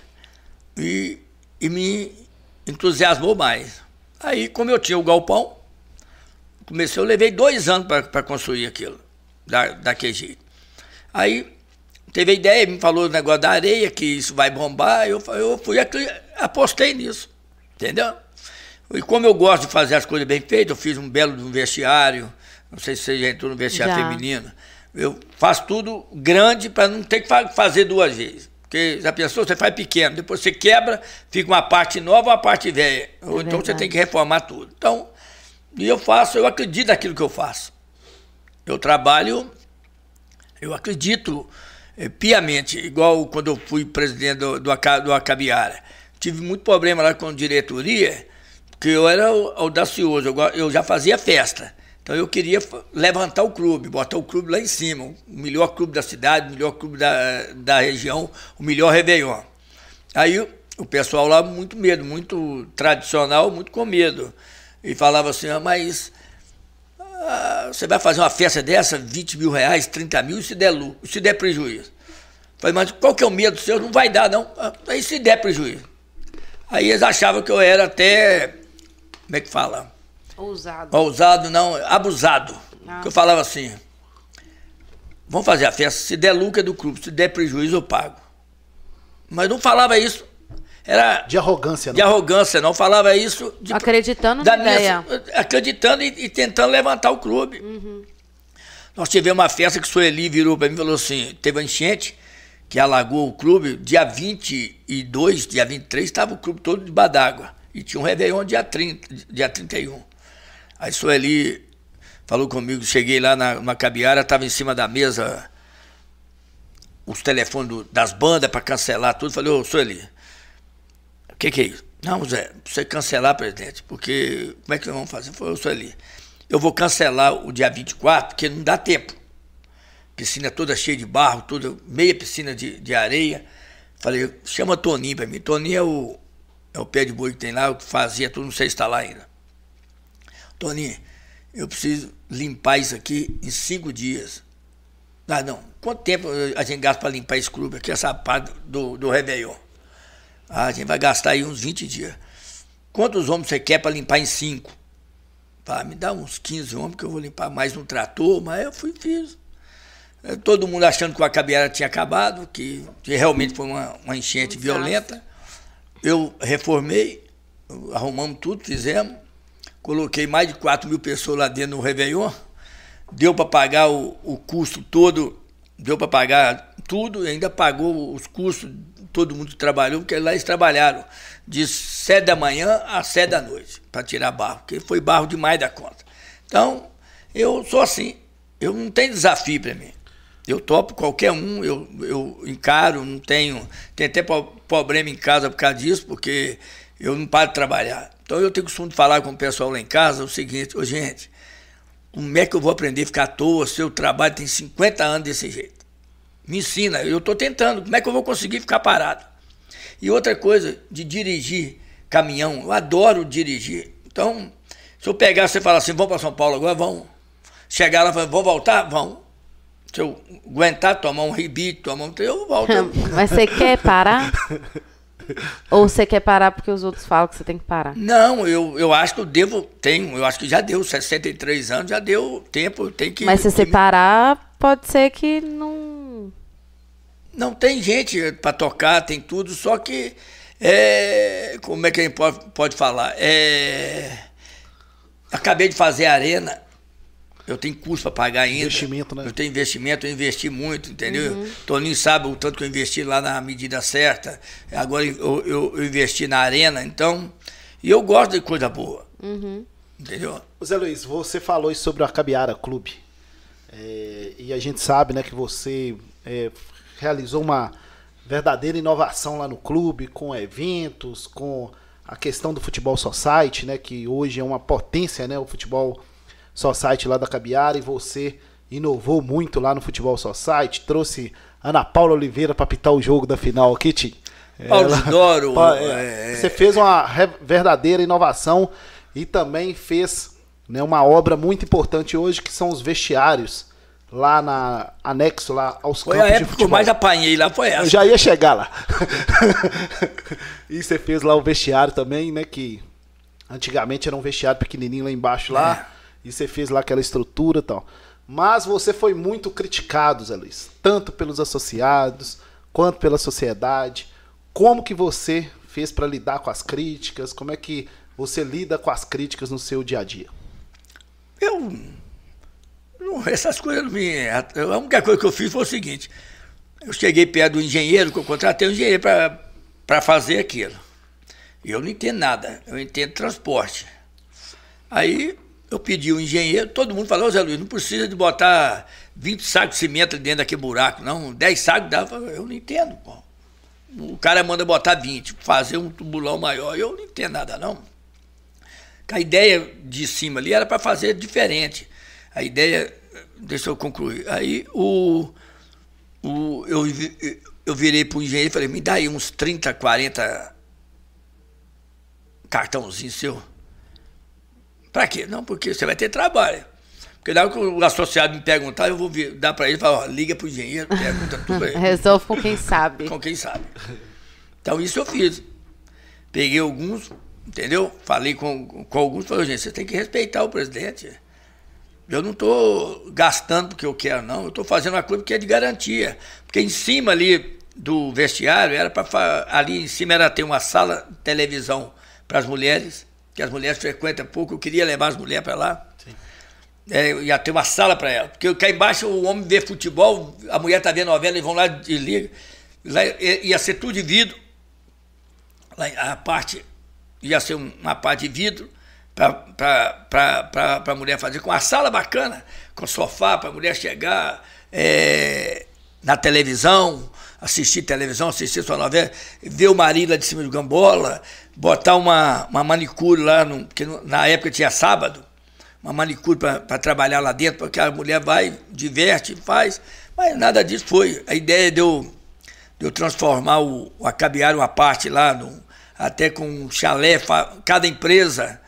e, e me entusiasmou mais. Aí, como eu tinha o galpão, comecei, eu levei dois anos para construir aquilo, da, daquele jeito. Aí, teve a ideia, me falou o negócio da areia, que isso vai bombar, eu, eu fui, acri- apostei nisso, entendeu? E como eu gosto de fazer as coisas bem feitas, eu fiz um belo de um vestiário, não sei se você já entrou no vestiário Já. feminino, eu faço tudo grande para não ter que fa- fazer duas vezes. Porque já pensou, você faz pequeno, depois você quebra, fica uma parte nova, uma parte velha. Ou então você verdade. tem que reformar tudo. Então, e eu faço, eu acredito naquilo que eu faço. Eu trabalho, eu acredito eh, piamente, igual quando eu fui presidente do, do, Aca- do Acabiara. Tive muito problema lá com a diretoria, porque eu era o- audacioso, eu, go- eu já fazia festa. Então eu queria fa- levantar o clube, botar o clube lá em cima, o melhor clube da cidade, o melhor clube da, da região, o melhor Réveillon. Aí o, o pessoal lá, muito medo, muito tradicional, muito com medo. E falava assim, ah, mas ah, você vai fazer uma festa dessa, vinte mil reais, trinta mil, e se der lucro, se der prejuízo? Falei, mas qual que é o medo seu? Não vai dar, não. Ah, aí se der prejuízo. Aí eles achavam que eu era até, como é que fala? Ousado. Ousado, não, abusado. Ah. Que eu falava assim, vamos fazer a festa, se der lucro é do clube, se der prejuízo eu pago. Mas não falava isso. Era de arrogância, não. De arrogância, não. Falava isso... De, acreditando na ideia. Minha, acreditando e, e tentando levantar o clube. Uhum. Nós tivemos uma festa que o Sueli virou para mim e falou assim, teve uma enchente que alagou o clube, dia vinte e dois, dia vinte e três, estava o clube todo debaixo d'água. E tinha um Réveillon dia trinta, dia trinta e um. Aí o Sueli falou comigo, cheguei lá na, na Cabiara, estava em cima da mesa os telefones do, das bandas para cancelar tudo. Falei, ô Sueli, o que, que é isso? Não, Zé, você cancelar, presidente, porque como é que nós vamos fazer? Falei, ô Sueli, eu vou cancelar o dia vinte e quatro, porque não dá tempo. Piscina toda cheia de barro, toda, meia piscina de, de areia. Falei, chama Toninho para mim. Toninho é o, é o pé de boi que tem lá, o que fazia tudo, não sei se está lá ainda. Toninho, eu preciso limpar isso aqui em cinco dias. Ah, não. Quanto tempo a gente gasta para limpar esse clube aqui, essa parte do, do Réveillon? Ah, a gente vai gastar aí uns vinte dias. Quantos homens você quer para limpar em cinco? Ah, me dá uns quinze homens que eu vou limpar mais no trator, mas eu fui e fiz. Todo mundo achando que o Acabiara tinha acabado, que, que realmente foi uma, uma enchente um violenta. Eu reformei, arrumamos tudo, fizemos. Coloquei mais de quatro mil pessoas lá dentro no Réveillon. Deu para pagar o, o custo todo, deu para pagar tudo, e ainda pagou os custos, todo mundo trabalhou, porque lá eles trabalharam de sete da manhã às sete da noite, para tirar barro, porque foi barro demais da conta. Então, eu sou assim, eu não tenho desafio para mim. Eu topo qualquer um, eu, eu encaro, não tenho... Tem até problema em casa por causa disso, porque eu não paro de trabalhar. Então eu tenho costume de falar com o pessoal lá em casa o seguinte, ô gente, como é que eu vou aprender a ficar à toa se eu trabalho tem cinquenta anos desse jeito? Me ensina, eu estou tentando, como é que eu vou conseguir ficar parado? E outra coisa, de dirigir caminhão, eu adoro dirigir. Então, se eu pegar, você falar assim, vamos para São Paulo agora, vamos. Chegar lá e falar, vamos voltar? Vamos. Se eu aguentar tomar um ribite, tomar um... eu volto. Mas você quer parar? Ou você quer parar porque os outros falam que você tem que parar? Não, eu, eu acho que eu devo, tenho, eu acho que já deu, sessenta e três anos, já deu tempo, tem que... Mas se você que... parar, pode ser que não... Não, tem gente para tocar, tem tudo, só que, é, como é que a gente pode, pode falar? É, acabei de fazer a arena, eu tenho custo para pagar ainda. Investimento, né? Eu tenho investimento, eu investi muito, entendeu? Uhum. Toninho sabe o tanto que eu investi lá na medida certa, agora eu, eu, eu investi na arena, então, e eu gosto de coisa boa, uhum. entendeu? Zé Luiz, você falou sobre o Acabiara Clube, é, e a gente sabe, né, que você... É, realizou uma verdadeira inovação lá no clube, com eventos, com a questão do futebol society, né, que hoje é uma potência, né, o futebol society lá da Acabiara, e você inovou muito lá no futebol society, trouxe Ana Paula Oliveira para apitar o jogo da final aqui, Tim. Paulo Doro. É, você fez uma verdadeira inovação e também fez, né, uma obra muito importante hoje, que são os vestiários, lá na anexo lá aos foi campos a época de futebol. que eu mais apanhei lá, foi essa. Eu já ia chegar lá. E você fez lá o vestiário também, né, que antigamente era um vestiário pequenininho lá embaixo lá, é. E você fez lá aquela estrutura e tal. Mas você foi muito criticado, Zé Luiz, tanto pelos associados quanto pela sociedade. Como que você fez para lidar com as críticas? Como é que você lida com as críticas no seu dia a dia? Eu Não, essas coisas não me... A única coisa que eu fiz foi o seguinte, eu cheguei perto do engenheiro, que eu contratei um engenheiro para fazer aquilo. E eu não entendo nada, eu entendo transporte. Aí eu pedi o engenheiro, todo mundo falou, Zé Luiz, não precisa de botar vinte sacos de cimento dentro daquele buraco, não, dez sacos dá, eu não entendo, pô. O cara manda botar vinte, fazer um tubulão maior, eu não entendo nada, não. A ideia de cima ali era para fazer diferente. A ideia, deixa eu concluir, aí o, o, eu, eu virei para o engenheiro e falei, me dá aí uns trinta, quarenta cartãozinhos seu. Para quê? Não, porque você vai ter trabalho. Porque na hora que o associado me perguntar, eu vou vir, dar para ele e falar, ó, liga para o engenheiro, pergunta tudo aí. Resolve com quem sabe. Com quem sabe. Então isso eu fiz. Peguei alguns, entendeu? Falei com, com alguns, falei, gente, você tem que respeitar o presidente. Eu não estou gastando porque eu quero, não. Eu estou fazendo uma coisa porque é de garantia. Porque em cima ali do vestiário era para ali em cima era ter uma sala de televisão para as mulheres, que as mulheres frequentam pouco, eu queria levar as mulheres para lá. É, ia ter uma sala para ela. Porque cá embaixo o homem vê futebol, a mulher tá vendo novela, eles vão lá e ligam. Lá ia ser tudo de vidro. Lá a parte ia ser uma parte de vidro para a mulher fazer, com uma sala bacana, com sofá para a mulher chegar é, na televisão, assistir televisão, assistir sua novela, ver o marido lá de cima do Gambola, botar uma, uma manicure lá, no, porque na época tinha sábado, uma manicure para trabalhar lá dentro, porque a mulher vai, diverte, faz, mas nada disso foi. A ideia de eu, de eu transformar o, o Acabiário, uma parte lá, no, até com um chalé, cada empresa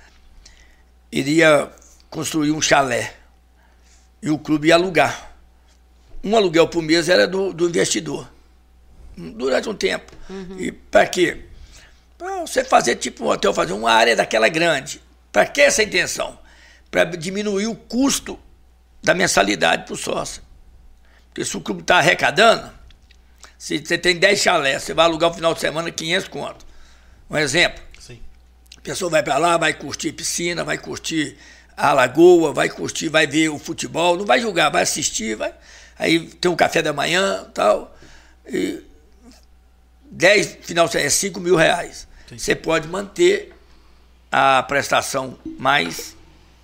iria construir um chalé e o clube ia alugar. Um aluguel por mês era do, do investidor, durante um tempo. Uhum. E para quê? Para você fazer tipo um hotel, fazer uma área daquela grande. Para que essa intenção? Para diminuir o custo da mensalidade para o sócio. Porque se o clube está arrecadando, se você tem dez chalés, você vai alugar no final de semana quinhentos conto. Um exemplo. Sim. A pessoa vai para lá, vai curtir piscina, vai curtir a lagoa, vai curtir, vai ver o futebol, não vai jogar, vai assistir, vai. Aí tem um café da manhã e tal. E dez final de semana é cinco mil reais. Sim. Você pode manter a prestação mais...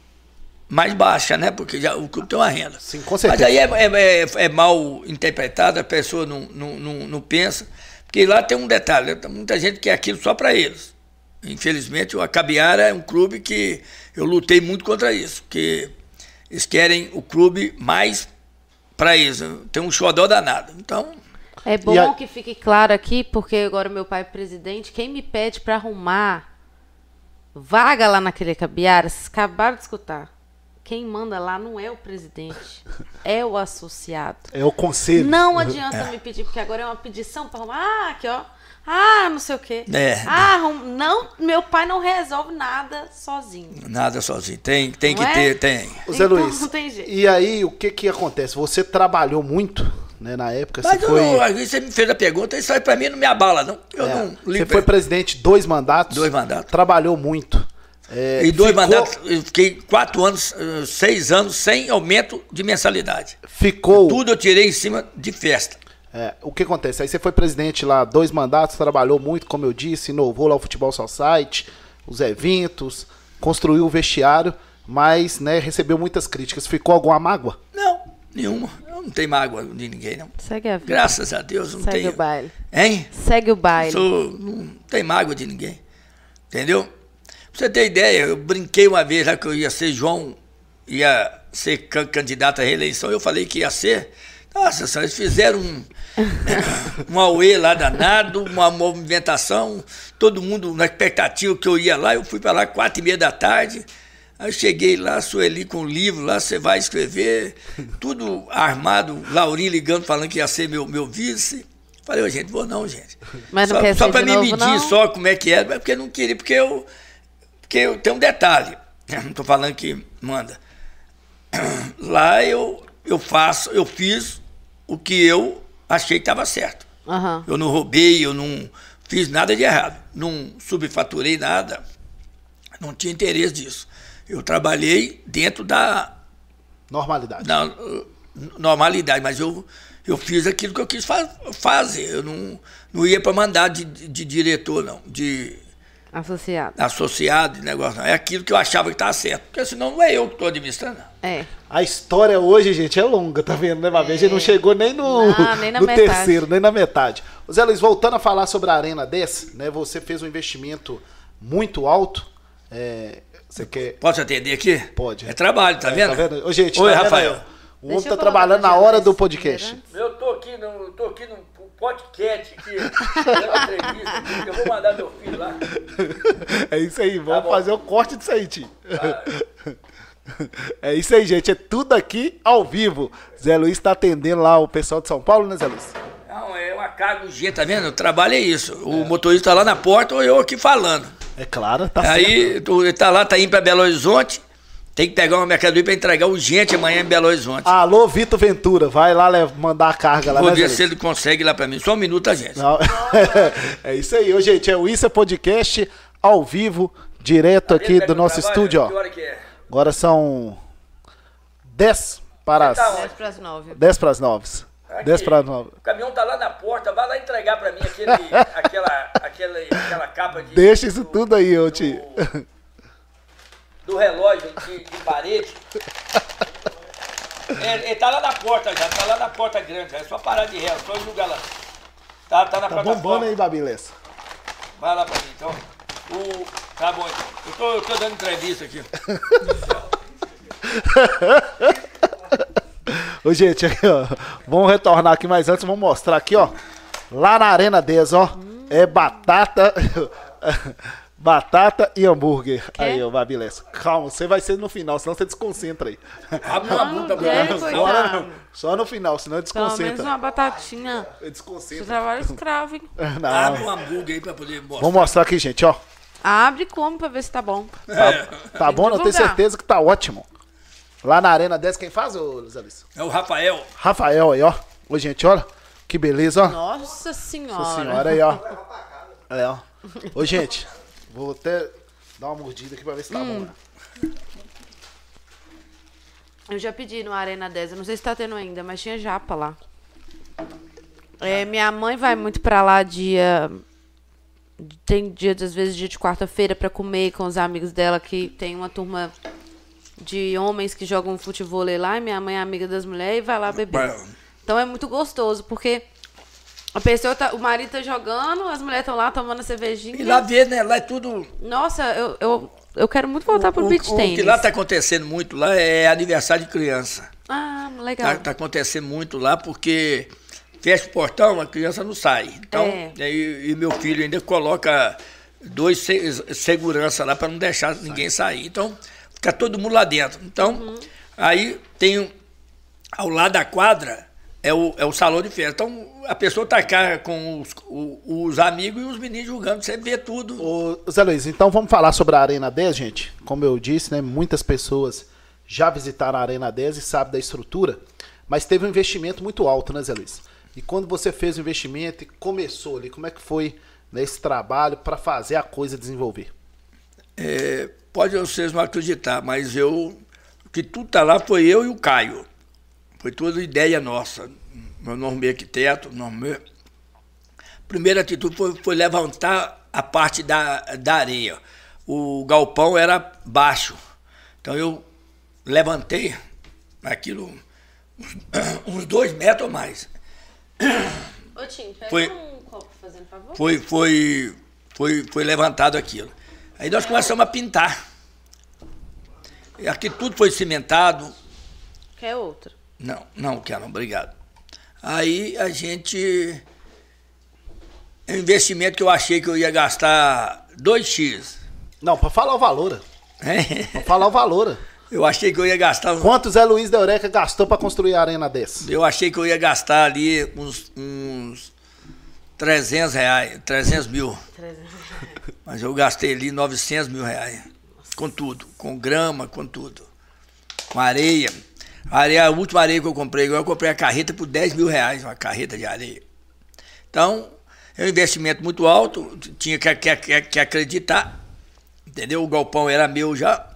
mais baixa, né? Porque já, o clube tem uma renda. Sim, com certeza. Mas aí é, é, é, é mal interpretado, a pessoa não, não, não, não pensa. Porque lá tem um detalhe, tem muita gente quer aquilo só para eles. Infelizmente, o Acabiara é um clube que eu lutei muito contra isso, porque eles querem o clube mais para eles. Tem um xodó danado. Então... É bom a... que fique claro aqui, porque agora meu pai é presidente, quem me pede para arrumar vaga lá naquele Acabiara, vocês acabaram de escutar. Quem manda lá não é o presidente, é o associado. É o conselho. Não adianta é. me pedir, porque agora é uma pedição para arrumar. Ah, aqui ó. Ah, não sei o quê. É. Ah, arrum... não, meu pai não resolve nada sozinho. Nada sozinho. Tem, tem que é? ter, tem. O Zé então, Luiz, não tem jeito. E aí o que que acontece? Você trabalhou muito, né, na época. Mas você eu foi... não, às vezes você me fez a pergunta, isso aí para mim não me abala, não. Eu é. não Você foi presidente dois mandatos. Dois mandatos. Trabalhou muito. É, e dois ficou... mandatos, eu fiquei quatro anos, seis anos sem aumento de mensalidade. Ficou. Tudo eu tirei em cima de festa. É, o que acontece? Aí você foi presidente lá, dois mandatos, trabalhou muito, como eu disse, inovou lá o Futebol Society, os eventos, construiu o vestiário, mas, né, recebeu muitas críticas. Ficou alguma mágoa? Não, nenhuma. Eu não tenho mágoa de ninguém, não. Segue a vida. Graças a Deus, não Segue tenho. o baile. Hein? Segue o baile. Sou, não tem mágoa de ninguém. Entendeu? Pra você ter ideia, eu brinquei uma vez lá que eu ia ser João, ia ser candidato à reeleição, eu falei que ia ser. Nossa senhora, eles fizeram um, um auê lá danado, uma movimentação, todo mundo na expectativa que eu ia lá, eu fui para lá quatro e meia da tarde, aí eu cheguei lá, Sueli com o livro lá, você vai escrever, tudo armado, Laurinho ligando, falando que ia ser meu, meu vice. Falei, ô, gente, vou não, gente. Mas não só quer só ser para de me novo, medir não? só como é que era, mas porque eu não queria, porque eu, porque eu tenho um detalhe, não estou falando que manda. Lá eu, eu faço, eu fiz o que eu achei que estava certo. Uhum. Eu não roubei, eu não fiz nada de errado, não subfaturei nada, não tinha interesse disso. Eu trabalhei dentro da normalidade. Da, uh, normalidade, mas eu, eu fiz aquilo que eu quis fa fazer. Eu não, não ia para mandar de, de, de diretor, não, de associado. Associado, de negócio, não. É aquilo que eu achava que estava certo, porque senão não é eu que estou administrando. É. A história hoje, gente, é longa, tá vendo, né, Mabê? É. A gente não chegou nem no, não, nem na no metade. terceiro, nem na metade. O Zé Luiz, voltando a falar sobre a Arena dez, né, você fez um investimento muito alto. É, você quer... Posso atender aqui? Pode. É trabalho, tá é, vendo? Tá vendo? Ô, gente, Oi, tá Rafael. Vendo? O homem tá trabalhando na hora do podcast. Eu tô aqui no, tô aqui no podcast, aqui, dando uma entrevista aqui, eu vou mandar meu filho lá. É isso aí, vamos tá fazer o corte disso aí, tio. Tá. É isso aí, gente, é tudo aqui ao vivo. Zé Luiz tá atendendo lá o pessoal de São Paulo, né, Zé Luiz? Não, é uma carga urgente, tá vendo? O trabalho é isso. O é. motorista tá lá na porta ou eu aqui falando. É claro, tá aí, certo. Aí ele tá lá, tá indo pra Belo Horizonte Tem que pegar uma mercadoria para entregar urgente amanhã em Belo Horizonte. Alô, Vitor Ventura, vai lá mandar a carga lá. Vou né, ver Zé se ele consegue lá para mim. Só um minuto, a gente. Não. É isso aí, ô, gente. É o Isso é Podcast ao vivo, direto aqui do nosso estúdio, ó. Que hora que é? Agora são dez para as Tá dez para as nove. dez para as nove. Aqui, dez para as nove. O caminhão tá lá na porta, vai lá entregar para mim aquele, aquela, aquela, aquela capa de... Deixa isso do, tudo aí, ô tio. Do, do relógio de, de parede. Ele, ele tá lá na porta já, tá lá na porta grande, é só parar de ré, só julgar lá. Tá, tá na Tá plataforma. bombando aí, Babilessa. Vai lá pra mim, então. O, tá bom, então. Eu tô, eu tô dando entrevista aqui. Ô, gente, aqui, ó. Vamos retornar aqui, mas antes vamos mostrar aqui, ó. Lá na Arena dez, ó. Hum. É batata. Batata e hambúrguer. Quê? Aí, ó, Babilessa. Calma, você vai ser no final, senão você desconcentra aí. Abre uma bunda pra é, mim. Só, só no final, senão Pelo menos desconcentra. uma batatinha. Você Desconcentra. trabalha escravo, hein? Abre Não. um hambúrguer aí pra poder mostrar. Vamos mostrar aqui, gente, ó. Abre e come pra ver se tá bom. Tá, tá bom, eu tenho divulgar. certeza que tá ótimo. Lá na Arena dez, quem faz, ô Luiz Alice? É o Rafael. Rafael aí, ó. Ô, gente, olha. Que beleza, ó. Nossa senhora. Nossa senhora aí, ó. É, ó. Ô, gente, vou até dar uma mordida aqui pra ver se tá Hum. bom. Eu já pedi no Arena dez, eu não sei se tá tendo ainda, mas tinha japa lá. É, minha mãe vai muito pra lá dia... Tem dia, às vezes, dia de quarta-feira pra comer com os amigos dela, que tem uma turma de homens que jogam futevôlei lá, e minha mãe é amiga das mulheres e vai lá beber. Então é muito gostoso, porque a pessoa tá, o marido tá jogando, as mulheres estão lá tomando a cervejinha. E lá vê, né? Lá é tudo... Nossa, eu, eu, eu quero muito voltar pro o, beach o, tennis. O que lá tá acontecendo muito lá é aniversário de criança. Ah, legal. Tá, tá acontecendo muito lá porque fecha o portão, a criança não sai. Então, É. e, e meu filho ainda coloca dois se, segurança lá para não deixar ninguém sair. Então, fica todo mundo lá dentro. Então, Uhum. aí tem um, ao lado da quadra é o, é o salão de festa. Então, a pessoa tá cá com os, o, os amigos e os meninos jogando, você vê tudo. Ô, Zé Luiz, então vamos falar sobre a Arena dez, gente. Como eu disse, né, muitas pessoas já visitaram a Arena dez e sabem da estrutura, mas teve um investimento muito alto, né, Zé Luiz? E quando você fez o investimento e começou ali, como é que foi, né, esse trabalho para fazer a coisa desenvolver? É, pode vocês não acreditar, mas eu, que tudo tá lá foi eu e o Caio. Foi toda ideia nossa. Meu nome é arquiteto, nome... Primeira atitude foi, foi levantar a parte da, da areia. O galpão era baixo. Então eu levantei aquilo uns, uns dois metros ou mais. Ô, Tim, pega Foi- um copo, fazendo favor. Foi, foi, foi, foi levantado aquilo. Aí nós começamos a pintar. E aqui tudo foi cimentado. Quer outro? Não, não quero, não, obrigado. Aí a gente... É um investimento que eu achei que eu ia gastar dois x. Não, para falar o valor. Para falar o valor. Eu achei que eu ia gastar... uns- Quanto o Zé Luiz da Eureka gastou para construir a Arena dez? Eu achei que eu ia gastar ali uns, uns trezentos reais, trezentos mil. Mas eu gastei ali novecentos mil reais. Com tudo, com grama, com tudo. Com areia. A areia, a última areia que eu comprei, eu comprei a carreta por dez mil reais, uma carreta de areia. Então, é um investimento muito alto, tinha que, que, que, que acreditar, entendeu? O galpão era meu já.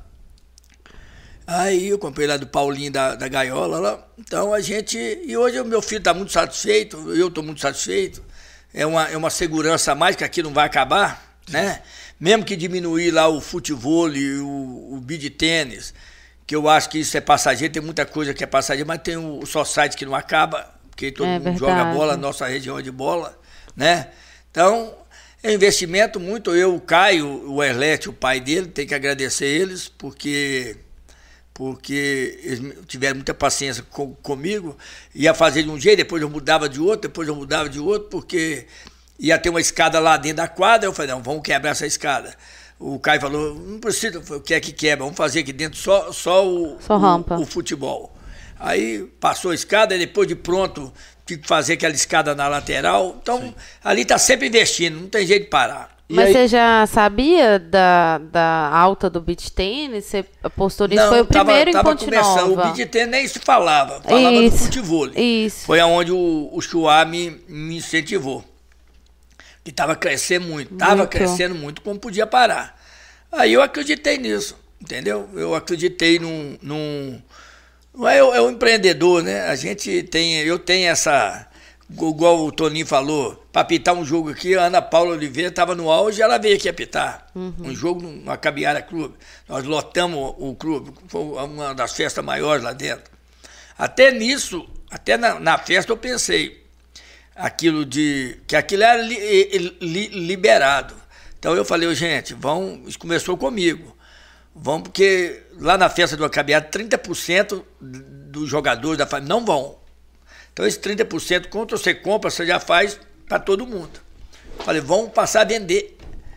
Aí eu comprei lá do Paulinho da, da Gaiola lá. Então a gente. E hoje o meu filho está muito satisfeito, eu estou muito satisfeito. É uma, é uma segurança a mais, que aqui não vai acabar, né? Mesmo que diminuir lá o futebol e o, o beach tênis, que eu acho que isso é passageiro, tem muita coisa que é passageiro, mas tem o, o society que não acaba, porque todo É mundo verdade. joga bola, nossa região é de bola, né? Então, é um investimento muito. Eu, o Caio, o Erlete, o pai dele, tem que agradecer eles, porque. porque eles tiveram muita paciência com, comigo, ia fazer de um jeito, depois eu mudava de outro, depois eu mudava de outro, porque ia ter uma escada lá dentro da quadra, eu falei, não, vamos quebrar essa escada. O Caio falou, não precisa, eu falei, o que é que quebra? Vamos fazer aqui dentro só, só, o, Só rampa. o, o futebol. Aí passou a escada, e depois de pronto, tive que fazer aquela escada na lateral, então ali está sempre investindo, não tem jeito de parar. E Mas aí- você já sabia da, da alta do beach tênis? Você apostou nisso? Não, Foi o tava, primeiro tava em Ponte começando. Nova. O beach tennis nem se falava. Falava Isso. do futevôlei. Isso. Foi aonde o, o Chuá me, me incentivou. Que estava crescendo muito. Estava Muito. crescendo muito, como podia parar. Aí eu acreditei nisso, entendeu? Eu acreditei num... num é, é um empreendedor, né? A gente tem... Eu tenho essa... Igual o Toninho falou, para apitar um jogo aqui, a Ana Paula Oliveira estava no auge, ela veio aqui apitar. Uhum. Um jogo no Acabiara Clube. Nós lotamos o clube, foi uma das festas maiores lá dentro. Até nisso, até na, na festa eu pensei aquilo de que aquilo era li, li, liberado. Então eu falei, gente, vão, isso começou comigo. Vão, porque lá na festa do Acabiara, trinta por cento dos jogadores da família não vão. Então, esse trinta por cento, quando você compra, você já faz para todo mundo. Falei, vamos passar a vender.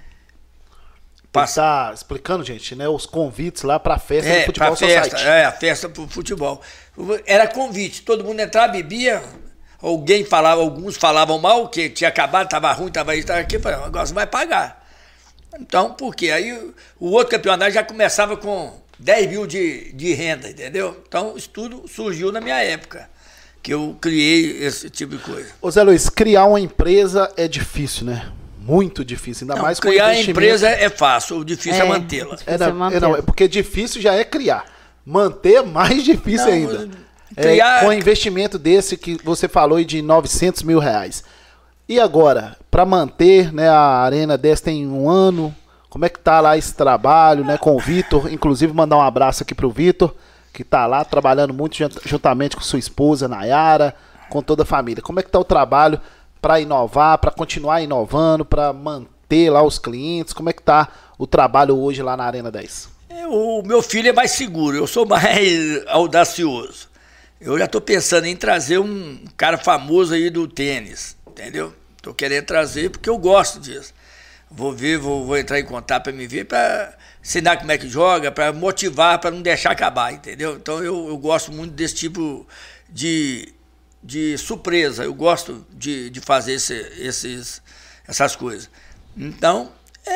Passar, tá explicando, gente, né? Os convites lá pra festa é, do Futebol pra festa, Society. É, a festa pro futebol. Era convite, todo mundo entrava, bebia, alguém falava, alguns falavam mal, que tinha acabado, estava ruim, estava isso, estava aqui, falei, agora você vai pagar. Então, por quê? Aí o outro campeonato já começava com dez mil de, de renda, entendeu? Então, isso tudo surgiu na minha época, que eu criei esse tipo de coisa. Ô Zé Luiz, criar uma empresa é difícil, né? Muito difícil, ainda Não, mais com criar a investimento. empresa é fácil, o difícil é, É. mantê-la. É, Difícil não, é é, manter. não, é porque difícil já é criar. Manter é mais difícil Não, ainda. criar- É, com investimento desse que você falou aí de novecentos mil reais. E agora, para manter, né, a Arena dez tem um ano, como é que tá lá esse trabalho, né, com o Vitor? Inclusive mandar um abraço aqui pro Vitor, que tá lá trabalhando muito junt- juntamente com sua esposa, Nayara, com toda a família. Como é que tá o trabalho para inovar, para continuar inovando, para manter lá os clientes? Como é que tá o trabalho hoje lá na Arena dez? É, o meu filho é mais seguro, eu sou mais audacioso. Eu já estou pensando em trazer um cara famoso aí do tênis, entendeu? Estou querendo trazer porque eu gosto disso. Vou ver, vou, vou entrar em contato para me ver, para ensinar como é que joga, para motivar, para não deixar acabar, entendeu? Então eu, eu gosto muito desse tipo de, de surpresa, eu gosto de, de fazer esse, esses, essas coisas. Então,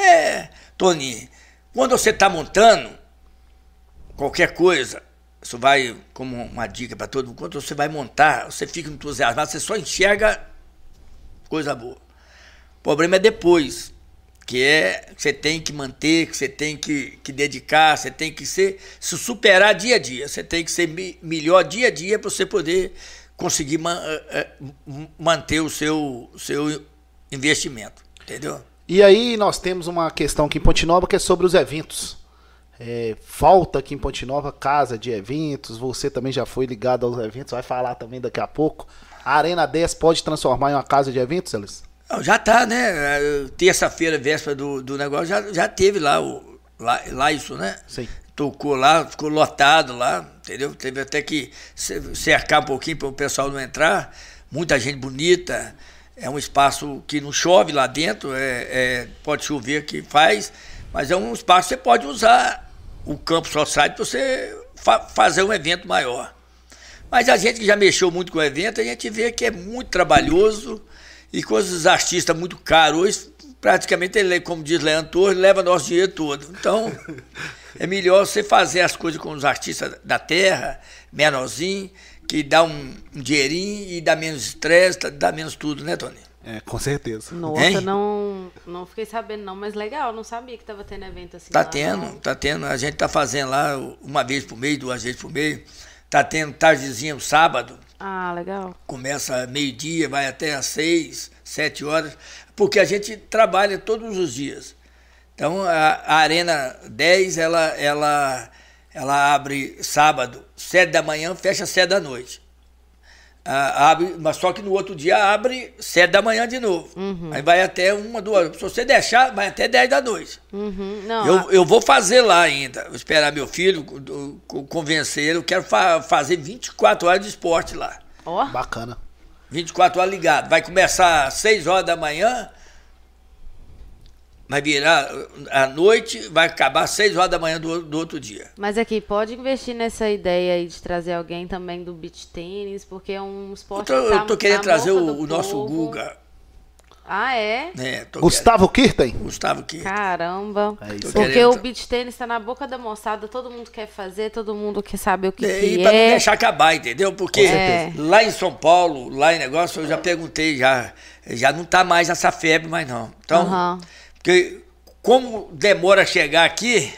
é, Toninho, quando você está montando qualquer coisa, isso vai como uma dica para todo mundo, quando você vai montar, você fica entusiasmado, você só enxerga coisa boa. O problema é depois, que é que você tem que manter, que você tem que, que dedicar, você tem que ser, se superar dia a dia, você tem que ser mi, melhor dia a dia para você poder conseguir man, uh, manter o seu, seu investimento, entendeu? E aí nós temos uma questão aqui em Ponte Nova que é sobre os eventos. É, falta aqui em Ponte Nova casa de eventos, você também já foi ligado aos eventos, vai falar também daqui a pouco. A Arena dez pode transformar em uma casa de eventos, Elis? Não, já tá, né? Terça-feira, véspera do, do negócio, já, já teve lá, o, lá, lá isso, né? Sim. Tocou lá, ficou lotado lá, entendeu? Teve até que cercar um pouquinho para o pessoal não entrar. Muita gente bonita. É um espaço que não chove lá dentro, é, é, pode chover que faz, mas é um espaço que você pode usar o Campo Society para você fa fazer um evento maior. Mas a gente que já mexeu muito com o evento, a gente vê que é muito trabalhoso e com os artistas muito caros. Hoje, praticamente, ele, como diz Leandro Torres, leva nosso dinheiro todo. Então, é melhor você fazer as coisas com os artistas da terra, menorzinho, que dá um, um dinheirinho e dá menos estresse, dá menos tudo, né, Tony? É, com certeza. Nossa, Hein? não, não fiquei sabendo não, mas legal, não sabia que tava tendo evento assim. Tá lá, tendo, não. tá tendo. A gente tá fazendo lá uma vez por mês, duas vezes por mês. Tá tendo tardezinha o sábado. Ah, legal. Começa meio-dia, vai até às seis, sete horas, porque a gente trabalha todos os dias. Então, a, a Arena dez, ela, ela, ela abre sábado, sete da manhã, fecha sete da noite. Ah, abre, mas só que no outro dia abre sete da manhã de novo. Uhum. Aí vai até uma, duas. Se você deixar, vai até dez da noite. Uhum. Não, Eu, a- eu vou fazer lá ainda. Vou esperar meu filho, do- co- convencer ele. Eu quero fa fazer vinte e quatro horas de esporte lá. Ó, Bacana. vinte e quatro horas ligado. Vai começar às seis horas da manhã, vai virar à noite, vai acabar às seis horas da manhã do, do outro dia. mas aqui, pode investir nessa ideia aí de trazer alguém também do beach tênis, porque é um Eu esporte tô, que tá eu tô querendo na trazer boca o, do o nosso povo. Guga. Ah, é? É, tô Gustavo Kirten? querendo. Gustavo Kirten. Caramba. É isso. Porque querendo- o beach tênis tá na boca da moçada, todo mundo quer fazer, todo mundo quer saber o que, É, que e pra não é. deixar acabar, entendeu? Porque Com certeza. lá em São Paulo, lá em negócio, eu já perguntei, já, já não tá mais essa febre mais não. Então, Aham. porque como demora a chegar aqui,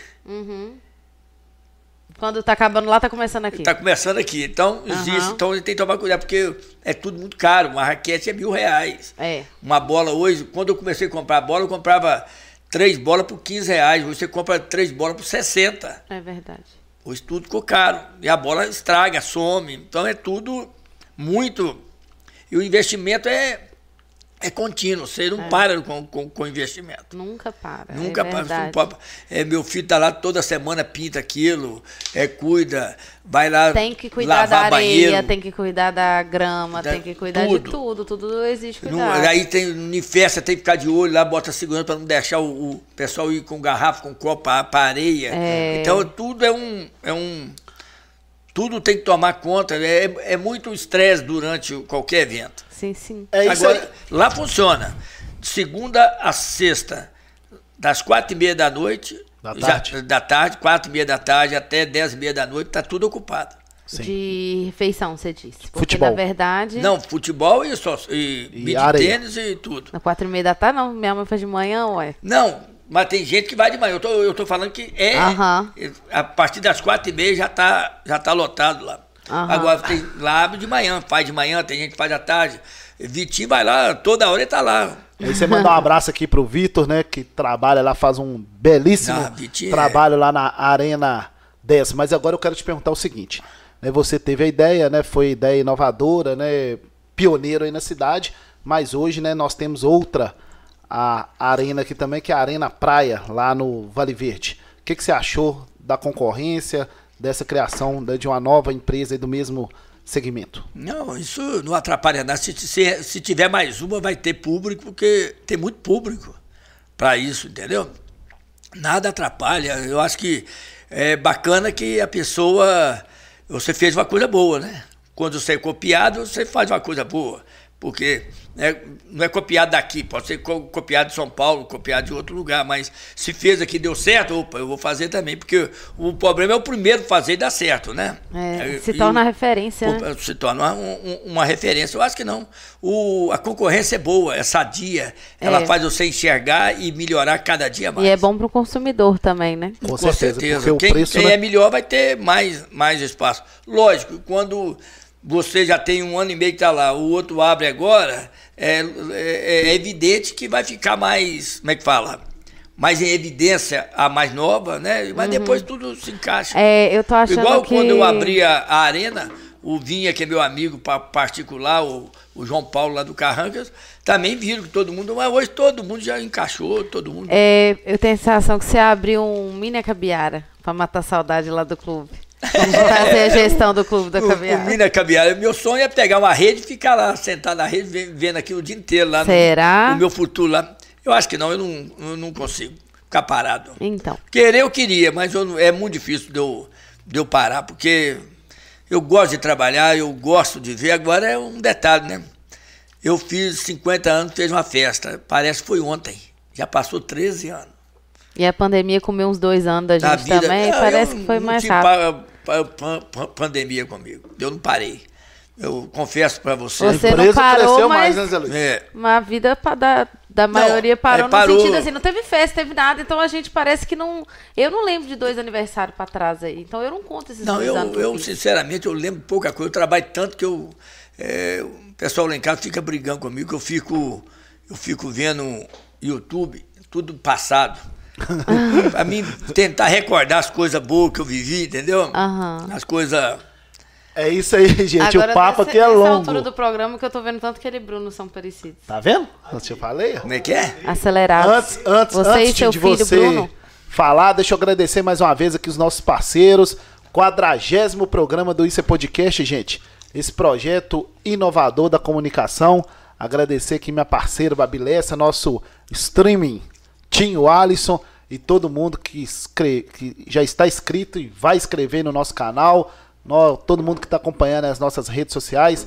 Quando tá acabando lá, tá começando aqui. tá começando aqui. Então, existe, Aham. então a gente tem que tomar cuidado, porque é tudo muito caro. Uma raquete é mil reais. É. Uma bola hoje, quando eu comecei a comprar bola, eu comprava três bolas por quinze reais. Hoje você compra três bolas por sessenta. É verdade. Hoje tudo ficou caro. E a bola estraga, some. Então é tudo muito. E o investimento é, é contínuo. Você não para com, com, com investimento. Nunca para. Nunca é para. verdade. Pode- é, meu filho tá lá toda semana, pinta aquilo, é, cuida, vai lá Tem que cuidar da lavar areia, banheiro. tem que cuidar da grama, Da- tem que cuidar tudo. de tudo. Tudo existe Não- cuidado. aí tem em festa, tem que ficar de olho lá, bota segurança para não deixar o, o pessoal ir com garrafa, com copo para areia. É. Então tudo é um, é um. Tudo tem que tomar conta. É, é muito estresse durante qualquer evento. Sim, sim. É isso Agora, aí. lá funciona. De segunda a sexta, das quatro e meia da noite, Da já- tarde. da tarde, quatro e meia da tarde até dez e meia da noite, tá tudo ocupado. Sim. De refeição, você disse. Porque, Futebol. na verdade, Não, futebol e, só, e, E beach areia. tênis e tudo. na quatro e meia da tarde, não. Minha mãe faz de manhã, ué. Não, mas tem gente que vai de manhã. Eu tô, eu tô falando que é. Aham. A partir das quatro e meia já tá, já tá lotado lá. Aham. Agora tem, lá abre de manhã, faz de manhã, tem gente que faz à tarde. Vitinho vai lá, toda hora ele tá lá. Aí você manda um abraço aqui pro Vitor, né? Que trabalha lá, faz um belíssimo Ah, Vitinho é- trabalho lá na Arena dez. Mas agora eu quero te perguntar o seguinte. Né, você teve a ideia, né? Foi ideia inovadora, né? Pioneiro aí na cidade. Mas hoje, né? Nós temos outra a arena aqui também, que é a Arena Praia, lá no Vale Verde. O que, que você achou da concorrência, dessa criação, né, de uma nova empresa aí do mesmo segmento? Não, isso não atrapalha nada. Se, se, se tiver mais uma, vai ter público, porque tem muito público para isso, entendeu? Nada atrapalha. Eu acho que é bacana que a pessoa. Você fez uma coisa boa, né? Quando você é copiado, você faz uma coisa boa. Porque né, não é copiado daqui, pode ser co- copiado de São Paulo, copiado de outro lugar, mas se fez aqui e deu certo, opa, eu vou fazer também, porque o problema é o primeiro fazer e dar certo, né? É, É, se e torna o- referência, né? se torna uma, um- uma referência. Eu acho que não. O, a concorrência é boa, é sadia. Ela É. faz você enxergar e melhorar cada dia mais. E é bom pro consumidor também, né? Com certeza, porque o Quem, preço, quem né? é melhor vai ter mais, mais espaço. Lógico, quando você já tem um ano e meio que está lá, o outro abre agora, é, é- é evidente que vai ficar mais, como é que fala? Mais em evidência a mais nova, né? Mas depois tudo se encaixa. É, eu tô achando Igual que... quando eu abri a, a arena, o Vinha, que é meu amigo pa- particular, o, o João Paulo lá do Carrancas, também viram que todo mundo, mas hoje todo mundo já encaixou, todo mundo. É, eu tenho a sensação que você abriu um mini Acabiara pra matar a saudade lá do clube. Fazer a gestão do clube da O, o Acabiara. Mina Cabiara. Meu sonho é pegar uma rede e ficar lá, sentado na rede, ve- vendo aquilo o dia inteiro lá. Será? No, no meu futuro lá. Eu acho que não, eu não, eu não consigo ficar parado. Então, Querer eu queria, mas eu não- é muito difícil de eu, de eu parar, porque eu gosto de trabalhar, eu gosto de ver. Agora é um detalhe, né? Eu fiz cinquenta anos, fiz uma festa, parece que foi ontem. Já passou treze anos. e a pandemia comeu uns dois anos da Na gente vida, também, não, parece eu que foi não mais tive rápido. pa- pa- pa- pa- pandemia comigo. Eu não parei. Eu confesso pra você. Você A não empresa parou, cresceu mas- mais, né, Zé Luiz? É, Mas a vida pa- da, da maioria parou é, parou. no sentido assim, não teve festa, teve nada, então a gente parece que não... Eu não lembro de dois aniversários pra trás aí, então eu não conto esses não, dois eu, anos. que eu fiz. sinceramente, eu lembro pouca coisa. Eu trabalho tanto que eu. é, o pessoal lá em casa fica brigando comigo, que eu fico, eu fico vendo YouTube, tudo passado. Pra mim tentar recordar as coisas boas que eu vivi, entendeu? Aham. As coisas. É isso aí, gente. Agora, o papo nessa, aqui é nessa longo. altura do programa que eu tô vendo tanto que ele e Bruno são parecidos. Tá vendo? Eu te falei. ó. Como é que é? Acelerados. Antes, antes, Você antes e seu de filho, você Bruno. falar, deixa eu agradecer mais uma vez aqui os nossos parceiros. Quadragésimo programa do Isso é Podcast, gente. Esse projeto inovador da comunicação. Agradecer aqui minha parceira Babilessa, nosso streaming, Tinho Alisson e todo mundo que, escre... que já está inscrito e vai escrever no nosso canal. No... Todo mundo que está acompanhando as nossas redes sociais.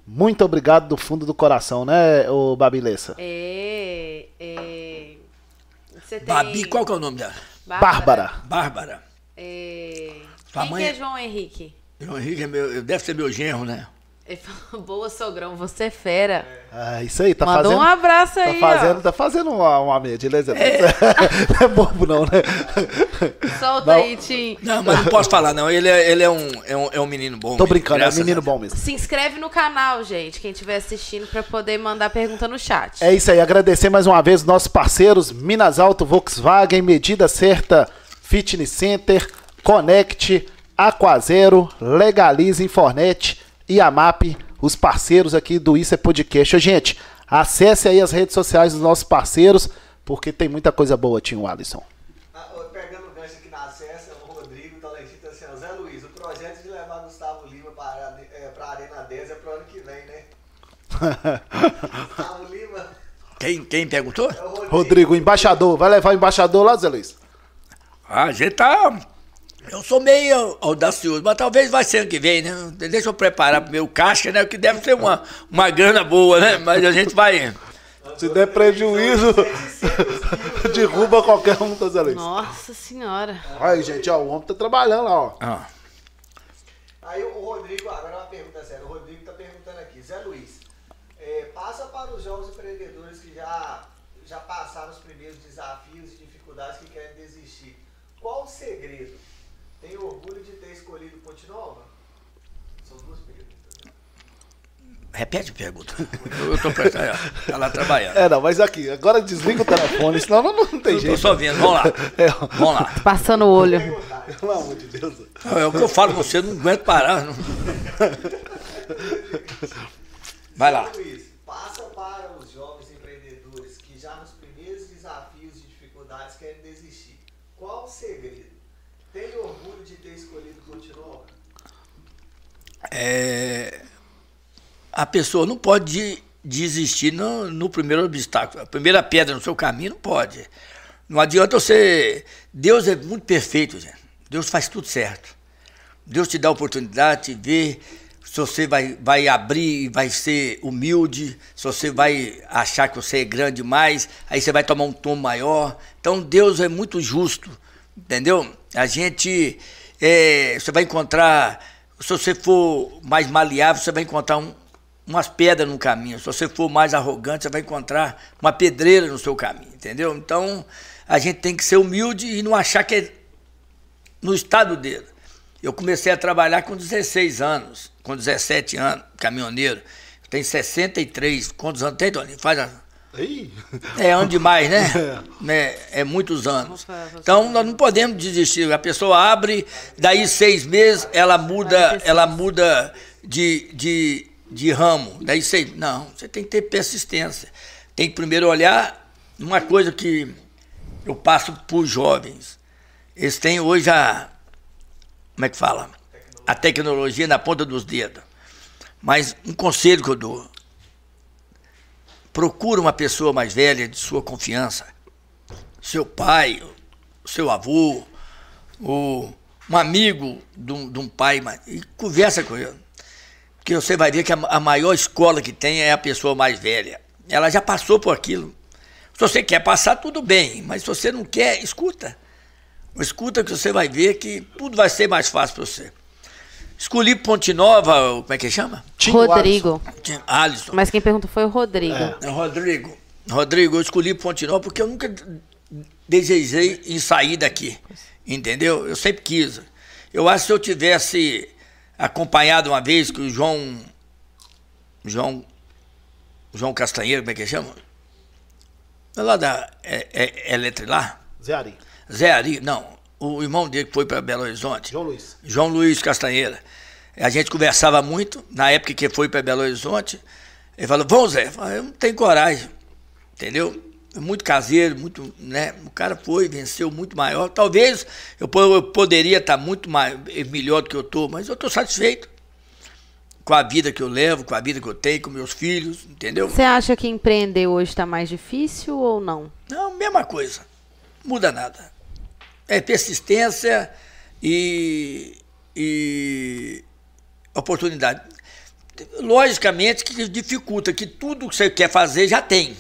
Muito obrigado do fundo do coração, né, ô Babilessa? É, é... Você tem... Babi, qual que é o nome dela? Bárbara. Bárbara. É... Sua Quem mãe que é é- João Henrique? João Henrique é meu, deve ser meu genro, né? Ele falou, boa, sogrão, você é fera. Ah, isso aí, tá Mandou fazendo... um abraço aí, Tá fazendo, ó. tá fazendo uma, uma medida. Não é bobo, não, né? Solta Não. aí, Tim. Não, mas não posso falar, não. Ele é, ele é, um, é, um, é um menino bom. Tô mesmo, brincando, é graças menino a Deus. bom mesmo. Se inscreve no canal, gente, quem estiver assistindo, pra poder mandar pergunta no chat. É isso aí, agradecer mais uma vez os nossos parceiros, Minas Alto, Volkswagen, Medida Certa, Fitness Center, Connect, Aquazero, Legalize Infornet e a M A P, os parceiros aqui do Isso é Podcast. Ô, gente, acesse aí as redes sociais dos nossos parceiros, porque tem muita coisa boa, Tio Alisson. Ah, ô, pegando o gancho aqui na acessa, o Rodrigo tá lá escrito assim, ó, Zé Luiz, o projeto de levar Gustavo Lima para é, a Arena dez é pro ano que vem, né? Gustavo Lima Quem, quem perguntou? é o Rodrigo. Rodrigo, embaixador, vai levar o embaixador lá, Zé Luiz? Ah, a gente tá... Eu sou meio audacioso, mas talvez vai ser ano que vem, né? Deixa eu preparar pro meu caixa, né? Que deve ser uma, uma grana boa, né? Mas a gente vai... Se der prejuízo, derruba qualquer um, tá, Zé Luiz? Nossa senhora. Aí, gente, ó, o homem tá trabalhando lá, ó. Ah. Aí o Rodrigo, agora uma pergunta séria, o Rodrigo tá perguntando aqui, Zé Luiz, é, passa para os jovens empreendedores que já, já passaram os primeiros desafios e dificuldades que querem desistir. Qual o segredo? Tem orgulho de ter escolhido Ponte Nova? São duas perguntas. Repete a pergunta. Eu tô prestando, tá lá trabalhando. É, não, mas aqui, agora desliga o telefone, senão não, não tem Eu jeito. tô só vendo, vamos lá. É, Vamos lá. Passando o olho. pelo amor de Deus. É o que eu falo com você, não aguento parar. Não. Vai lá. Zé Luiz, passa para os jovens empreendedores que já nos primeiros desafios e dificuldades querem desistir. Qual o segredo? Tem orgulho de ter escolhido Ponte Nova? É, a pessoa não pode de- desistir no, no primeiro obstáculo. A primeira pedra no seu caminho não pode. Não adianta você... Deus é muito perfeito, gente. Deus faz tudo certo. Deus te dá a oportunidade, te vê se você vai, vai abrir e vai ser humilde, se você vai achar que você é grande demais, aí você vai tomar um tom maior. Então Deus é muito justo, entendeu? A gente... é, você vai encontrar... Se você for mais maleável, você vai encontrar um, umas pedras no caminho. Se você for mais arrogante, você vai encontrar uma pedreira no seu caminho, entendeu? Então, a gente tem que ser humilde e não achar que é no estado dele. Eu comecei a trabalhar com dezesseis anos, com dezessete anos, caminhoneiro. Tenho sessenta e três. Quantos anos tem, Toninho? Faz a... Ih. É ano demais, né? É, é muitos anos. Então nós não podemos desistir. A pessoa abre, daí seis meses ela muda, ela muda de, de, de ramo. Daí seis. Não, você tem que ter persistência. Tem que primeiro olhar uma coisa que eu passo para os jovens. Eles têm hoje a. Como é que fala? A tecnologia na ponta dos dedos. Mas um conselho que eu dou. Procura uma pessoa mais velha de sua confiança, seu pai, seu avô, ou um amigo de um, de um pai, e conversa com ele. Porque você vai ver que a, a maior escola que tem é a pessoa mais velha. Ela já passou por aquilo. Se você quer passar, tudo bem, mas se você não quer, escuta. Escuta que você vai ver que tudo vai ser mais fácil para você. Escolhi Ponte Nova, como é que chama? Tio Rodrigo. Alisson. Mas quem perguntou foi o Rodrigo. É, Rodrigo, Rodrigo, eu escolhi Ponte Nova porque eu nunca desejei em sair daqui, entendeu? Eu sempre quis. Eu acho que se eu tivesse acompanhado uma vez que o João, João, João Castanheiro, como é que chama? É lá da é, é, Eletrilar? Zé Ari. Zé Ari, não, o irmão dele que foi para Belo Horizonte. João Luiz. João Luiz Castanheira. A gente conversava muito, na época que foi para Belo Horizonte. Ele falou, vamos, Zé. Eu falei, eu não tenho coragem, entendeu? Muito caseiro, muito, né? O cara foi, venceu muito maior. Talvez eu, eu poderia estar muito mais, melhor do que eu estou, mas eu estou satisfeito com a vida que eu levo, com a vida que eu tenho, com meus filhos, entendeu? Você acha que empreender hoje está mais difícil ou não? Não, mesma coisa. Não muda nada. É persistência e, e oportunidade. logicamente que dificulta, que tudo que você quer fazer já tem,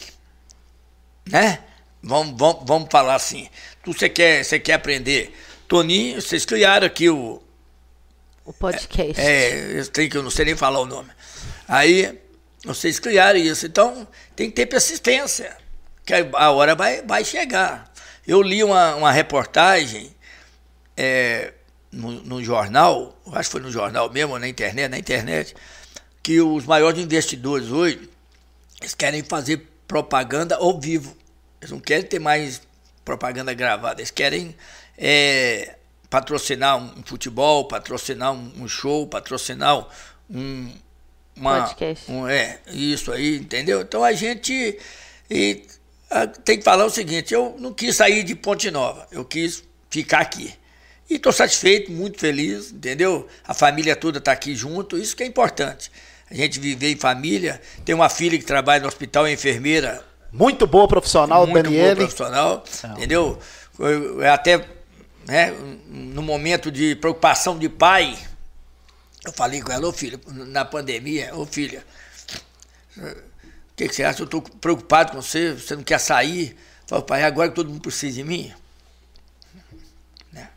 né? Vamos, vamos, vamos falar assim, tudo que você quer, você quer aprender. Toninho, vocês criaram aqui o... O podcast. É, é tem que eu não sei nem falar o nome. Aí, vocês criaram isso, então tem que ter persistência, que a hora vai, vai chegar. Eu li uma, uma reportagem é, no, no jornal, acho que foi no jornal mesmo, ou na internet, na internet, que os maiores investidores hoje, eles querem fazer propaganda ao vivo. Eles não querem ter mais propaganda gravada, eles querem é, patrocinar um futebol, patrocinar um, um show, patrocinar um... Uma, podcast. Um, é, isso aí, entendeu? Então a gente e, a, tem que falar o seguinte, eu não quis sair de Ponte Nova, eu quis ficar aqui. E estou satisfeito, muito feliz, entendeu? A família toda está aqui junto, isso que é importante. A gente viver em família, tem uma filha que trabalha no hospital, é enfermeira. Muito boa profissional, muito Daniele. Muito boa profissional, é. Entendeu? Eu, eu até, né, no momento de preocupação de pai, eu falei com ela, ô filha, na pandemia, ô filha, o que, que você acha? Eu estou preocupado com você, você não quer sair. Eu falei, pai, agora que todo mundo precisa de mim. Né?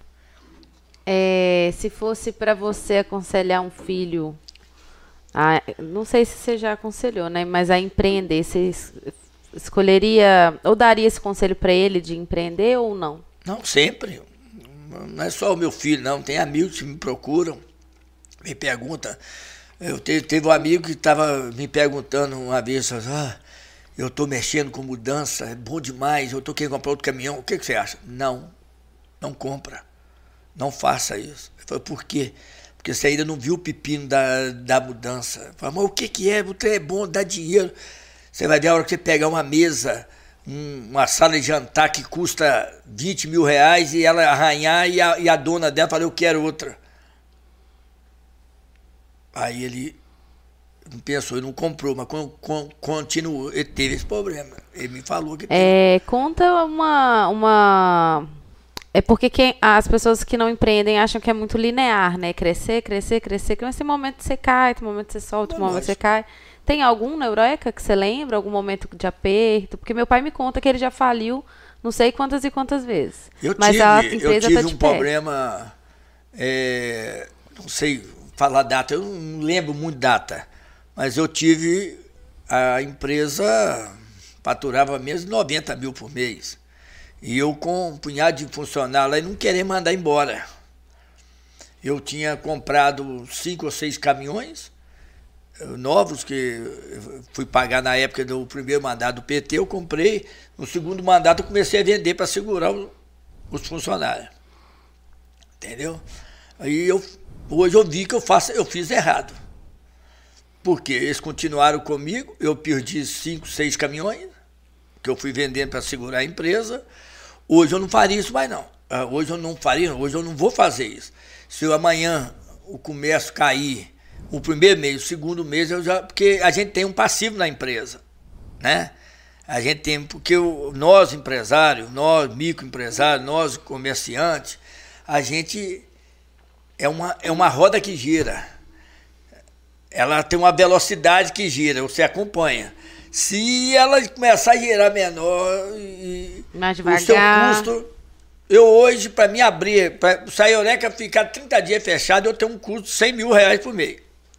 É, se fosse para você aconselhar um filho, a, não sei se você já aconselhou, né? Mas a empreender, você es, escolheria, ou daria esse conselho para ele de empreender ou não? Não, sempre. Não é só o meu filho, não. Tem amigos que me procuram, me pergunta, eu te, teve um amigo que estava me perguntando uma vez, ah, eu estou mexendo com mudança, é bom demais, eu estou querendo comprar outro caminhão, o que, que você acha? Não, não compra, não faça isso. Eu falei, por quê? Porque você ainda não viu o pepino da, da mudança. Eu falei, mas o que, que é? O trem é bom, dá dinheiro. Você vai ver a hora que você pegar uma mesa, um, uma sala de jantar que custa vinte mil reais e ela arranhar e a, e a dona dela fala, eu quero outra. Aí ele não pensou, ele não comprou, mas con, con, continuou, ele teve esse problema. Ele me falou que teve. É, conta uma, uma... É porque quem, as pessoas que não empreendem acham que é muito linear, né? Crescer, crescer, crescer. Que nesse momento você cai, tem momento você solta, tem momento você cai. Tem algum na Eureka que você lembra? Algum momento de aperto? Porque meu pai me conta que ele já faliu não sei quantas e quantas vezes. Eu mas tive, a empresa eu tive tá de um pé. problema, é, não sei falar data, eu não lembro muito data, mas eu tive, a empresa faturava mesmo noventa mil por mês. E eu com um punhado de funcionários lá e não querer mandar embora. Eu tinha comprado cinco ou seis caminhões novos, que eu fui pagar na época do primeiro mandato do P T, eu comprei. No segundo mandato eu comecei a vender para segurar os funcionários. Entendeu? Aí eu, hoje eu vi que eu, faço, eu fiz errado. Porque eles continuaram comigo, eu perdi cinco, seis caminhões, que eu fui vendendo para segurar a empresa. Hoje eu não faria isso mais não. Hoje eu não faria, hoje eu não vou fazer isso. Se eu, amanhã o comércio cair, o primeiro mês, o segundo mês, eu já, porque a gente tem um passivo na empresa, né? A gente tem, porque o, nós empresários, nós microempresários, nós comerciantes, a gente é uma, é uma roda que gira. Ela tem uma velocidade que gira, você acompanha. Se ela começar a girar menor, e mais o seu devagar. custo... Eu hoje, para me abrir, para a Eureka ficar trinta dias fechado, eu tenho um custo de cem mil reais por mês.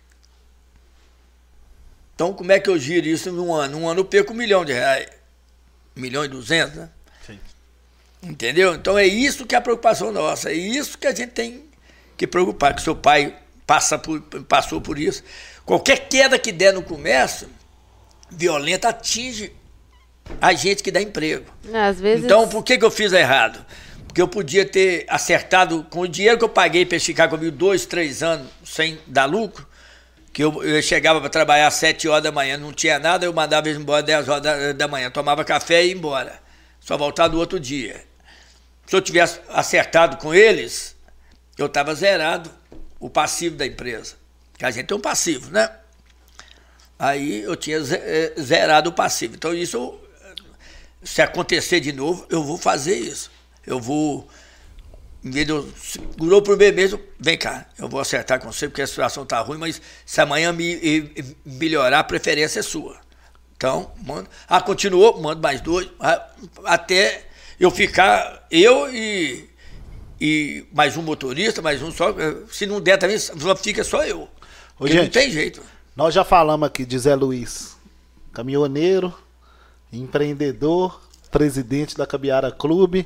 Então, como é que eu giro isso num ano? Um ano eu perco um milhão de reais. Um milhão e duzentos, né? Sim. Entendeu? Então, é isso que é a preocupação nossa. É isso que a gente tem que preocupar, que seu pai passa por, passou por isso. Qualquer queda que der no comércio, violenta, atinge a gente que dá emprego. Às vezes... Então, por que, que eu fiz errado? Porque eu podia ter acertado com o dinheiro que eu paguei para ficar comigo dois, três anos sem dar lucro, que eu, eu chegava para trabalhar às sete horas da manhã, não tinha nada, eu mandava eles embora às dez horas da, da manhã, tomava café e ia embora. Só voltar no outro dia. Se eu tivesse acertado com eles, eu estava zerado o passivo da empresa. Que a gente tem um passivo, né? Aí eu tinha zerado o passivo. Então isso, se acontecer de novo, eu vou fazer isso. Eu vou em vez de eu segurou o primeiro mês, eu, vem cá, eu vou acertar com você, porque a situação tá ruim, mas se amanhã me, me melhorar, a preferência é sua. Então, manda. Ah, continuou, manda mais dois, até eu ficar, eu e, e mais um motorista, mais um só. Se não der também, fica só eu. Ô, gente, não tem jeito. Nós já falamos aqui de Zé Luiz, caminhoneiro, empreendedor, presidente da Cabiara Clube,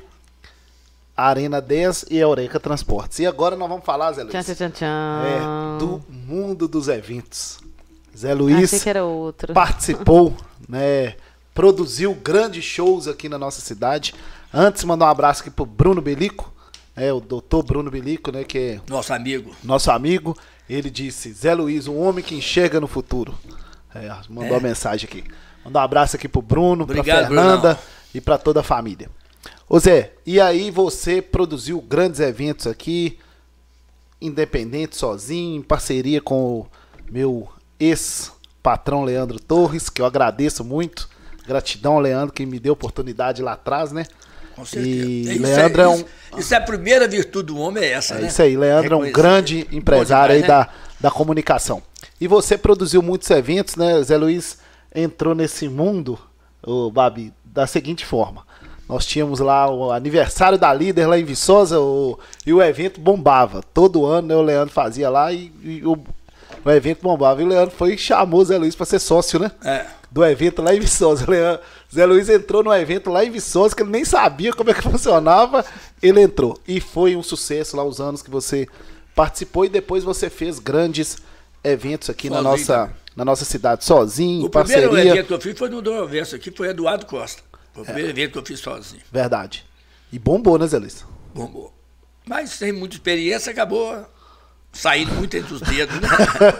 Arena dez e Eureka Transportes. E agora nós vamos falar, Zé Luiz, tchan, tchan, tchan. É, do mundo dos eventos. Zé Luiz Achei que era outro. participou, né, produziu grandes shows aqui na nossa cidade. Antes, mandar um abraço aqui pro Bruno Belico, é, o doutor Bruno Belico, né, que é nosso amigo. Nosso amigo. Ele disse, Zé Luiz, um homem que enxerga no futuro. É, mandou é. uma mensagem aqui. Mandar um abraço aqui pro Bruno, Obrigado, pra Fernanda Brunão. E pra toda a família. Ô Zé, e aí você produziu grandes eventos aqui, independente, sozinho, em parceria com o meu ex-patrão Leandro Torres, que eu agradeço muito. Gratidão, Leandro, que me deu oportunidade lá atrás, né? Com certeza. E isso Leandro é, é um... Isso, isso é a primeira virtude do homem, é essa, é né? Isso aí, Leandro é um grande empresário aí, né, da, da comunicação. E você produziu muitos eventos, né? Zé Luiz entrou nesse mundo, ô, Babi, da seguinte forma. Nós tínhamos lá o aniversário da Líder lá em Viçosa, o, e o evento bombava. Todo ano, né, o Leandro fazia lá e, e o, o evento bombava. E o Leandro foi e chamou o Zé Luiz para ser sócio, né? É. Do evento lá em Viçosa. O Leandro, Zé Luiz entrou no evento lá em Viçosa, que ele nem sabia como é que funcionava. Ele entrou. E foi um sucesso lá os anos que você participou e depois você fez grandes eventos aqui na nossa, na nossa cidade, sozinho, o em parceria. O primeiro evento que eu fiz foi no Dom Alverso aqui, foi Eduardo Costa. Foi o primeiro é. evento que eu fiz sozinho. Verdade. E bombou, né, Zé Luiz? Bombou. Mas sem muita experiência, acabou saindo muito entre os dedos, né?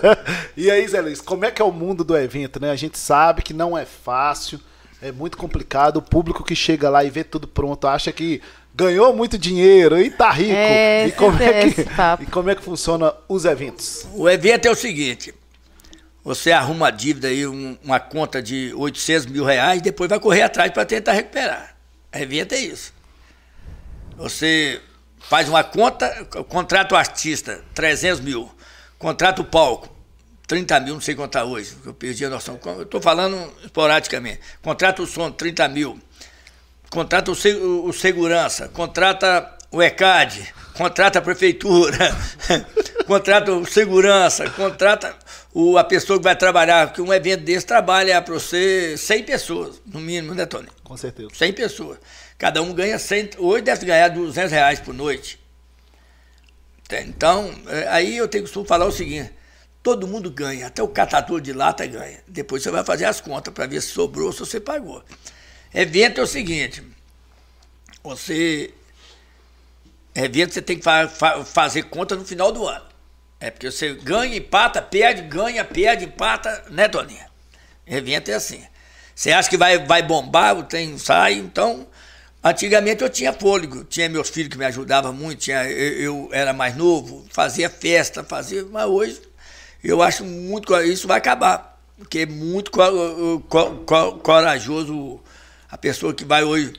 E aí, Zé Luiz, como é que é o mundo do evento, né? A gente sabe que não é fácil, é muito complicado. O público que chega lá e vê tudo pronto acha que ganhou muito dinheiro e tá rico. É, e, como é que, e como é que funciona os eventos? O evento é o seguinte: você arruma uma dívida aí, um, uma conta de oitocentos mil reais, depois vai correr atrás para tentar recuperar. O evento é isso. Você faz uma conta, contrata o artista, trezentos mil. Contrata o palco, trinta mil, não sei quanto tá hoje, eu perdi a noção. Eu estou falando esporadicamente. Contrata o som, trinta mil. Contrata o, o segurança, contrata o E C A D, contrata a prefeitura, contrata o segurança, contrata o, a pessoa que vai trabalhar, porque um evento desse trabalha para você cem pessoas, no mínimo, né, Tony? Com certeza. cem pessoas. Cada um ganha cem, hoje deve ganhar duzentos reais por noite. Então, aí eu tenho que falar o seguinte: todo mundo ganha, até o catador de lata ganha. Depois você vai fazer as contas para ver se sobrou ou se você pagou. Evento é o seguinte: você. Evento você tem que fa fa fazer conta no final do ano. É porque você ganha, empata, perde, ganha, perde, empata, né, Toninha? Evento é assim. Você acha que vai, vai bombar, o trem sai, então. Antigamente eu tinha fôlego, tinha meus filhos que me ajudavam muito, tinha, eu, eu era mais novo, fazia festa, fazia, mas hoje eu acho muito, isso vai acabar, porque é muito co co co corajoso a pessoa que vai hoje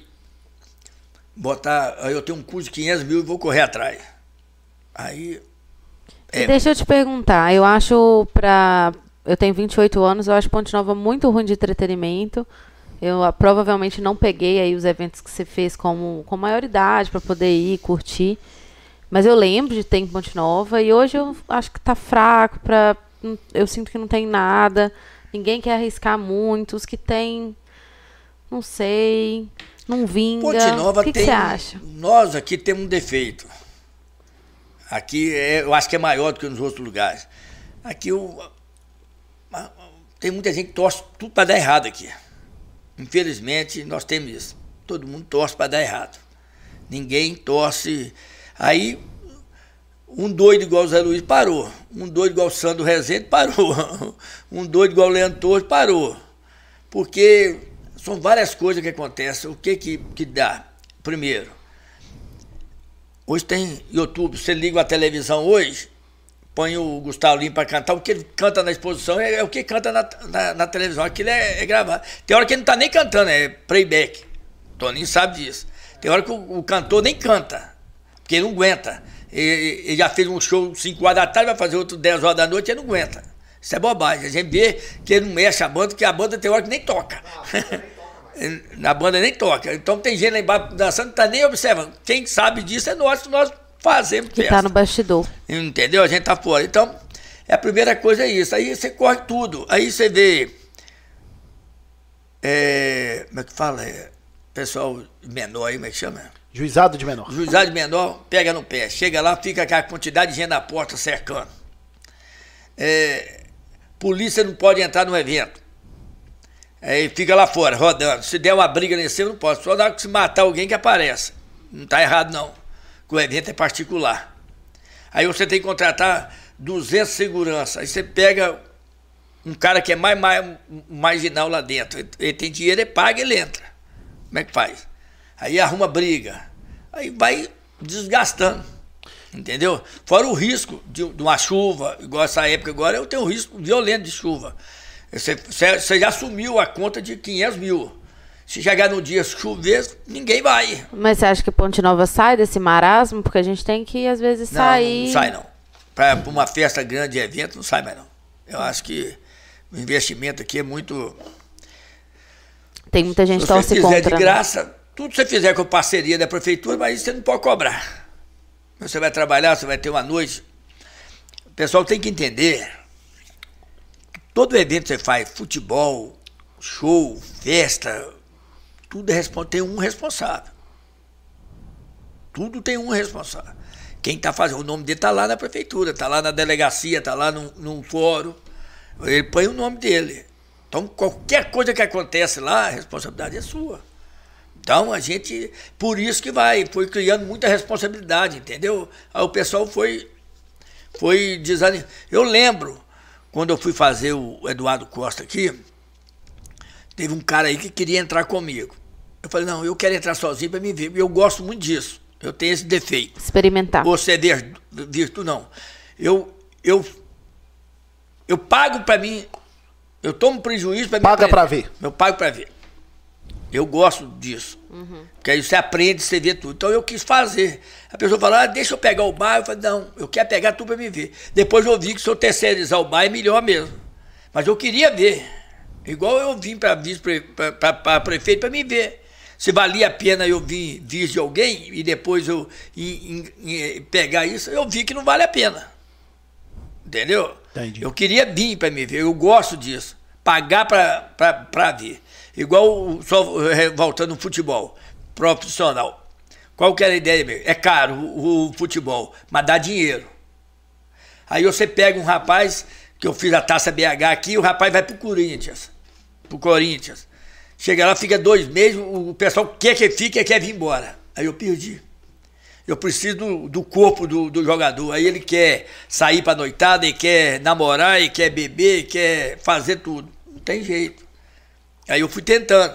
botar, eu tenho um custo de quinhentos mil e vou correr atrás. Aí... É... Deixa eu te perguntar, eu acho pra... Eu tenho vinte e oito anos, eu acho Ponte Nova muito ruim de entretenimento. Eu uh, provavelmente não peguei aí os eventos que você fez como, com maioridade para poder ir, curtir. Mas eu lembro de ter em Ponte Nova e hoje eu acho que tá fraco, pra, eu sinto que não tem nada, ninguém quer arriscar muito, os que tem, não sei, não vinga. Ponte Nova o que tem, que você acha? Nós aqui temos um defeito. Aqui é, eu acho que é maior do que nos outros lugares. Aqui eu, tem muita gente que torce tudo para dar errado aqui. Infelizmente, nós temos isso. Todo mundo torce para dar errado. Ninguém torce. Aí, um doido igual o Zé Luiz parou. Um doido igual o Sandro Rezende parou. Um doido igual o Leandro Torres parou. Porque são várias coisas que acontecem. O que que, que dá? Primeiro, hoje tem YouTube. Você liga a televisão hoje, põe o Gustavo Lima para cantar, o que ele canta na exposição é, é o que canta na, na, na televisão. Aquilo é, é gravado. Tem hora que ele não está nem cantando, é playback. Toninho sabe disso. Tem hora que o, o cantor nem canta. Porque ele não aguenta. Ele, ele já fez um show cinco horas da tarde, vai fazer outro dez horas da noite, ele não aguenta. Isso é bobagem. A gente vê que ele não mexe a banda, porque a banda tem hora que nem toca. Na banda nem toca. Então tem gente lá embaixo dançando, não tá nem observando. Quem sabe disso é nós, que nós fazemos Que festa. tá no bastidor. Entendeu? A gente tá fora. Então, a primeira coisa é isso. Aí você corre tudo. Aí você vê. É, como é que fala? É, pessoal menor aí, como é que chama? Juizado de menor. Juizado de menor, pega no pé. Chega lá, fica aquela quantidade de gente na porta cercando. É, polícia não pode entrar no evento. Aí fica lá fora, rodando. Se der uma briga nesse, não pode. Só na hora que se matar alguém que aparece. Não tá errado, não. Porque o evento é particular. Aí você tem que contratar duzentos segurança. Aí você pega um cara que é mais, mais marginal lá dentro. Ele tem dinheiro, ele paga, ele entra. Como é que faz? Aí arruma briga. Aí vai desgastando. Entendeu? Fora o risco de, de uma chuva, igual essa época agora, eu tenho um risco violento de chuva. Você, você já assumiu a conta de quinhentos mil. Se chegar no dia chover, ninguém vai. Mas você acha que Ponte Nova sai desse marasmo? Porque a gente tem que, às vezes, Não, sair... não sai não. Para uma festa grande de evento, não sai mais não. Eu acho que o investimento aqui é muito... Tem muita gente Se que torce você contra. fizer de né? graça, tudo que você fizer com parceria da prefeitura, mas você não pode cobrar. Você vai trabalhar, você vai ter uma noite. O pessoal tem que entender... Todo evento que você faz, futebol, show, festa, tudo é respons- tem um responsável. Tudo tem um responsável. Quem está fazendo, o nome dele está lá na prefeitura, está lá na delegacia, está lá num, num fórum, ele põe o nome dele. Então, qualquer coisa que acontece lá, a responsabilidade é sua. Então, a gente, por isso que vai, foi criando muita responsabilidade, entendeu? Aí o pessoal foi, foi desanimado. Eu lembro... Quando eu fui fazer o Eduardo Costa aqui, teve um cara aí que queria entrar comigo. Eu falei, não, eu quero entrar sozinho para me ver. Eu gosto muito disso. Eu tenho esse defeito. Experimentar. Você é virtude, não. Eu, eu, eu pago para mim, eu tomo prejuízo para mim. Paga para ver. Eu pago para ver. Eu gosto disso. Uhum. Porque aí você aprende, você vê tudo. Então eu quis fazer. A pessoa falou, ah, deixa eu pegar o bar. Eu falei, não, eu quero pegar tudo para me ver. Depois eu vi que se eu terceirizar o bar é melhor mesmo. Mas eu queria ver. Igual eu vim para prefeito para me ver. Se valia a pena eu vir, vir de alguém e depois eu in, in, in, pegar isso, eu vi que não vale a pena. Entendeu? Entendi. Eu queria vir para me ver, eu gosto disso. Pagar para ver. Igual, só voltando no futebol profissional. Qual que era a ideia mesmo? É caro o, o futebol, mas dá dinheiro. Aí você pega um rapaz, que eu fiz a Taça B H aqui, o rapaz vai pro Corinthians. Pro Corinthians. Chega lá, fica dois meses, o pessoal quer que fique e quer vir embora. Aí eu perdi. Eu preciso do, do corpo do, do jogador. Aí ele quer sair pra noitada, ele quer namorar, ele quer beber, ele quer fazer tudo. Não tem jeito. Aí eu fui tentando,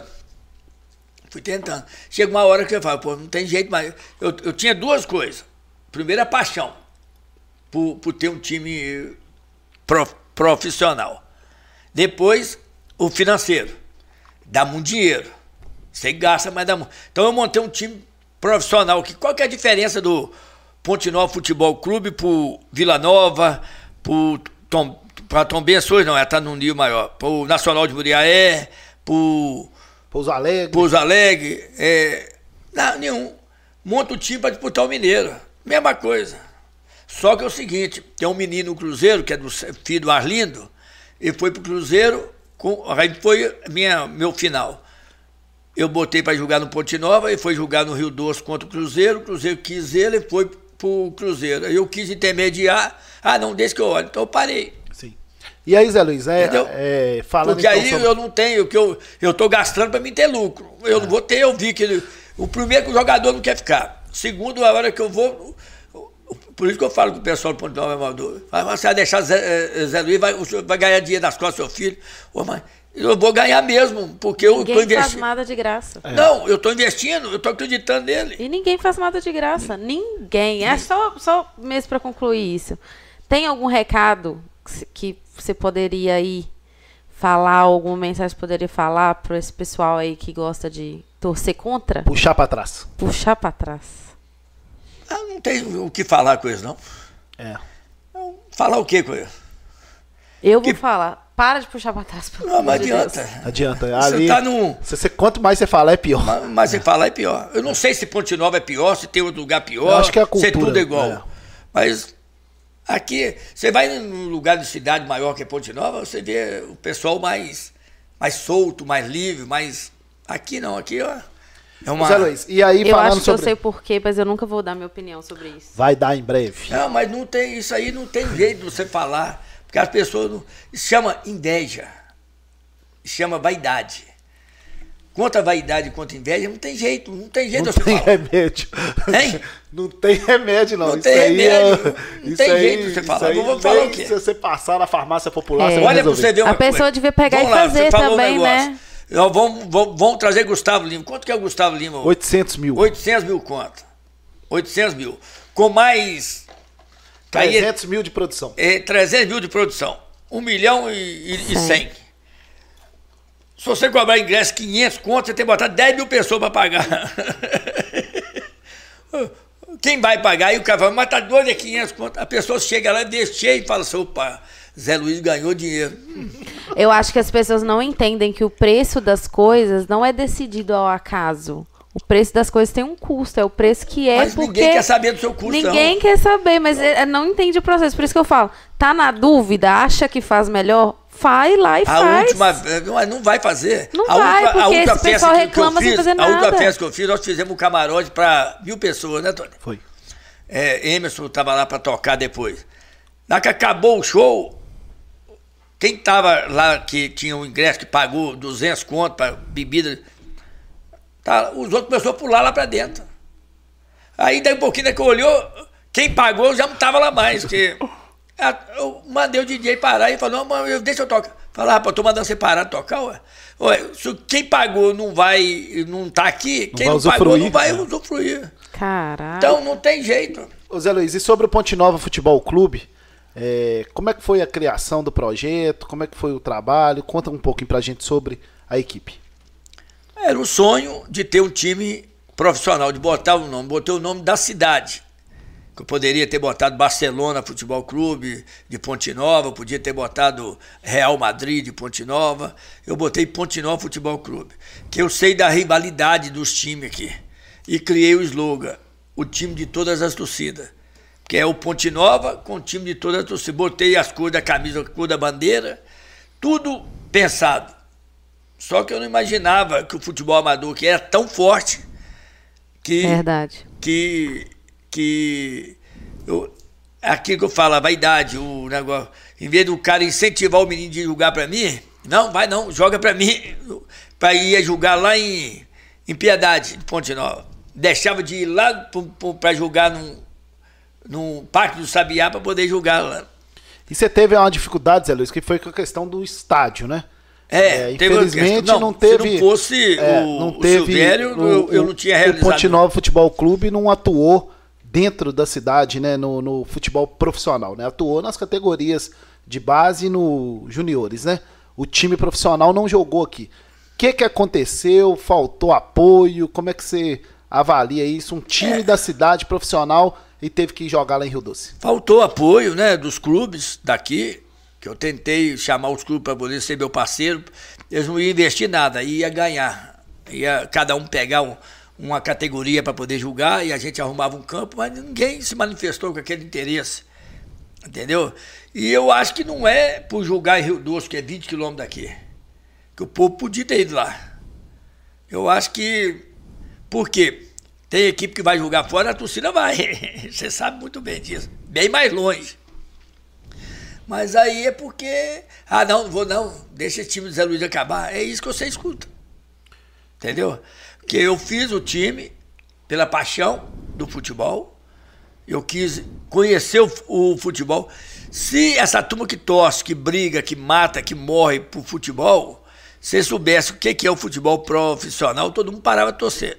fui tentando. Chega uma hora que eu falo, pô, não tem jeito mais. Eu, eu tinha duas coisas. Primeiro, a paixão por, por ter um time prof, profissional. Depois, o financeiro. Dá muito dinheiro. Você gasta, mas dá muito. Então eu montei um time profissional. Que, qual que é a diferença do Ponte Nova Futebol Clube pro Vila Nova, pro Tom, pra Tombense, não, ela tá num nível maior. Pro Nacional de Muriaé, Pro Pouso Alegre. Pouso Alegre, é, não, nenhum. Monta o time para disputar o Mineiro. Mesma coisa. Só que é o seguinte, tem um menino no Cruzeiro, que é do filho do Arlindo, ele foi pro Cruzeiro, com, aí foi minha, meu final. Eu botei para jogar no Ponte Nova, ele foi jogar no Rio Doce contra o Cruzeiro, o Cruzeiro quis ele, ele foi pro Cruzeiro. Aí eu quis intermediar, ah, não, deixa que eu olho. Então eu parei. E aí, Zé Luiz, é, é, falando Porque então aí sobre... eu não tenho, que eu, eu tô gastando para mim ter lucro. Eu ah. não vou ter, eu vi que ele, o primeiro que o jogador não quer ficar. Segundo, a hora que eu vou, por isso que eu falo com o pessoal do Ponte Nova Amador, você vai deixar Zé, Zé Luiz, vai, vai ganhar dinheiro nas costas do seu filho. Ô, mãe, eu vou ganhar mesmo, porque eu ninguém tô investindo. Ninguém faz nada de graça. É. Não, eu tô investindo, eu tô acreditando nele. E ninguém faz nada de graça, ninguém. É só, só mesmo para concluir isso. Tem algum recado que você poderia aí falar, alguma mensagem que poderia falar para esse pessoal aí que gosta de torcer contra? Puxar para trás. Puxar para trás. Ah, não tem o que falar com eles, não. É. Falar o quê com eles? Eu vou Que- falar. Para de puxar pra trás. pelo Não, amor mas de Deus. adianta. Adianta. Você Ali, tá num... se você, quanto mais você falar, é pior. Mas, mas você falar é pior. Eu não sei se Ponte Nova é pior, se tem outro lugar pior, Eu acho que é a cultura, se tudo é igual. é. Mas aqui, você vai num lugar de cidade maior que é Ponte Nova, você vê o pessoal mais, mais solto, mais livre, mais... Aqui não, aqui ó, é uma... Zé Luiz, e aí Eu falando acho que sobre... eu sei porquê, mas eu nunca vou dar minha opinião sobre isso. Vai dar em breve. Não, mas não tem, isso aí não tem jeito de você falar, porque as pessoas não... Isso chama inveja, isso chama vaidade. Contra a vaidade e contra a inveja, não tem jeito, não tem jeito Não de você tem falar. remédio. Hein? Não tem remédio, não. Não Isso tem aí remédio, é- não isso tem aí- jeito de você isso falar. aí Eu vou falar nem o quê? Se você passar na farmácia popular, É. você vai Olha pra resolver. você ver uma A pessoa coisa. devia pegar Vamos e lá, fazer você falou um também, negócio. né? Nós Vamos, vamos, vamos trazer Gustavo Lima. Quanto que é o Gustavo Lima? hoje? oitocentos mil. oitocentos mil conto. oitocentos mil. Com mais... Aí é- trezentos mil de produção. é, trezentos mil de produção. um milhão e, e, e cem. Se você cobrar ingresso quinhentos conto, você tem que botar dez mil pessoas para pagar. Quem vai pagar? Aí o cara fala, mas tá doido, é quinhentos conto. A pessoa chega lá, deixa cheio e fala assim, opa, Zé Luiz ganhou dinheiro. Eu acho que as pessoas não entendem que o preço das coisas não é decidido ao acaso. O preço das coisas tem um custo, é o preço que é Mas porque... ninguém quer saber do seu custo, Ninguém não. quer saber, mas é- não entende o processo. Por isso que eu falo, tá na dúvida, acha que faz melhor, vai lá e A faz. última, não, não vai fazer. Não a vai, última, porque a última esse festa pessoal que- que eu reclama sem fiz, fazer A última nada. festa que eu fiz, nós fizemos um camarote para mil pessoas, né, Tony? Foi. É, Emerson estava lá para tocar depois. Na que acabou o show, quem estava lá que tinha o ingresso que pagou duzentos conto para bebida, tá, os outros começaram a pular lá para dentro. Aí daí um pouquinho daí que olhou, quem pagou já não estava lá mais, porque a- eu mandei o D J parar e falou, não, mas eu- deixa eu tocar. Falar, rapaz, eu tô mandando você parar de tocar, ué. Ué, se quem pagou não vai, não tá aqui, quem vai não pagou usufruir. não vai usufruir. Caralho. Então não tem jeito. Ô Zé Luiz, e sobre o Ponte Nova Futebol Clube, é, como é que foi a criação do projeto? Como é que foi o trabalho? Conta um pouquinho pra gente sobre a equipe. Era o sonho de ter um time profissional, de botar o nome, botei o nome da cidade. Que eu poderia ter botado Barcelona Futebol Clube de Ponte Nova, podia ter botado Real Madrid de Ponte Nova. Eu botei Ponte Nova Futebol Clube, que eu sei da rivalidade dos times aqui. E criei o slogan, o time de todas as torcidas. Que é o Ponte Nova com o time de todas as torcidas. Botei as cores da camisa, a cor da bandeira, tudo pensado. Só que eu não imaginava que o futebol amador, que era tão forte, que, Verdade. que, que eu, aquilo que eu falo, a vaidade, o negócio, em vez do cara incentivar o menino de jogar pra mim, não, vai não, joga pra mim, pra ir jogar lá em, em Piedade, de Ponte Nova. Deixava de ir lá pro- pro- pra jogar num, num Parque do Sabiá pra poder jogar lá. E você teve uma dificuldade, Zé Luiz, que foi com a questão do estádio, né? É, É, teve uma infelizmente questão- não teve. Se não fosse é, o, não o teve Silvério, o- eu, eu o- não tinha O realizado. Ponte Nova Futebol Clube não atuou dentro da cidade, né? No, no futebol profissional, né? Atuou nas categorias de base e no juniores, né? O time profissional não jogou aqui. O que que aconteceu? Faltou apoio? Como é que você avalia isso? Um time da cidade profissional e teve que jogar lá em Rio Doce. Faltou apoio, né, dos clubes daqui, que eu tentei chamar os clubes para poder ser meu parceiro, eles não iam investir nada, ia ganhar. Ia cada um pegar um, uma categoria para poder jogar e a gente arrumava um campo, mas ninguém se manifestou com aquele interesse. Entendeu? E eu acho que não é por jogar em Rio Doce, que é vinte quilômetros daqui, que o povo podia ter ido lá. Eu acho que... Por quê? Tem equipe que vai jogar fora, a torcida vai. Você sabe muito bem disso. Bem mais longe. Mas aí é porque... Ah, não, não vou não. Deixa esse time do Zé Luiz acabar. É isso que você escuta. Entendeu? Porque eu fiz o time pela paixão do futebol. Eu quis conhecer o, o futebol. Se essa turma que torce, que briga, que mata, que morre pro futebol, se soubesse o que é o futebol profissional, todo mundo parava de torcer.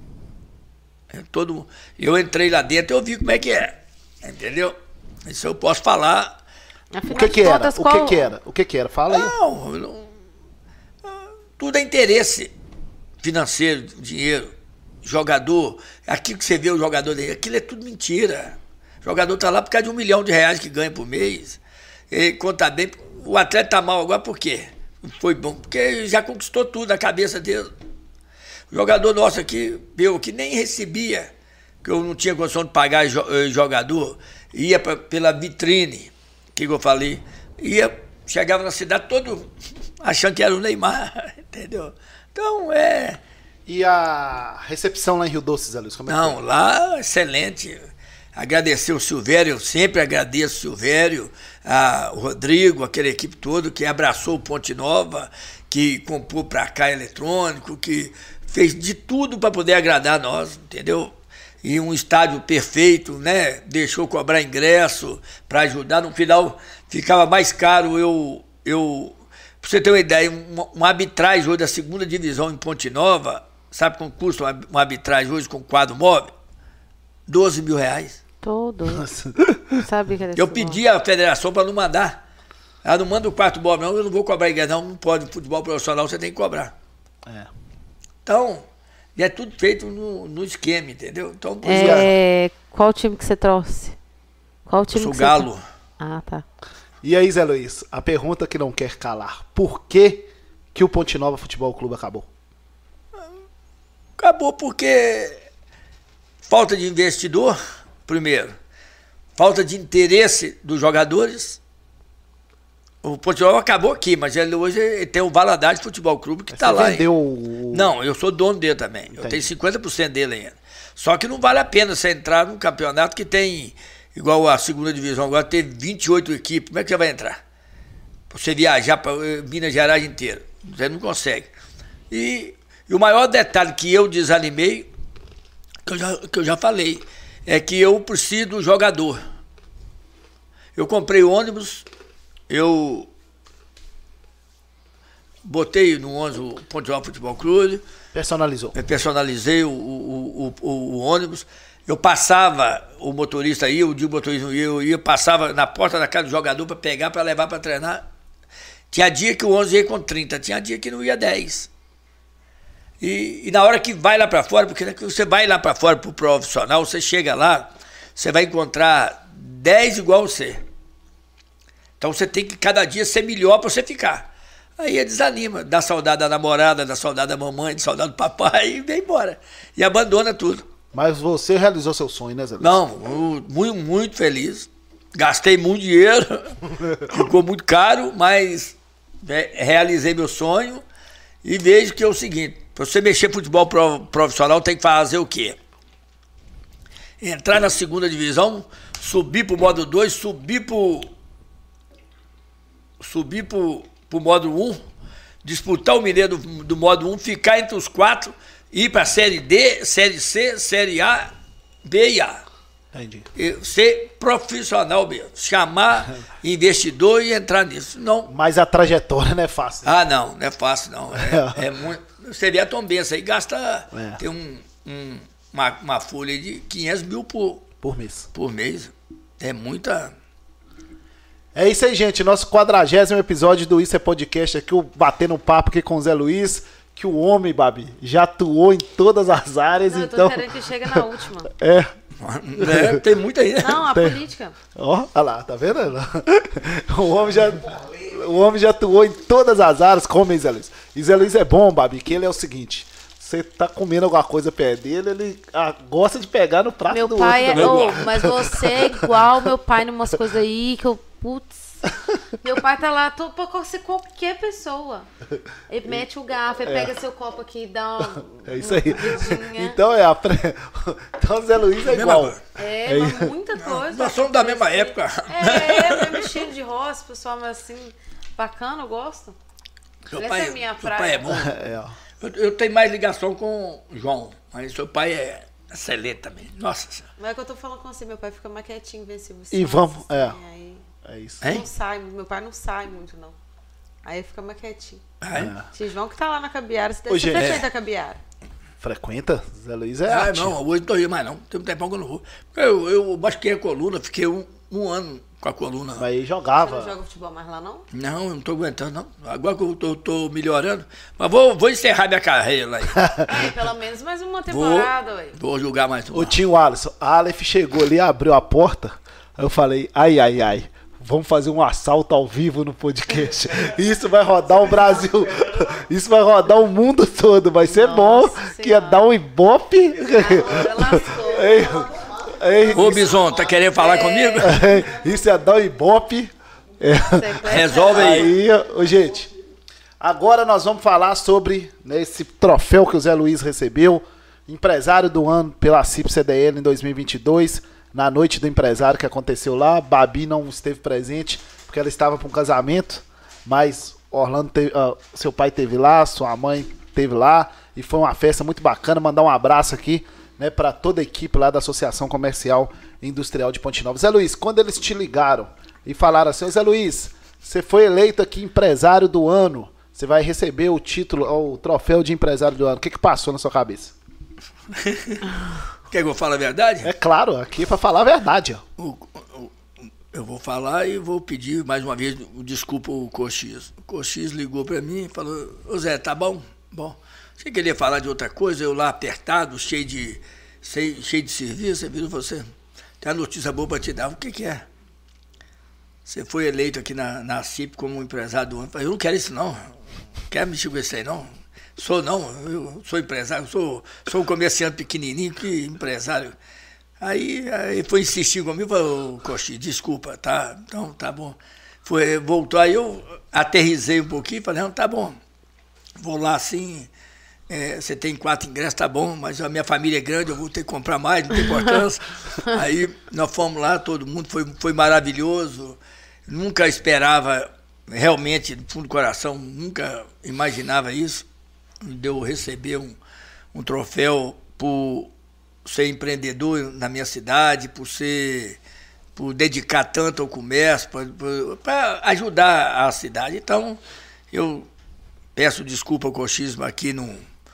Todo, eu entrei lá dentro e eu vi como é que é. Entendeu? Isso eu posso falar. Afinal O que de que era? contas, O qual- que que era? O que que era? Fala aí. Não, não, tudo é interesse financeiro, dinheiro. jogador, aquilo que você vê o jogador daí, aquilo é tudo mentira. O jogador tá lá por causa de um milhão de reais que ganha por mês. Ele conta bem. O atleta tá mal agora por quê? Foi bom, porque já conquistou tudo na cabeça dele. O jogador nosso aqui, eu que nem recebia, que eu não tinha condição de pagar jogador, ia pra, pela vitrine, que eu falei, ia, chegava na cidade todo achando que era o Neymar, entendeu? Então, é... E a recepção lá em Rio Doce, Zé Luiz, como é que Não, foi? lá, excelente. Agradecer o Silvério, eu sempre agradeço o Silvério, a, o Rodrigo, aquela equipe toda que abraçou o Ponte Nova, que comprou para cá eletrônico, que fez de tudo para poder agradar nós, entendeu? E um estádio perfeito, né? Deixou cobrar ingresso para ajudar. No final ficava mais caro eu... eu para você ter uma ideia, uma, uma arbitragem hoje da segunda divisão em Ponte Nova, sabe quanto custa uma, uma arbitragem hoje com quadro móvel? doze mil reais. Todo. Sabe que era Eu esse pedi à federação para não mandar. Ela não manda o quarto móvel, não, eu não vou cobrar ingresso, não, não pode. Futebol profissional você tem que cobrar. É. Então, e é tudo feito no, no esquema, entendeu? Então, por isso, É, qual time que você trouxe? Qual eu time sou que Galo. você... Ah, tá. E aí, Zé Luiz, a pergunta que não quer calar. Por que que o Ponte Nova Futebol Clube acabou? Acabou porque falta de investidor, primeiro. Falta de interesse dos jogadores. O Ponte Nova acabou aqui, mas ele hoje ele tem o Valadares Futebol Clube que está Você lá. vendeu hein? o... Não, eu sou dono dele também. Entendi. Eu tenho cinquenta por cento dele ainda. Só que não vale a pena você entrar num campeonato que tem, igual a segunda divisão agora, tem vinte e oito equipes. Como é que você vai entrar? Pra você viajar para Minas Gerais inteira. Você não consegue. E, e o maior detalhe que eu desanimei, que eu, já, que eu já falei, é que eu preciso do jogador. Eu comprei ônibus, eu botei no ônibus o Ponte Nova Futebol Clube, Personalizou. eu personalizei o, o, o, o, o ônibus, eu passava, o motorista ia, o dia o motorista não ia, eu ia, passava na porta da casa do jogador para pegar, para levar para treinar. Tinha dia que o ônibus ia com trinta, tinha dia que não ia dez. E, e na hora que vai lá para fora, porque você vai lá para fora pro profissional, você chega lá, você vai encontrar dez igual você. Então você tem que cada dia ser melhor para você ficar. Aí desanima, dá saudade da namorada, dá saudade da mamãe, dá saudade do papai e vem embora. E abandona tudo. Mas você realizou seu sonho, né, Zé Luiz? Não, eu, muito, muito feliz. Gastei muito dinheiro, ficou muito caro, mas é, realizei meu sonho e vejo que é o seguinte, para você mexer futebol profissional tem que fazer o quê? Entrar na segunda divisão, subir pro modo dois, subir pro subir pro, pro modo um, disputar o Mineiro do, do modo um, ficar entre os quatro, ir para Série D, Série C, Série A, B e A. Entendi. E ser profissional mesmo, chamar investidor e entrar nisso. Não. Mas a trajetória não é fácil. Ah, não, não é fácil não. É, é muito. Você vê a Tombense aí, gasta. É. Tem um, um, uma, uma folha de quinhentos mil por, Por mês. por mês. É muita. É isso aí, gente. Nosso quadragésimo episódio do Isso é Podcast aqui, o batendo um papo aqui com o Zé Luiz, que o homem, Babi, já atuou em todas as áreas, Não, eu tô então... querendo que chegue na última. É. É, tem muita aí. Não, a Tem. política. Ó, olha lá, tá vendo? O homem já, o homem já atuou em todas as áreas, como é Zé Luiz. E Zé Luiz é bom, Babi, que ele é o seguinte, você tá comendo alguma coisa perto dele, ele ah, gosta de pegar no prato Meu do pai outro. é. também. Ô, mas você é igual meu pai em umas coisas aí que eu. Putz. Meu pai tá lá, tô, pode ser qualquer pessoa. Ele mete o garfo, ele pega seu copo aqui e dá uma. É isso aí. mordidinha. Então é a pre... Então Zé Luiz é Mesma igual. coisa. É, É mas isso. muita coisa. Nós somos da mesma época. É, mesmo estilo de roça, pessoal, mas assim, bacana, eu gosto. Seu Essa pai, é a minha seu praia. pai é bom. É, ó. Eu, eu tenho mais ligação com o João, mas seu pai é excelente também. Nossa Senhora. Mas é que eu tô falando com você, meu pai fica mais quietinho, vê se você. E vamos- é. Aí É isso. Hein? não sai, meu pai não sai muito, não. Aí fica mais quietinho. Ah, é? Esse João que tá lá na Cabiara, você deve Ô, ser gente, frequenta é. a Cabiara. Frequenta? Zé Luiz é Ah, arte. não, hoje não tô indo mais não. Tem um tempão que eu não vou. Eu, eu machuquei a coluna, fiquei um, um ano com a coluna. Mas aí Você jogava. não joga futebol mais lá, não? Não, eu não tô aguentando, não. Agora que eu tô, tô melhorando. Mas vou, vou encerrar minha carreira lá. É, pelo menos mais uma temporada, ué. Vou, vou jogar mais uma. Ô tio Alisson, a Aleph chegou ali, abriu a porta, aí eu falei, ai, ai, ai, vamos fazer um assalto ao vivo no podcast. Isso vai rodar o Brasil, isso vai rodar o mundo todo, vai ser Nossa bom, Senhora. que ia dar um ibope. Agora lascou. Ei, ei, Ô, Bison, tá querendo falar comigo? isso ia dar um ibope. É. Sequestra- Resolve aí. Aí, ô, gente, agora nós vamos falar sobre, né, esse troféu que o Zé Luiz recebeu, empresário do ano pela C I P C D L em dois mil e vinte e dois, na noite do empresário que aconteceu lá. Babi não esteve presente porque ela estava para um casamento, mas Orlando teve, uh, seu pai esteve lá, sua mãe esteve lá e foi uma festa muito bacana. Mandar um abraço aqui, né, para toda a equipe lá da Associação Comercial e Industrial de Ponte Nova. Zé Luiz, quando eles te ligaram e falaram assim, Zé Luiz, você foi eleito aqui empresário do ano, você vai receber o título, o troféu de empresário do ano, o que que passou na sua cabeça? Quer que eu fale a verdade? É claro, aqui é pra falar a verdade, ó. O- o- eu vou falar e vou pedir mais uma vez desculpa ao Coxis. O Coxis ligou para mim e falou, ô Zé, tá bom? Bom. Você queria falar de outra coisa, eu lá apertado, cheio de, cheio, cheio de serviço, você viu você? Tem uma notícia boa para te dar. O que que é? Você foi eleito aqui na, na C I P como empresário do ano. Eu falei, eu não quero isso não. Não quero mexer com isso aí não. Sou não, eu sou empresário, sou, sou um comerciante pequenininho, que empresário. Aí, aí foi insistir comigo, falou, Coxi, desculpa, tá, então tá bom. Foi, voltou, aí eu aterrisei um pouquinho, falei, não, tá bom, vou lá assim, é, você tem quatro ingressos, tá bom, mas a minha família é grande, eu vou ter que comprar mais, não tem importância. Aí nós fomos lá, todo mundo, foi, foi maravilhoso, nunca esperava, realmente, do fundo do coração, nunca imaginava isso, de eu receber um, um troféu por ser empreendedor na minha cidade, por ser, por dedicar tanto ao comércio, para ajudar a cidade. Então, eu peço desculpa ao Coxismo aqui no,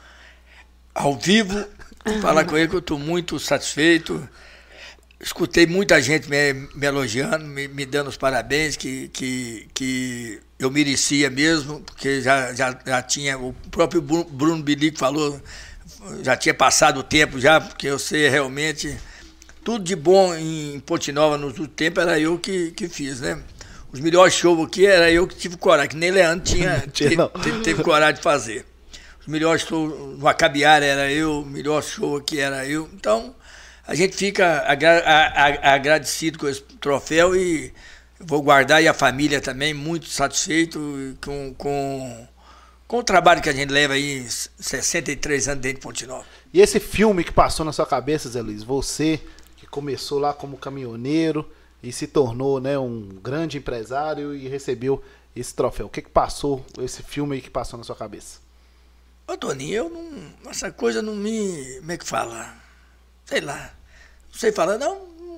ao vivo, falar com ele que eu estou muito satisfeito. Escutei muita gente me, me elogiando, me, me dando os parabéns, que, que, que eu merecia mesmo, porque já, já, já tinha, o próprio Bruno Bilico falou, já tinha passado o tempo já, porque eu sei realmente, tudo de bom em Ponte Nova nos últimos tempos era eu que, que fiz, né? Os melhores shows aqui era eu que tive coragem, que nem Leandro tinha, teve, teve, teve coragem de fazer. Os melhores shows no Acabiara era eu, o melhor show aqui era eu, então a gente fica agra a, a, agradecido com esse troféu e vou guardar, e a família também, muito satisfeito com, com, com o trabalho que a gente leva aí, sessenta e três anos dentro de Ponte Nova. E esse filme que passou na sua cabeça, Zé Luiz, você que começou lá como caminhoneiro e se tornou, né, um grande empresário e recebeu esse troféu, o que que passou, esse filme aí que passou na sua cabeça? Ô Toninho, eu não, essa coisa não me, como é que fala? Sei lá, não sei falar, não,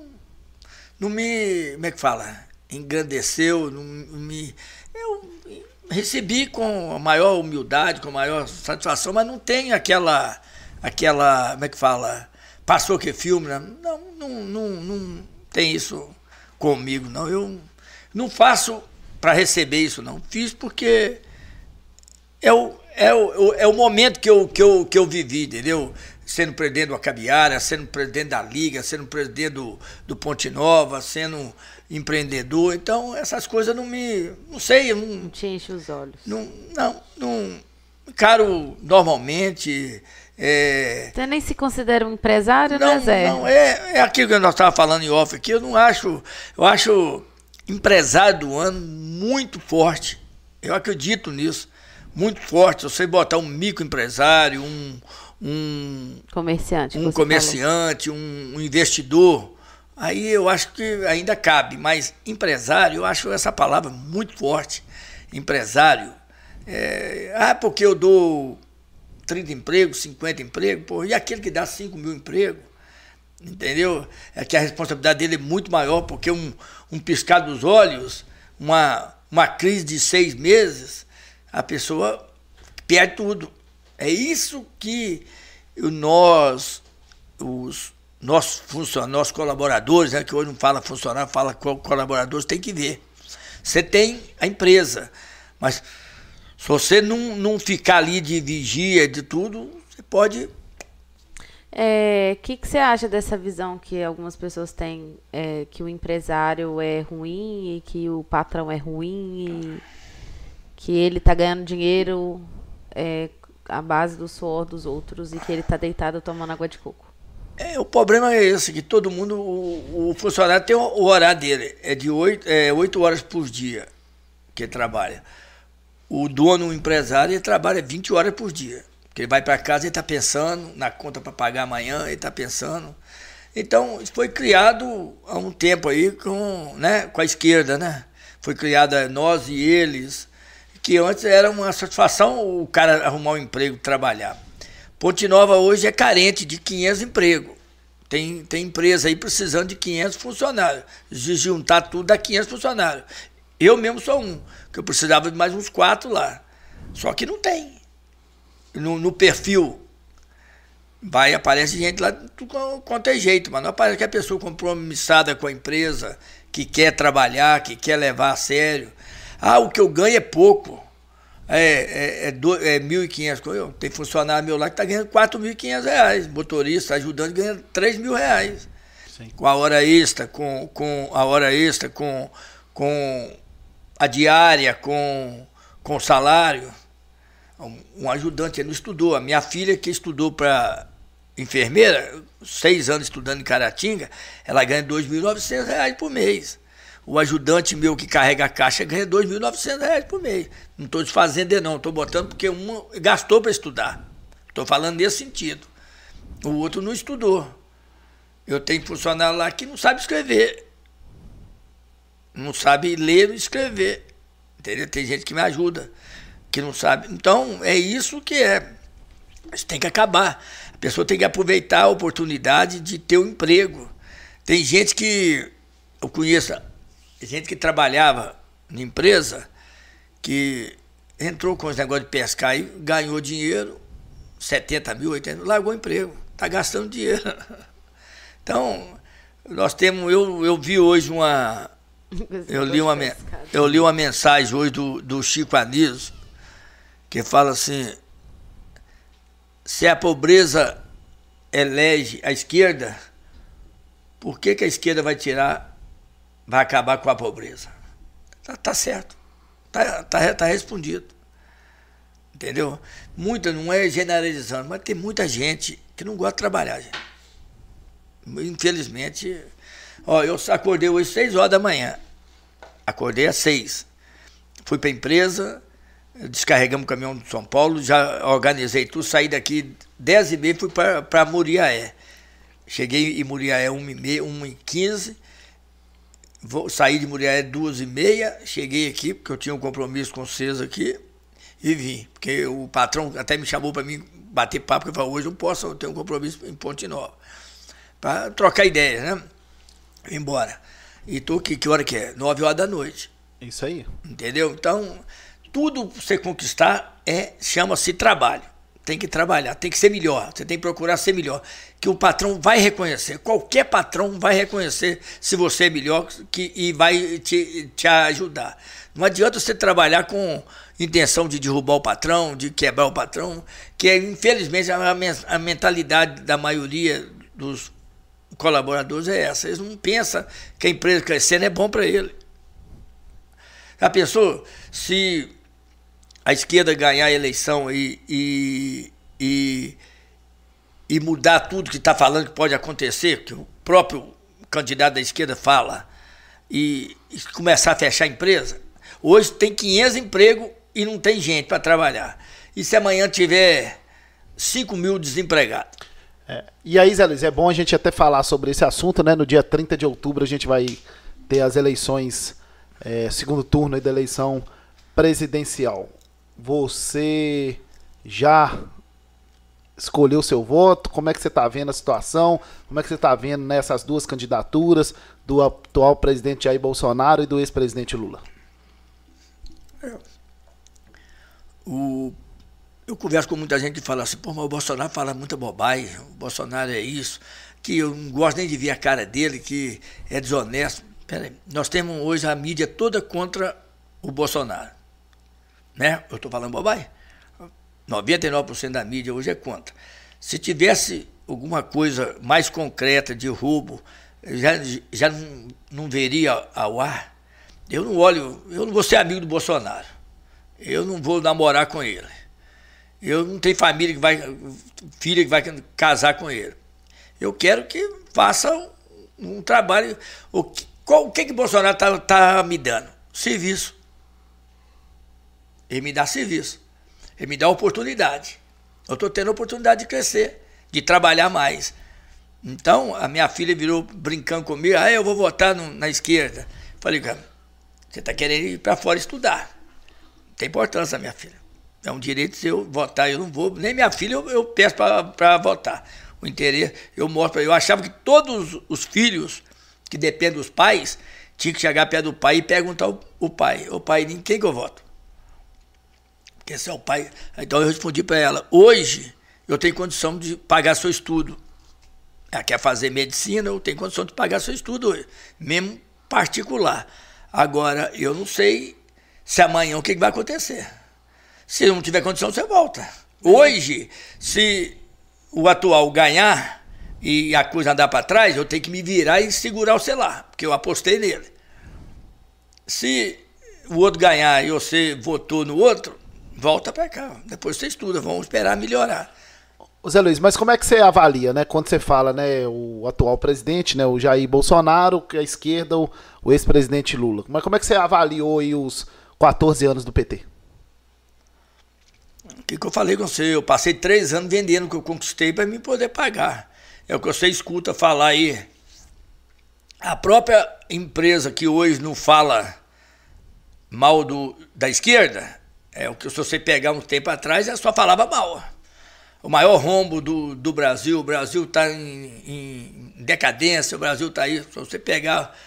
não me, como é que fala, engrandeceu, não me, eu recebi com a maior humildade, com a maior satisfação, mas não tem aquela, aquela, como é que fala, passou que filme, né? não, não, não, não tem isso comigo, não, eu não faço para receber isso, não, fiz porque é o, é o, é o momento que eu, que eu, que eu vivi, entendeu? Sendo presidente do Acabiara, sendo presidente da Liga, sendo presidente do, do Ponte Nova, sendo empreendedor. Então, essas coisas não me... Não sei, eu não... Não te enche os olhos. Não, não, não encaro normalmente... É, Você nem se considera um empresário, não, né, Zé? não, é, é aquilo que nós estávamos falando em off aqui, eu não acho... Eu acho empresário do ano muito forte. Eu acredito nisso. Muito forte. Se você botar um microempresário, um... um comerciante, um comerciante, um, um investidor, aí eu acho que ainda cabe, mas empresário, eu acho essa palavra muito forte. Empresário, é, ah, porque eu dou trinta empregos, cinquenta empregos, pô, e aquele que dá cinco mil empregos, entendeu? É que a responsabilidade dele é muito maior, porque um, um piscar dos olhos, uma, uma crise de seis meses, a pessoa perde tudo. É isso que nós, os nossos funcionários, nossos colaboradores, né, que hoje não fala funcionário, fala colaboradores, tem que ver. Você tem a empresa, mas se você não, não ficar ali de vigia, de tudo, você pode... O é, que, que você acha dessa visão que algumas pessoas têm, é, que o empresário é ruim e que o patrão é ruim e que ele está ganhando dinheiro é, à base do suor dos outros e que ele está deitado tomando água de coco? É, o problema é esse, que todo mundo, o, o funcionário tem o, o horário dele, é de oito, é, oito horas por dia que ele trabalha. O dono, o empresário, ele trabalha vinte horas por dia. Porque ele vai para casa e está pensando na conta para pagar amanhã, ele está pensando. Então, isso foi criado há um tempo aí com, né, com a esquerda, né? Foi criada nós e eles, que antes era uma satisfação o cara arrumar um emprego, trabalhar. Ponte Nova hoje é carente de quinhentos empregos. Tem, tem empresa aí precisando de quinhentos funcionários. Se juntar tudo dá quinhentos funcionários. Eu mesmo sou um, que eu precisava de mais uns quatro lá. Só que não tem. No, no perfil, vai, aparece gente lá quanto é jeito, mas não aparece que a pessoa compromissada com a empresa, que quer trabalhar, que quer levar a sério. Ah, o que eu ganho é pouco, é, é, é, do, é mil e quinhentos. Tem funcionário meu lá que está ganhando quatro mil e quinhentos reais, motorista, ajudante, ganhando três mil reais. Sim. Com a hora extra, com, com a hora extra, com, com a diária, com, com o salário. Um ajudante, ele não estudou. A minha filha, que estudou para enfermeira, seis anos estudando em Caratinga, ela ganha dois mil e novecentos reais por mês. O ajudante meu que carrega a caixa ganha dois mil e novecentos reais por mês. Não estou desfazendo, não. Estou botando porque um gastou para estudar. Estou falando nesse sentido. O outro não estudou. Eu tenho funcionário lá que não sabe escrever. Não sabe ler e escrever. Entendeu? Tem gente que me ajuda, que não sabe. Então, é isso que é. Isso tem que acabar. A pessoa tem que aproveitar a oportunidade de ter um emprego. Tem gente que, eu conheço, gente que trabalhava na empresa, que entrou com os negócios de pescar e ganhou dinheiro, setenta mil, oitenta mil, largou o emprego, está gastando dinheiro. Então, nós temos, eu, eu vi hoje uma, eu li uma, eu li uma mensagem hoje do, do Chico Anísio, que fala assim: se a pobreza elege a esquerda, por que, que a esquerda vai tirar, vai acabar com a pobreza? Tá, tá certo, tá, tá, tá respondido. Entendeu? Muita, não é generalizando, mas tem muita gente que não gosta de trabalhar, gente. Infelizmente, ó, eu acordei hoje às seis horas da manhã. Acordei às seis. Fui para a empresa, descarregamos o caminhão de São Paulo, já organizei tudo, saí daqui dez e meia e fui para Muriaé. Cheguei em Muriaé uma e meia, uma e quinze, vou sair de Muriaé duas e meia, cheguei aqui, porque eu tinha um compromisso com vocês aqui, e vim. Porque o patrão até me chamou para mim bater papo, porque eu falei, hoje não posso, eu tenho um compromisso em Ponte Nova. Para trocar ideias, né? Embora. E tô aqui, que hora que é? Nove horas da noite. Isso aí. Entendeu? Então, tudo pra você conquistar é, chama-se trabalho. Tem que trabalhar, tem que ser melhor, você tem que procurar ser melhor. Que o patrão vai reconhecer, qualquer patrão vai reconhecer se você é melhor que, e vai te, te ajudar. Não adianta você trabalhar com intenção de derrubar o patrão, de quebrar o patrão, que é, infelizmente, a, a mentalidade da maioria dos colaboradores é essa. Eles não pensam que a empresa crescendo é bom para ele. Já pensou se a esquerda ganhar a eleição e, e, e, e mudar tudo que está falando que pode acontecer, que o próprio candidato da esquerda fala, e, e começar a fechar a empresa? Hoje tem quinhentos empregos e não tem gente para trabalhar. E se amanhã tiver cinco mil desempregados? É. E aí, Zé Luiz, é bom a gente até falar sobre esse assunto, né? No dia trinta de outubro a gente vai ter as eleições, é, segundo turno da eleição presidencial. Você já escolheu seu voto? Como é que você está vendo a situação? Como é que você está vendo nessas duas candidaturas, do atual presidente Jair Bolsonaro e do ex-presidente Lula? O, eu converso com muita gente que fala assim, pô, mas o Bolsonaro fala muita bobagem, o Bolsonaro é isso, que eu não gosto nem de ver a cara dele, que é desonesto. Peraí, nós temos hoje a mídia toda contra o Bolsonaro. Né? Eu estou falando bobagem? noventa e nove por cento da mídia hoje é contra. Se tivesse alguma coisa mais concreta de roubo, já, já não, não veria ao ar. Eu não olho, eu não vou ser amigo do Bolsonaro. Eu não vou namorar com ele. Eu não tenho família que vai, filha que vai casar com ele. Eu quero que faça um, um trabalho. O que, qual, o que que o Bolsonaro está tá me dando? Serviço. Ele me dá serviço. Ele me dá oportunidade. Eu estou tendo a oportunidade de crescer, de trabalhar mais. Então, a minha filha virou brincando comigo, ah, eu vou votar no, na esquerda. Falei, cara, você está querendo ir para fora estudar. Não tem importância, minha filha. É um direito seu votar, eu não vou, nem minha filha eu, eu peço para votar. O interesse, eu mostro, eu achava que todos os filhos que dependem dos pais tinham que chegar perto do pai e perguntar ao, ao pai, o pai, em quem que eu voto? Porque esse é o pai. Então eu respondi para ela, hoje eu tenho condição de pagar seu estudo. Ela quer fazer medicina, eu tenho condição de pagar seu estudo hoje, mesmo particular. Agora, eu não sei se amanhã o que vai acontecer. Se não tiver condição, você volta. Hoje, se o atual ganhar e a coisa andar para trás, eu tenho que me virar e segurar o celular, porque eu apostei nele. Se o outro ganhar e você votou no outro, volta para cá. Depois você estuda, vamos esperar melhorar. Ô Zé Luiz, mas como é que você avalia, né? Quando você fala, né, o atual presidente, né, o Jair Bolsonaro, a esquerda, o, o ex-presidente Lula. Mas como é que você avaliou aí os quatorze anos do P T? O que, que eu falei com você? Eu passei três anos vendendo o que eu conquistei para me poder pagar. É o que você escuta falar aí. A própria empresa que hoje não fala mal do, da esquerda, é o que se você pegar um tempo atrás, ela só falava mal. O maior rombo do, do Brasil, o Brasil está em, em decadência, o Brasil está aí. Se você pegar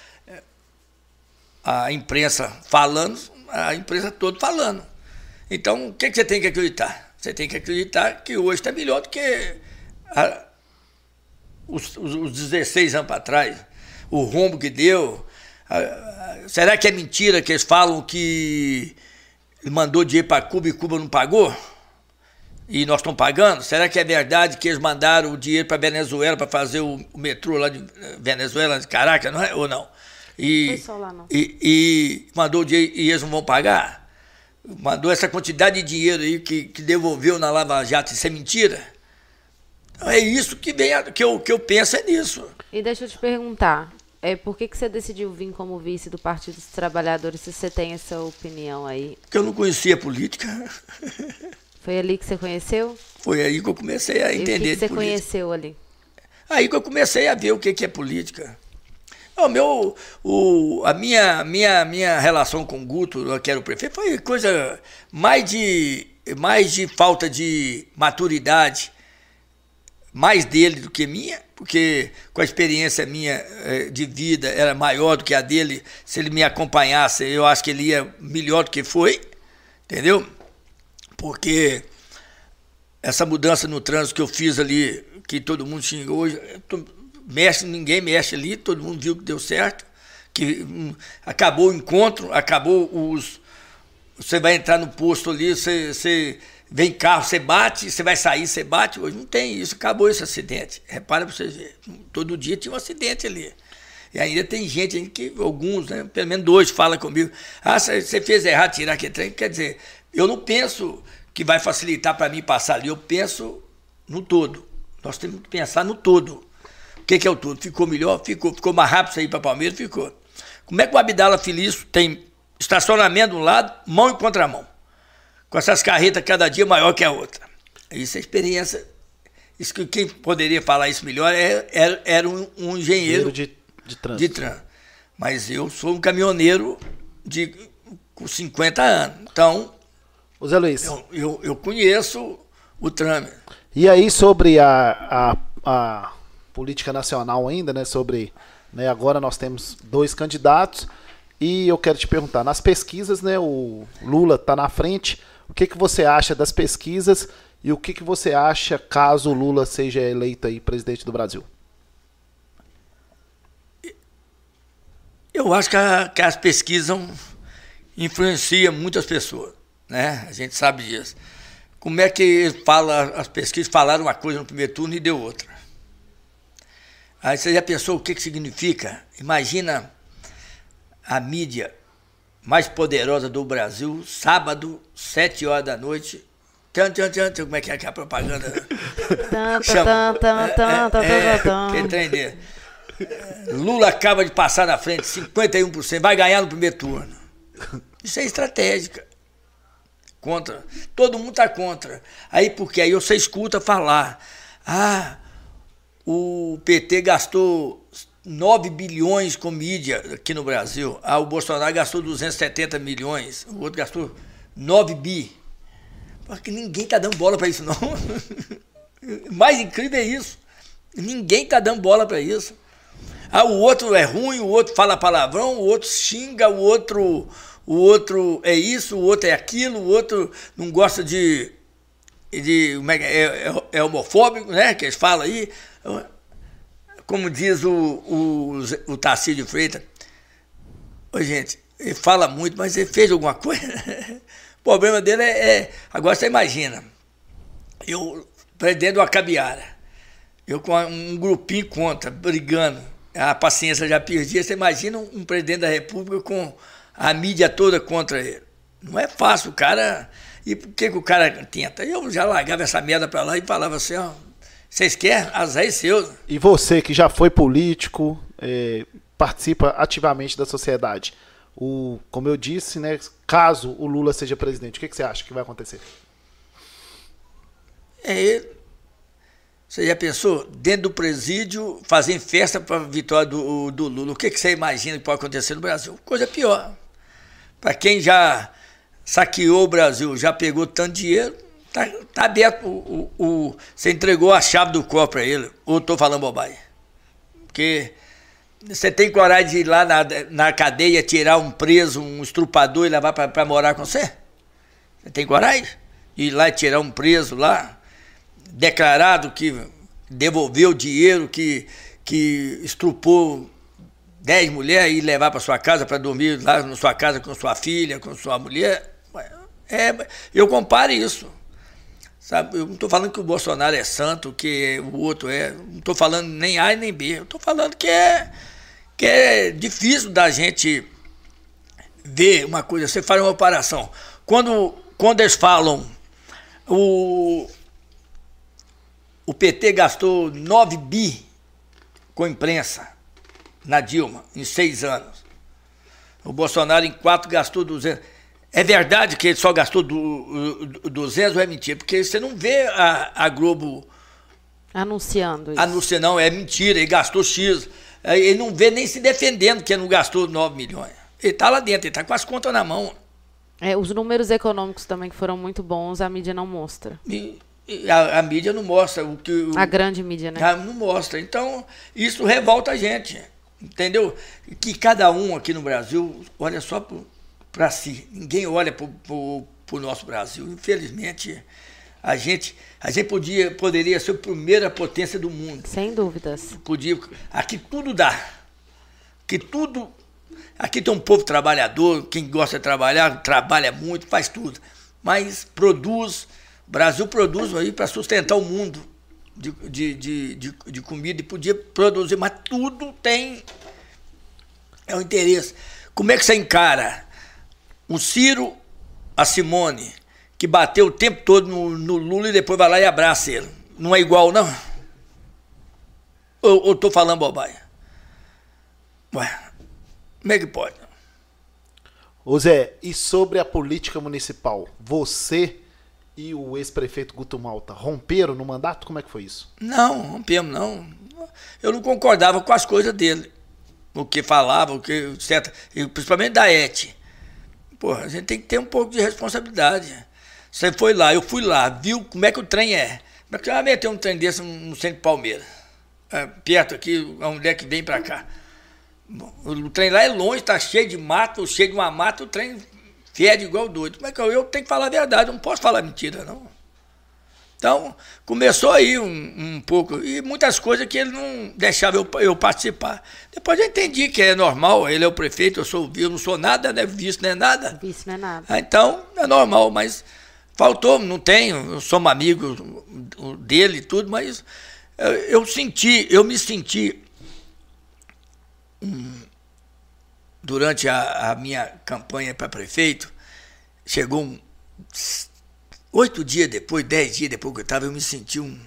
a imprensa falando, a imprensa toda falando. Então, o que, que você tem que acreditar? Você tem que acreditar que hoje está melhor do que a, os, os, os dezesseis anos para trás. O rombo que deu. A, a, será que é mentira que eles falam que ele mandou dinheiro para Cuba e Cuba não pagou? E nós estamos pagando? Será que é verdade que eles mandaram o dinheiro para Venezuela para fazer o, o metrô lá de Venezuela, de Caracas, não é? Ou não? E, Foi só lá, não. E, e mandou o dinheiro e eles não vão pagar? Mandou essa quantidade de dinheiro aí que, que devolveu na Lava Jato, isso é mentira? Então é isso que, vem, que, eu, que eu penso, é nisso. E deixa eu te perguntar, é, por que, que você decidiu vir como vice do Partido dos Trabalhadores, se você tem essa opinião aí? Porque eu não conhecia política. Foi ali que você conheceu? Foi aí que eu comecei a entender. E o que, que você política. conheceu ali? Aí que eu comecei a ver o que, que é política. O meu, o, a minha, minha, minha relação com o Guto, que era o prefeito, foi coisa mais de, mais de falta de maturidade, mais dele do que minha, porque com a experiência minha de vida era maior do que a dele. Se ele me acompanhasse, eu acho que ele ia melhor do que foi, entendeu? Porque essa mudança no trânsito que eu fiz ali, que todo mundo xingou hoje, mexe, ninguém mexe ali, todo mundo viu que deu certo, que hum, acabou o encontro, acabou os... Você vai entrar no posto ali, você, você vem carro, você bate, você vai sair, você bate. Hoje não tem isso, acabou esse acidente. Repara para vocês verem, todo dia tinha um acidente ali. E ainda tem gente ainda que, alguns, né, pelo menos dois, falam comigo, ah, você fez errado tirar aquele trem. Quer dizer, eu não penso que vai facilitar para mim passar ali, eu penso no todo. Nós temos que pensar no todo. O que, que é o todo? Ficou melhor? Ficou. Ficou mais rápido sair para Palmeiras? Ficou. Como é que o Abdala Felício tem estacionamento de um lado, mão e contramão? Com essas carretas cada dia maior que a outra. Isso é experiência. Isso que quem poderia falar isso melhor era, era, era um, um engenheiro de, de trânsito. De trânsito. Mas eu sou um caminhoneiro de, com cinquenta anos. Então, Ô Zé Luiz, eu, eu, eu conheço o trâmite. E aí sobre a, a, a política nacional ainda, né? Sobre, né, agora nós temos dois candidatos e eu quero te perguntar, nas pesquisas, né, o Lula está na frente O que, que você acha das pesquisas e o que, que você acha caso o Lula seja eleito aí presidente do Brasil? Eu acho que, a, que as pesquisas influenciam muitas pessoas, né? A gente sabe disso. Como é que fala, as pesquisas falaram uma coisa no primeiro turno e deu outra? Aí você já pensou o que, que significa? Imagina a mídia mais poderosa do Brasil, sábado, sete horas da noite. Tchan, tchan, tchan, tchan, como é que é, que é a propaganda? Chama. Quem entender? Lula acaba de passar na frente, cinquenta e um por cento, vai ganhar no primeiro turno. Isso é estratégica. Contra. Todo mundo está contra. Aí porque aí você escuta falar, ah, o P T gastou nove bilhões com mídia aqui no Brasil. Ah, o Bolsonaro gastou duzentos e setenta milhões, o outro gastou nove bi. Porque ninguém está dando bola para isso, não. O mais incrível é isso. Ninguém está dando bola para isso. Ah, o outro é ruim, o outro fala palavrão, o outro xinga, o outro, o outro é isso, o outro é aquilo, o outro não gosta de... de é, é, é homofóbico, né? Que eles falam aí. Como diz o, o, o Tarcísio de Freitas, ô, gente, ele fala muito, mas ele fez alguma coisa? O problema dele é, é... Agora você imagina, eu prendendo a Cabiara, eu com um grupinho contra, brigando, a paciência já perdia, você imagina um presidente da República com a mídia toda contra ele. Não é fácil, o cara... E por que, que o cara tenta? Eu já largava essa merda pra lá e falava assim, ó, vocês querem? Azar é seu. E você que já foi político, é, participa ativamente da sociedade, o, como eu disse, né, caso o Lula seja presidente, o que, que você acha que vai acontecer? É, você já pensou, dentro do presídio, fazendo festa para a vitória do, do Lula? O que, que você imagina que pode acontecer no Brasil? Coisa pior. Para quem já saqueou o Brasil, já pegou tanto dinheiro, tá, tá aberto. O, o, o, você entregou a chave do copo para ele, ou estou falando bobagem? Porque você tem coragem de ir lá na, na cadeia, tirar um preso, um estrupador e levar para morar com você? Você tem coragem de ir lá e tirar um preso lá, declarado que devolveu o dinheiro, que, que estrupou dez mulheres e levar para sua casa para dormir lá na sua casa com sua filha, com sua mulher? É, eu comparo isso. Sabe? Eu não estou falando que o Bolsonaro é santo, que o outro é. Não estou falando nem A nem B. Eu estou falando que é, que é difícil da gente ver uma coisa. Você faz uma operação. Quando, quando eles falam, o, o P T gastou nove bi com imprensa na Dilma, em seis anos. O Bolsonaro, em quatro, gastou duzentos. É verdade que ele só gastou do, do, duzentos ou é mentira? Porque você não vê a, a Globo anunciando isso. Anunciando, não, é mentira, ele gastou X. Ele não vê nem se defendendo que ele não gastou nove milhões. Ele está lá dentro, ele está com as contas na mão. É, os números econômicos também que foram muito bons, a mídia não mostra. E, e a, a mídia não mostra. O que, o, a grande mídia, né? Não mostra. Então, isso revolta a gente. Entendeu? Que cada um aqui no Brasil olha só para si. Ninguém olha para o nosso Brasil. Infelizmente, a gente, a gente podia, poderia ser a primeira potência do mundo. Sem dúvidas. Podia, aqui tudo dá. Aqui tudo. Aqui tem um povo trabalhador, quem gosta de trabalhar, trabalha muito, faz tudo. Mas produz, o Brasil produz aí para sustentar o mundo. De, de, de, de, de comida e podia produzir, mas tudo tem é o interesse. Como é que você encara o Ciro, a Simone, que bateu o tempo todo no, no Lula e depois vai lá e abraça ele? Não é igual, não? Ou estou falando bobagem? Ué, como é que pode? Ô Zé, e sobre a política municipal, você e o ex-prefeito Guto Malta romperam no mandato? Como é que foi isso? Não, rompemos não. Eu não concordava com as coisas dele. O que falava, o que... Certo, principalmente da E T. Porra, a gente tem que ter um pouco de responsabilidade. Você foi lá, eu fui lá, viu como é que o trem é. Como é que você vai meter um trem desse no centro de Palmeiras? É, perto aqui, a mulher que vem pra cá. O trem lá é longe, tá cheio de mato, cheio de uma mata, o trem fede igual doido. Como é que eu, eu tenho que falar a verdade, eu não posso falar mentira, não. Então, começou aí um, um pouco, e muitas coisas que ele não deixava eu, eu participar. Depois eu entendi que é normal, ele é o prefeito, eu, sou, eu não sou nada, né, vice não é nada. Vice não é nada. Ah, então, é normal, mas faltou, não tenho, eu sou um amigo dele e tudo, mas eu, eu senti, eu me senti, hum, durante a, a minha campanha para prefeito, chegou um... Oito dias depois, dez dias depois que eu estava, eu me senti um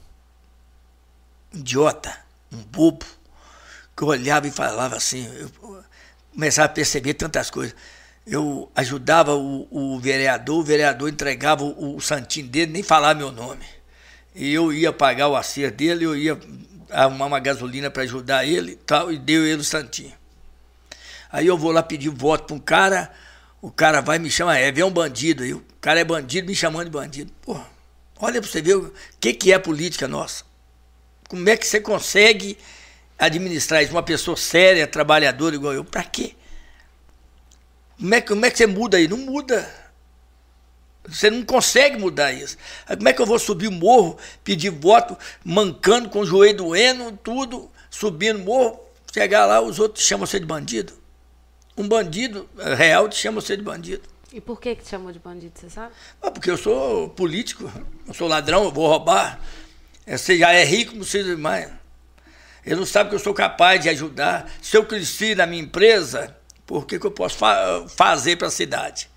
idiota, um bobo, que eu olhava e falava assim, eu começava a perceber tantas coisas. Eu ajudava o, o vereador, o vereador entregava o, o santinho dele, nem falava meu nome. E eu ia pagar o acerto dele, eu ia arrumar uma gasolina para ajudar ele e tal, e deu ele o santinho. Aí eu vou lá pedir voto para um cara, o cara vai e me chama, é, vem um bandido aí. O cara é bandido, me chamando de bandido. Pô, olha para você ver o que, que é a política nossa. Como é que você consegue administrar isso? Uma pessoa séria, trabalhadora igual eu, para quê? Como é, que, como é que você muda aí? Não muda. Você não consegue mudar isso. Como é que eu vou subir o morro, pedir voto, mancando, com o joelho doendo, tudo, subindo o morro, chegar lá, os outros chamam você de bandido? Um bandido real te chama você de bandido. E por que que te chamou de bandido, você sabe? Ah, porque eu sou político, eu sou ladrão, eu vou roubar. Você já é rico, não precisa mais. Ele não sabe que eu sou capaz de ajudar. Se eu cresci na minha empresa, por que que eu posso fa fazer para a cidade?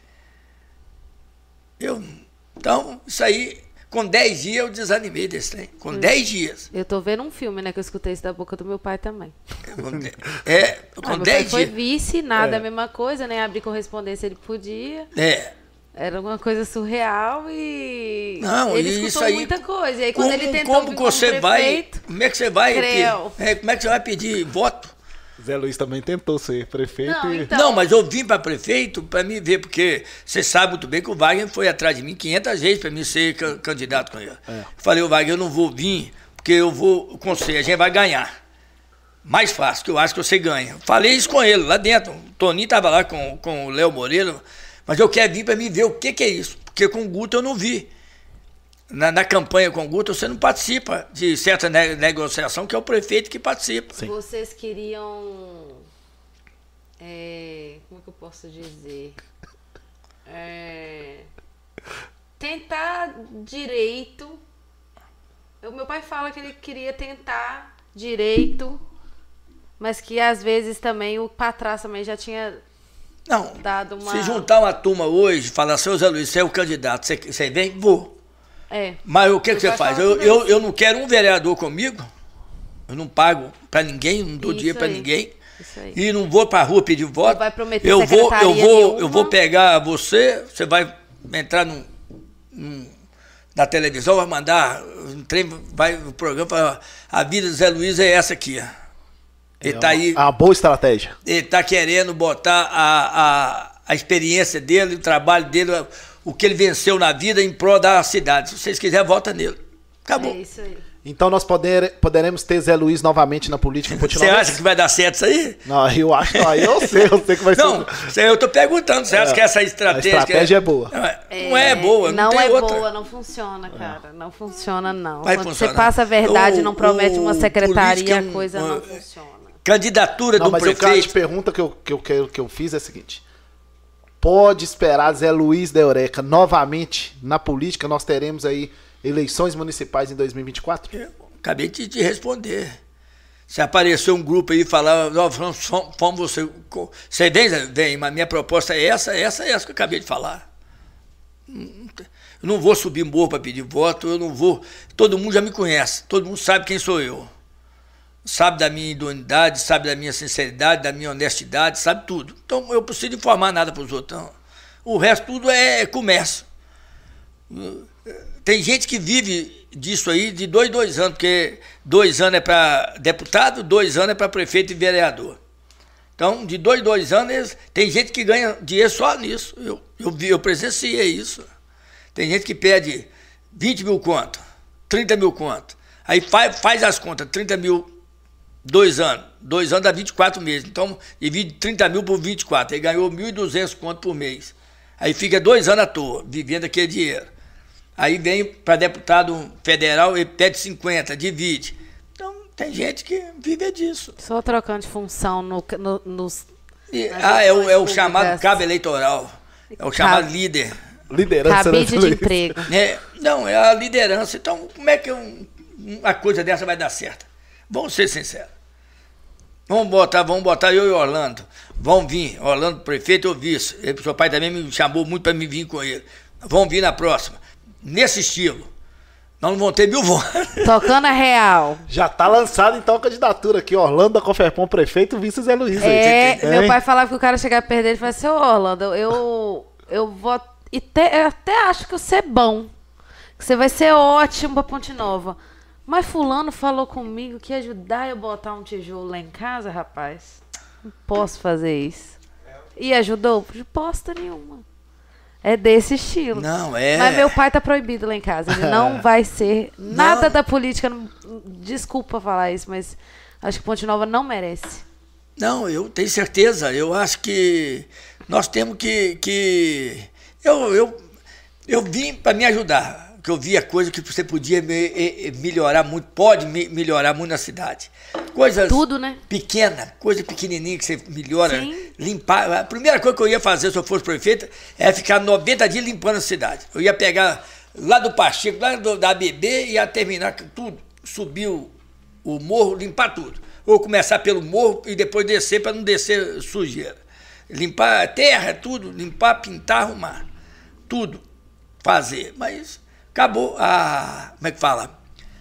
Eu, então, isso aí, com dez dias eu desanimei desse trem. Com dez dias. Eu tô vendo um filme, né, que eu escutei isso da boca do meu pai também. É, com ah, dez foi dias. vice, nada, É. a mesma coisa, né? Abrir correspondência ele podia. É. Era uma coisa surreal e Não, ele e escutou isso aí, muita coisa. E aí quando Como, ele tentou como vir que como você vai, prefeito, como é que você vai, creu. é, como é que você vai pedir voto? Zé Luiz também tentou ser prefeito Não, e... então- Não, mas eu vim para prefeito para me ver, porque você sabe muito bem que o Wagner foi atrás de mim quinhentas vezes para mim ser ca- candidato com ele. É. Falei, ô Wagner, eu não vou vir, porque eu vou com você, a gente vai ganhar. Mais fácil, que eu acho que você ganha. Falei isso com ele lá dentro. O Toninho estava lá com, com o Léo Moreira, mas eu quero vir para me ver o que, que é isso, porque com o Guto eu não vi. Na, na campanha com o Guto você não participa de certa ne negociação, que é o prefeito que participa. Sim. vocês queriam... é, como é que eu posso dizer? É, tentar direito. O meu pai fala que ele queria tentar direito, mas que às vezes também o patrás também já tinha Não, dado uma... se juntar uma turma hoje e falar, seu Zé Luiz, você é o candidato, você, você vem? Vou. É. Mas o que, que Eu você gosto faz? de Eu, falar eu, isso. eu não quero um vereador comigo, eu não pago para ninguém, não dou Isso dinheiro para aí. ninguém. Isso aí. E não vou para a rua pedir voto. Não vai prometer eu vou, eu secretaria vou, nenhuma. eu vou pegar você, você vai entrar num, num- na televisão, vai mandar um trem, vai o programa fala, a vida do Zé Luiz é essa aqui. Ó. Ele É tá uma, aí, é uma boa estratégia. ele tá querendo botar a, a, a experiência dele, o trabalho dele, o que ele venceu na vida em prol da cidade. Se vocês quiserem, vota nele. Acabou. É isso aí. Então nós poder, poderemos ter Zé Luiz novamente na política em Você Pontinópolis? acha que vai dar certo isso aí? Não, eu acho que aí eu sei, eu sei que vai Não, ser... isso aí eu tô perguntando. Você acha É, que essa a estratégia... estratégia é boa. Não é, não é boa, não, não tem é outra. boa, não funciona, cara. Não funciona, não. Vai Quando funcionar. você passa a verdade e O- não promete uma o secretaria, político é a um- coisa um- não funciona. Candidatura Não, do mas o cara, a prefeito... pergunta que eu, que, eu, que, eu, que eu fiz é a seguinte. Pode esperar Zé Luiz da Eureka novamente na política? Nós teremos aí eleições municipais em dois mil e vinte e quatro? Eu acabei de te responder. Se aparecer um grupo aí e falar, nós vamos, vamos você... Você vem, vem, mas minha proposta é essa, essa, essa que eu acabei de falar. Eu não vou subir morro para pedir voto, eu não vou... Todo mundo já me conhece, todo mundo sabe quem sou eu. Sabe da minha idoneidade, sabe da minha sinceridade, da minha honestidade, sabe tudo. Então eu não preciso informar nada para os outros. Não. O resto tudo é comércio. Tem gente que vive disso aí de dois, dois anos, porque dois anos é para deputado, dois anos é para prefeito e vereador. Então, de dois, dois anos, eles, tem gente que ganha dinheiro só nisso. Eu, eu, vi, eu presenciei isso. Tem gente que pede vinte mil conto, trinta mil conto. Aí faz, faz as contas, trinta mil, dois anos. Dois anos dá vinte e quatro meses. Então, divide trinta mil por vinte e quatro. Ele ganhou mil e duzentos conto por mês. Aí fica dois anos à toa, vivendo aquele dinheiro. Aí vem para deputado federal e pede cinquenta, divide. Então, tem gente que vive disso. Só trocando de função no, no, nos... E, ah, é o, é o chamado cabo eleitoral. É o chamado Cab... líder. Liderança. Cabide de emprego. É, não, é a liderança. Então, como é que um, uma coisa dessa vai dar certo? Vamos ser sinceros. Vamos botar, vamos botar eu e Orlando. Vão vir, Orlando, prefeito ou vice. Ele, seu pai também me chamou muito para me vir com ele. Vão vir na próxima. Nesse estilo. Nós não vamos ter mil votos. Tocando a real. Já tá lançado então a candidatura aqui, Orlando da Conferpom, prefeito, vice Zé Luiz. É, aí. meu pai falava que o cara chegava perto dele e falava assim, ô Orlando, eu, eu vou... E te, eu até acho que você é bom. Que você vai ser ótimo pra Ponte Nova. Mas fulano falou comigo que ia ajudar eu botar um tijolo lá em casa, rapaz. Não posso fazer isso. E ajudou? De bosta nenhuma. É desse estilo. Não, é... Mas meu pai tá proibido lá em casa. Ele não vai ser nada Não. da política. Não, desculpa falar isso, mas acho que Ponte Nova não merece. Não, eu tenho certeza. Eu acho que nós temos que... que... Eu, eu, eu vim para me ajudar, porque eu vi a coisa que você podia me, melhorar muito, pode me, melhorar muito na cidade. Coisas Tudo, né? pequenas, coisa pequenininha que você melhora, Sim. limpar. A primeira coisa que eu ia fazer se eu fosse prefeito é ficar noventa dias limpando a cidade. Eu ia pegar lá do Pacheco, lá do, da A B B e ia terminar tudo, subir o, o morro, limpar tudo. Ou começar pelo morro e depois descer para não descer sujeira. Limpar a terra, tudo, limpar, pintar, arrumar. Tudo fazer, mas acabou a... Como é que fala?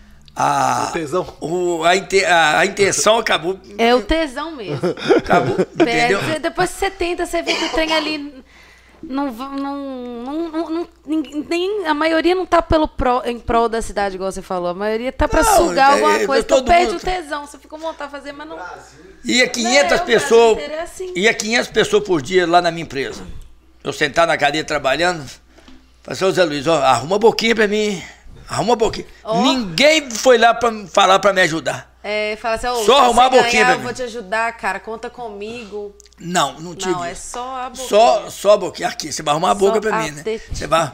A, o tesão. O, a, inte, a, a intenção acabou. É o tesão mesmo. Acabou, entendeu? É, depois que você tenta, você vê que o trem ali... Não, não, não, não, não, nem, a maioria não tá pelo pro, em prol da cidade, igual você falou. A maioria tá pra Não, sugar é, alguma é, coisa, então perde mundo... o tesão. Você fica com vontade de fazer, mas não... Ia quinhentas Não, pessoas, é assim. ia quinhentas pessoas por dia lá na minha empresa. Eu sentar na cadeira trabalhando, falei assim, ô Zé Luiz, ó, arruma a boquinha pra mim, arruma a boquinha. Oh. Ninguém foi lá pra falar pra me ajudar. É, fala assim, oh, Só se arrumar você a boquinha ganhar, pra eu mim. vou te ajudar, cara, conta comigo. Não, não tive. Não, é só a boquinha. Só, só a boquinha. Aqui, você vai arrumar a boca Só pra a mim, né? tetinha. Você vai...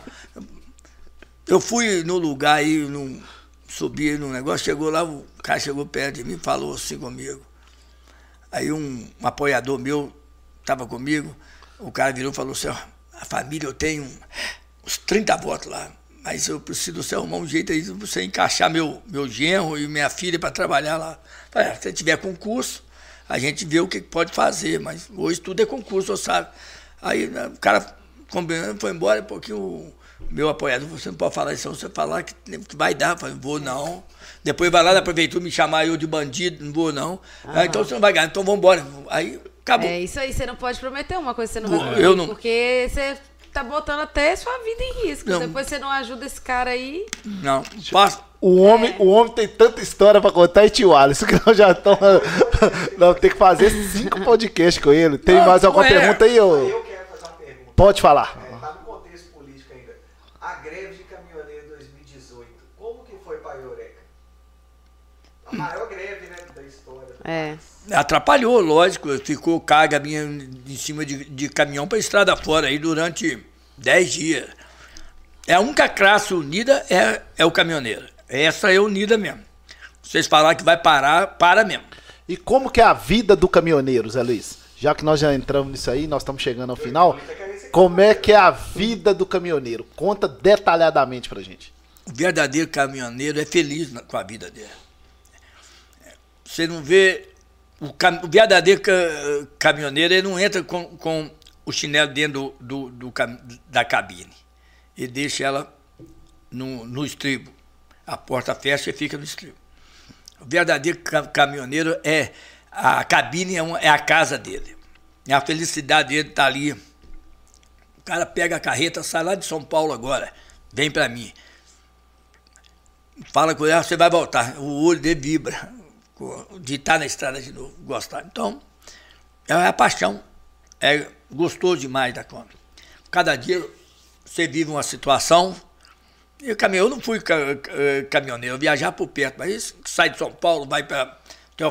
Eu fui no lugar aí, num... subi no negócio, chegou lá, o cara chegou perto de mim e falou assim comigo. Aí um, um apoiador meu estava comigo, o cara virou e falou assim, ó, a família eu tenho uns trinta votos lá, mas eu preciso você arrumar um jeito aí de você encaixar meu, meu genro e minha filha para trabalhar lá. Falei, se tiver concurso, a gente vê o que pode fazer, mas hoje tudo é concurso, sabe? Aí né, o cara combinando, foi embora, um pouquinho o meu apoiador, você não pode falar isso, você falar que, que vai dar, eu falei, vou não. Depois vai lá na prefeitura me chamar eu de bandido, não vou não. Ah, então você não vai ganhar, então vamos embora. Aí acabou. É isso aí, você não pode prometer uma coisa que você não vai Eu cumprir, não... porque você tá botando até sua vida em risco. Não. Depois você não ajuda esse cara aí. Não, passa. O homem, É. o homem tem tanta história pra contar e tio Alisson que nós já estamos. Nós temos que fazer cinco podcasts com ele. Tem Não, mais alguma não é. pergunta aí? Ô? Eu quero fazer uma pergunta. Pode falar. É, tá no contexto político ainda. A greve de caminhoneiro dois mil e dezoito, como que foi para a Eureka? A maior greve, né, da história. É. Atrapalhou, lógico. Ficou carga minha em cima de, de caminhão para estrada fora aí durante dez dias. É a única classe unida é, é o caminhoneiro. Essa é unida mesmo. Vocês falar que vai parar, para mesmo. E como que é a vida do caminhoneiro, Zé Luiz? Já que nós já entramos nisso aí, nós estamos chegando ao final. Como é que é a vida do caminhoneiro? Conta detalhadamente pra gente. O verdadeiro caminhoneiro é feliz na, com a vida dele. Você não vê... O, cam, o verdadeiro ca, caminhoneiro, ele não entra com, com o chinelo dentro do, do, do, da cabine. Ele deixa ela no, no estribo. A porta fecha e fica no estribo. O verdadeiro caminhoneiro é... A cabine é, uma, é a casa dele. É a felicidade dele estar ali. O cara pega a carreta, sai lá de São Paulo agora, vem para mim. Fala com ele, você vai voltar. O olho dele vibra de estar na estrada de novo, gostar. Então, é a paixão. É gostoso demais da conta. Cada dia você vive uma situação. E o caminhão, eu não fui caminhoneiro, eu viajar por perto, mas sai de São Paulo, vai para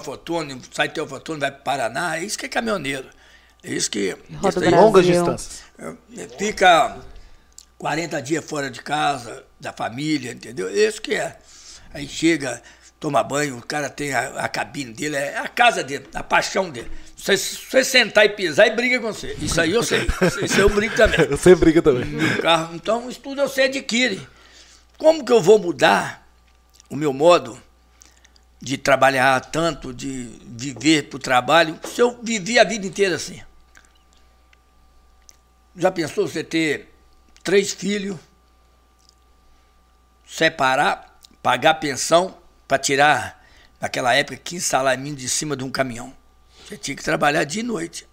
Teofotônio, sai de Teofotônio, vai para Paraná, é isso que é caminhoneiro. É isso que... Roda isso aí, Longas Brasil. distâncias. Fica quarenta dias fora de casa, da família, entendeu? Isso que é. Aí chega, toma banho, o cara tem a, a cabine dele, é a casa dele, a paixão dele. Você, você sentar e pisar e briga com você. Isso aí eu sei. Isso eu brigo também. Você briga também. No carro. Então, isso tudo você adquire. Como que eu vou mudar o meu modo de trabalhar tanto, de viver pro trabalho, se eu vivi a vida inteira assim? Já pensou você ter três filhos, separar, pagar pensão para tirar, naquela época, quinze salários mínimos de cima de um caminhão? Você tinha que trabalhar dia e noite.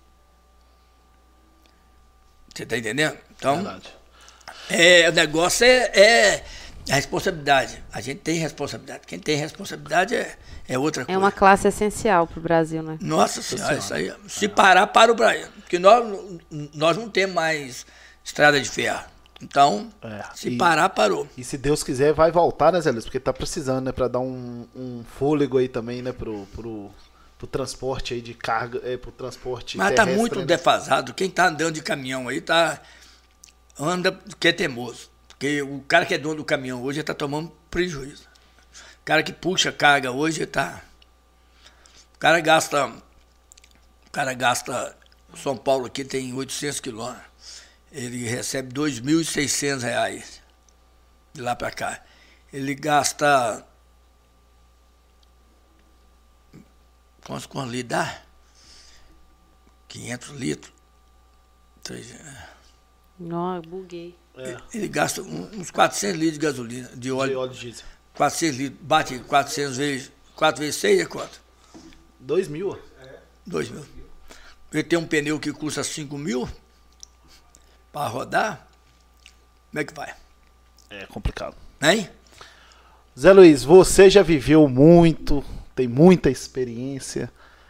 Você tá entendendo? Então, Verdade. é, o negócio é, é a responsabilidade. A gente tem responsabilidade. Quem tem responsabilidade é, é outra coisa. É uma classe essencial pro Brasil, né? Nossa Senhora, isso aí. Se parar, para o Brasil. Porque nós, nós não temos mais estrada de ferro. Então, É, se e- parar, parou. E se Deus quiser, vai voltar, né, Zé Luiz? Porque tá precisando, né? Pra dar um, um fôlego aí também, né? Pro, pro, pro transporte aí de carga, é, pro transporte Mas tá terrestre, muito né? defasado. Quem tá andando de caminhão aí tá anda porque é teimoso. Porque o cara que é dono do caminhão hoje está tomando prejuízo. O cara que puxa carga hoje está... O cara gasta... O cara gasta... São Paulo aqui tem oitocentos quilômetros. Ele recebe dois mil e seiscentos reais de lá para cá. Ele gasta... Quantos, quantos litros dá? quinhentos litros. Três- Não, eu buguei. É, Ele gasta um- uns quatrocentos litros de gasolina, de de óleo. óleo diesel. quatrocentos litros, bate quatrocentos vezes, quatro vezes seis é quanto? Dois mil, ó. dois mil. Ele tem um pneu que custa cinco mil para rodar, como é que vai? É complicado. Hein? Zé Luiz, você já viveu muito, tem muita experiência,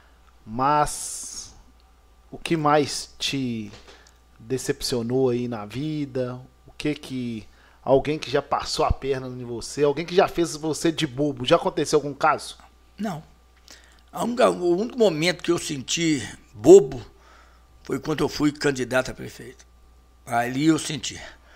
mas o que mais te decepcionou aí na vida? O que que alguém que já passou a perna em você, alguém que já fez você de bobo, já aconteceu algum caso? Não. A única- o único momento que eu senti bobo foi quando eu fui candidato a prefeito. Ali eu senti.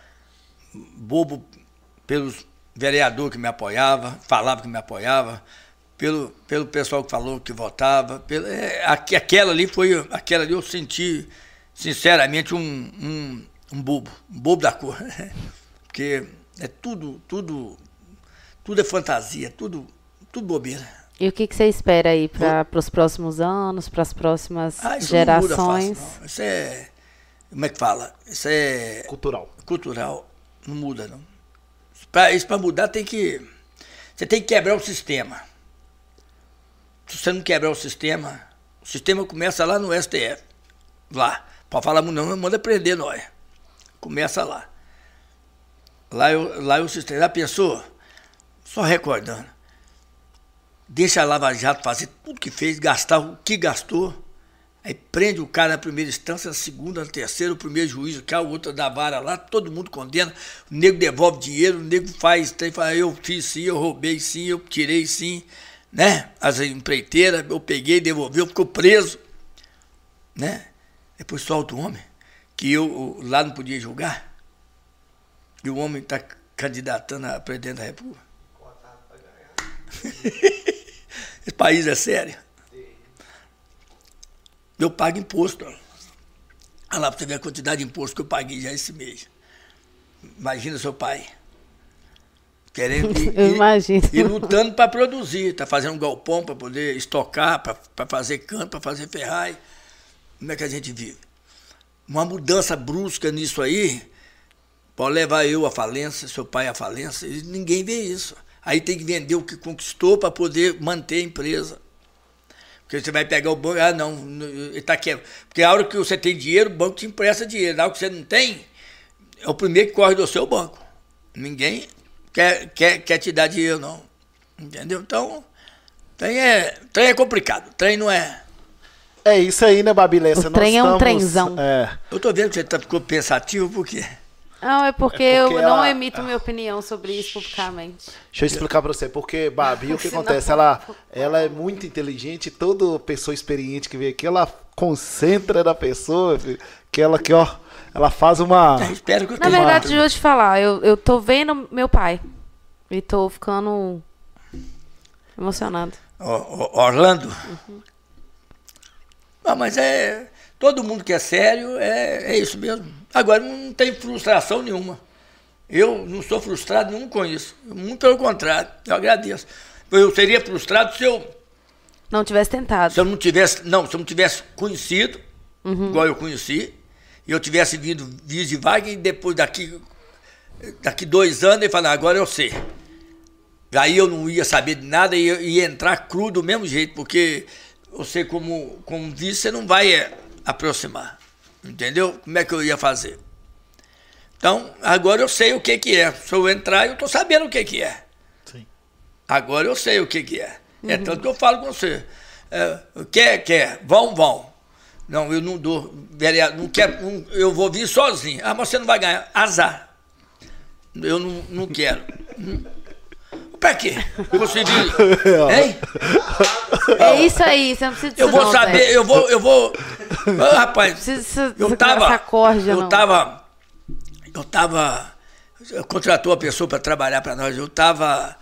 Bobo pelos vereadores que me apoiavam, falava que me apoiava, pelo, pelo pessoal que falou que votava. Pelo, é, aqu- aquela ali foi. Aquela ali eu senti, sinceramente, um, um, um bobo. Um bobo da cor. Porque é tudo, tudo, tudo é fantasia, tudo, tudo bobeira. E o que, que você espera aí para os próximos anos, para as próximas Ah, isso gerações? não muda fácil, não. Isso é. Como é que fala? Isso é Cultural. cultural. Não muda, não. Pra, isso para mudar tem que. Você tem que quebrar o sistema. Se você não quebrar o sistema, o sistema começa lá no S T F. Lá. Pode falar, não, manda prender nós. Começa lá. Lá eu, lá eu sistema. Já pensou? Só recordando. Deixa a Lava Jato fazer tudo que fez, gastar o que gastou. Aí prende o cara na primeira instância, na segunda, na terceira, o primeiro juízo, que a outra da vara lá, todo mundo condena. O nego devolve dinheiro, o nego faz, tem, fala, eu fiz sim, eu roubei sim, eu tirei sim, né? As empreiteiras, eu peguei, devolveu, ficou preso, né? Depois solta o homem, que eu lá não podia julgar. E o homem está candidatando a presidente da República. Cotado pra ganhar. Esse país é sério. Eu pago imposto. Olha lá para você ver a quantidade de imposto que eu paguei já esse mês. Imagina seu pai. Querendo ir, Eu imagino. E lutando para produzir. Está fazendo um galpão para poder estocar, para fazer canto, para fazer ferragem. Como é que a gente vive? Uma mudança brusca nisso aí pode levar eu à falência, seu pai à falência. E ninguém vê isso. Aí tem que vender o que conquistou para poder manter a empresa. Porque você vai pegar o banco, ah, não, ele tá quebrado. Porque a hora que você tem dinheiro, o banco te empresta dinheiro. Na hora que você não tem, é o primeiro que corre do seu banco. Ninguém quer, quer, quer te dar dinheiro, não. Entendeu? Então, trem é, trem é complicado. Trem não é... É isso aí, né, Babilessa? O trem é um estamos- trenzão. É. Eu tô vendo que você tá, ficou pensativo, por quê? Não, é porque, É porque eu não ela- emito minha opinião sobre isso publicamente. Deixa eu explicar pra você, porque Babi, o que Senão- acontece? Ela, ela é muito inteligente, toda pessoa experiente que vem aqui, ela concentra na pessoa, filho, que ela aqui, ó, ela faz uma... Eu espero que eu Na tenha. verdade, deixa eu te falar, eu, eu tô vendo meu pai. E tô ficando emocionado. Ó, ó, Orlando? Uhum. Não, mas é... Todo mundo que é sério, é, é isso mesmo. Agora, não tem frustração nenhuma. Eu não sou frustrado nenhum com isso. Muito pelo contrário, eu agradeço. Eu seria frustrado se eu... Não tivesse tentado. Se eu não tivesse... Não, se eu não tivesse conhecido, uhum. igual eu conheci, e eu tivesse vindo vice Wagner, e depois daqui, daqui dois anos, ele falou, agora eu sei. Aí eu não ia saber de nada e ia, ia entrar cru do mesmo jeito, porque você, como, como vice, você não vai... É, aproximar, entendeu? Como é que eu ia fazer? Então, agora eu sei o que que é. Se eu entrar, eu estou sabendo o que que é. Sim. Agora eu sei o que que é. Uhum. É tanto que eu falo com você. É, quer, quer, vão, vão. Não, eu não dou, vereador, não quero, não, eu vou vir sozinho. Ah, mas você não vai ganhar. Azar. Eu não, não quero. Pra quê? Você viu? Hein? É isso aí, você não precisa disso. Eu vou não, saber, Zé. eu vou, eu vou. Ah, rapaz, precisa, eu tava. Corja, eu não. tava. Eu tava. Eu contratou a pessoa para trabalhar para nós. Eu tava.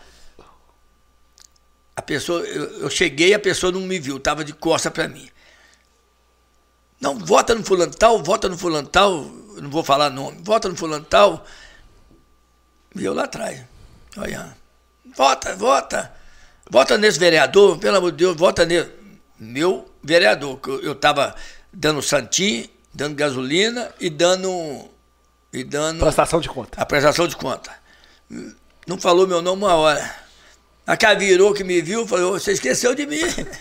A pessoa, eu, eu cheguei, a pessoa não me viu, tava de costa para mim. Não, vota no fulano tal, vota no fulano tal, não vou falar nome, vota no fulano tal. E eu lá atrás, olha, vota, vota, vota nesse vereador, pelo amor de Deus, vota nele. Meu vereador, que eu, eu tava dando santinho, dando gasolina e dando... E dando prestação de conta. A prestação de conta. Não falou meu nome uma hora. A cara virou que me viu e falou, você esqueceu de mim.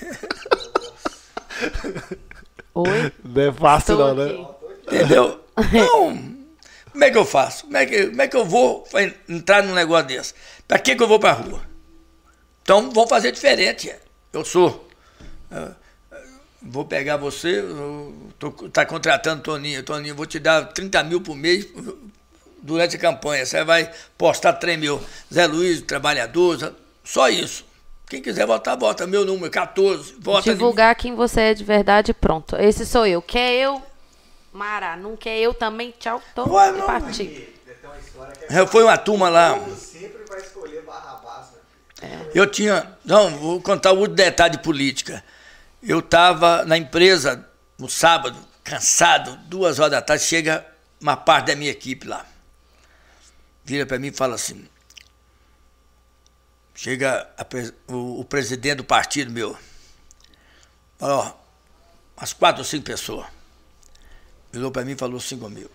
Oi? Não é fácil Estou não, aqui. né? Entendeu? Não. Como é que eu faço? Como é que, como é que eu vou entrar num negócio desse? Pra que que eu vou pra rua? Então, vamos fazer diferente. Eu sou. Eu vou pegar você, eu tô, tá contratando Toninho. Toninho, vou te dar trinta mil por mês durante a campanha. Você vai postar três mil. Zé Luiz, trabalhador, só isso. Quem quiser votar, vota. Meu número, quatorze. Vota. Divulgar quem você é de verdade, pronto. Esse sou eu. Quer eu? Mara, não quer eu também? Tchau, tô Ué, não, partindo. É, foi uma turma lá. Sempre vai escolher Barrabás, né? Eu tinha... Não, vou contar o último detalhe de política. Eu estava na empresa no sábado, cansado, duas horas da tarde, chega uma parte da minha equipe lá. Vira para mim e fala assim, chega a, o, o presidente do partido meu, fala, ó, umas quatro ou cinco pessoas. Virou para mim e falou assim comigo.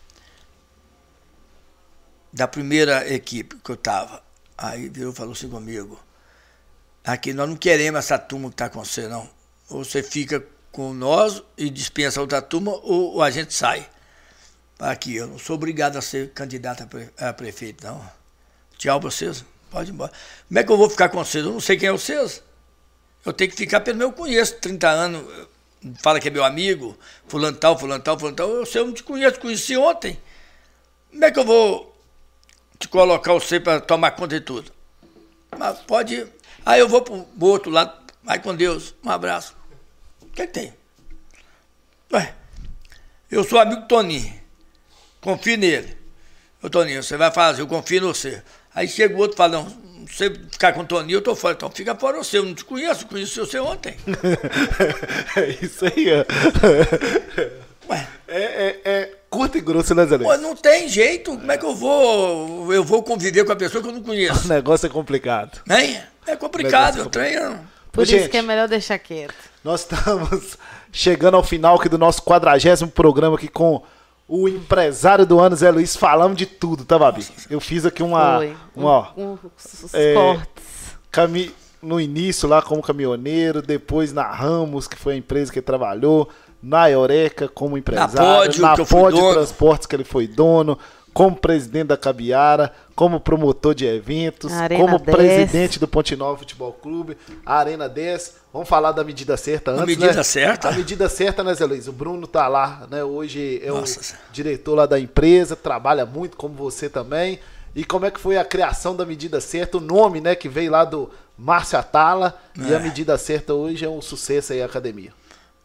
Da primeira equipe que eu estava, aí virou e falou assim comigo, aqui nós não queremos essa turma que está com você, não. Ou você fica com nós e dispensa outra turma, ou, ou a gente sai. Aqui, eu não sou obrigado a ser candidato a, pre, a prefeito, não. Tchau pra vocês, pode ir embora. Como é que eu vou ficar com vocês? Eu não sei quem é vocês. Eu tenho que ficar pelo meu conheço, trinta anos, fala que é meu amigo, fulano tal, fulano tal, fulano tal. Eu sei, eu não te conheço, conheci ontem. Como é que eu vou te colocar você para tomar conta de tudo? Mas pode ir. Aí eu vou pro outro lado, vai com Deus, um abraço. O que, que tem? Ué, eu sou amigo do Toninho, confio nele. Ô Toninho, você vai fazer, eu confio em você. Aí chega o outro e fala, não, você ficar com o Toninho, eu tô fora. Então fica fora você, eu não te conheço, conheci você ontem. É isso aí, ó. Ué. É, é, é curto e grosso, né, Zé Luiz? Pô, não tem jeito, como é que eu vou, eu vou conviver com a pessoa que eu não conheço? O negócio é complicado. Hein? É complicado, eu treino. Por Gente, isso que é melhor deixar quieto. Nós estamos chegando ao final aqui do nosso quadragésimo programa aqui com o empresário do ano, Zé Luiz, falamos de tudo, tá, Babi? Eu fiz aqui uma... Foi. uma ó, um, os é, cortes. Cami... No início lá como caminhoneiro, depois na Ramos, que foi a empresa que ele trabalhou, na Eureka como empresário, na Pódio, na que eu fui Pódio dono. Transportes, que ele foi dono, como presidente da Cabiara, como promotor de eventos, Arena como dez. presidente do Ponte Nova Futebol Clube, a Arena dez. Vamos falar da medida certa antes, A medida né? certa? A medida certa, né, Zé Luiz? O Bruno tá lá, né? Hoje é Nossa. o diretor lá da empresa, trabalha muito, como você também. E como é que foi a criação da medida certa? O nome, né, que veio lá do Márcio Atala. É. E a medida certa hoje é um sucesso aí, a academia.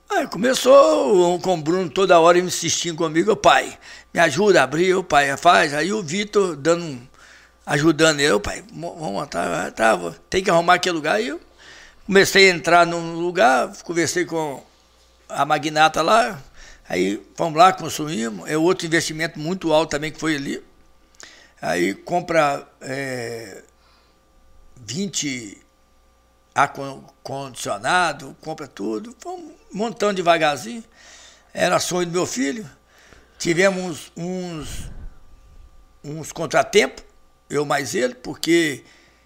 Aí começou com o Bruno toda hora insistindo comigo, ô pai, me ajuda a abrir, ô pai, faz. Aí o Vitor dando um, ajudando ele, ô pai, vamos montar, tá, tem que arrumar aquele lugar. Aí eu comecei a entrar no lugar, conversei com a magnata lá, aí fomos lá, construímos, é outro investimento muito alto também que foi ali. Aí compra é, vinte ar-condicionado, compra tudo, fomos montando devagarzinho. Era sonho do meu filho. Tivemos uns, uns contratempos, eu mais ele, porque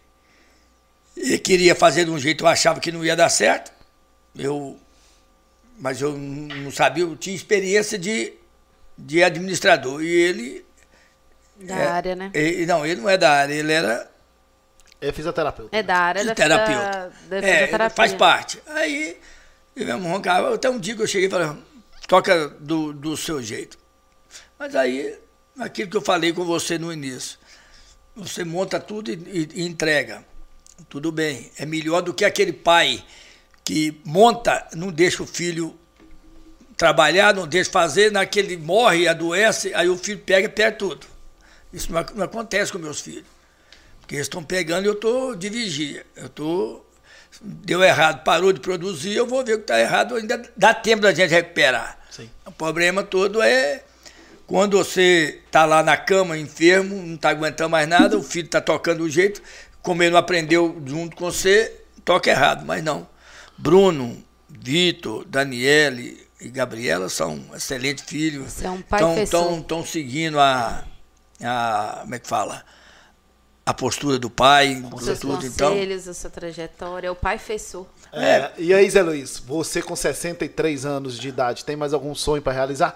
ele queria fazer de um jeito, eu achava que não ia dar certo. Eu, mas eu não sabia, eu tinha experiência de, de administrador. E ele... Da é, área, né? Ele, não, ele não é da área, ele era... É fisioterapeuta. É da área da, terapeuta. Da, da é, fisioterapia. faz parte. Aí, tivemos um roncava. Até um dia que eu cheguei e falei, toca do, do seu jeito. Mas aí, aquilo que eu falei com você no início, você monta tudo e, e, e entrega. Tudo bem. É melhor do que aquele pai que monta, não deixa o filho trabalhar, não deixa fazer, naquele morre, adoece, aí o filho pega e perde tudo. Isso não, não acontece com meus filhos. Porque eles estão pegando e eu estou de vigia. Eu estou... Deu errado, parou de produzir, eu vou ver o que está errado, ainda dá tempo da gente recuperar. Sim. O problema todo é quando você está lá na cama, enfermo, não está aguentando mais nada, o filho está tocando do jeito, como ele não aprendeu junto com você, toca errado. Mas não. Bruno, Vitor, Daniele e Gabriela são excelentes filhos. Você é um pai professor. Estão seguindo a, a... Como é que fala? A postura do pai, os seus tudo, conselhos, então. a sua trajetória, o pai fessor. É, é. E aí, Zé Luiz, você com sessenta e três anos de idade, tem mais algum sonho para realizar?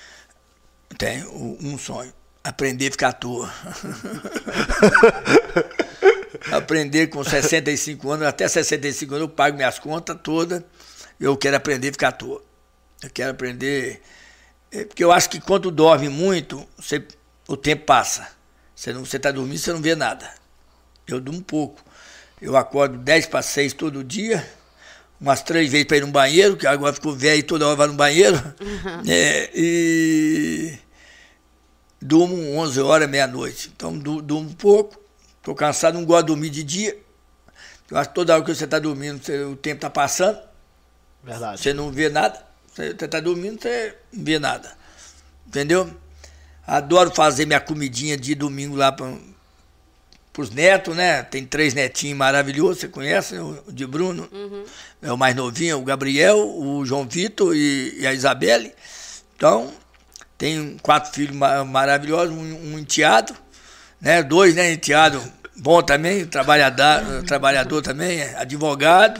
Tenho um sonho, aprender a ficar à toa. Aprender com sessenta e cinco anos, até sessenta e cinco anos eu pago minhas contas todas, eu quero aprender a ficar à toa. Eu quero aprender, porque eu acho que quando dorme muito, você, o tempo passa. Você não, você está dormindo, você não vê nada. Eu durmo pouco. Eu acordo dez para seis todo dia, umas três vezes para ir no banheiro, que agora ficou velho e toda hora vai no banheiro. Uhum. É, e durmo onze horas, meia-noite. Então, durmo pouco, estou cansado, não gosto de dormir de dia. Eu acho que toda hora que você está dormindo, você, o tempo está passando. Verdade. Você não vê nada. Você está dormindo, você não vê nada. Entendeu? Adoro fazer minha comidinha de domingo lá para os netos, né? Tem três netinhos maravilhosos, você conhece, o de Bruno, uhum. É o mais novinho, o Gabriel, o João Vitor e, e a Isabelle. Então, tem quatro filhos maravilhosos, um, um enteado, né? Dois, né? Enteado bom também, trabalhador, trabalhador também, advogado.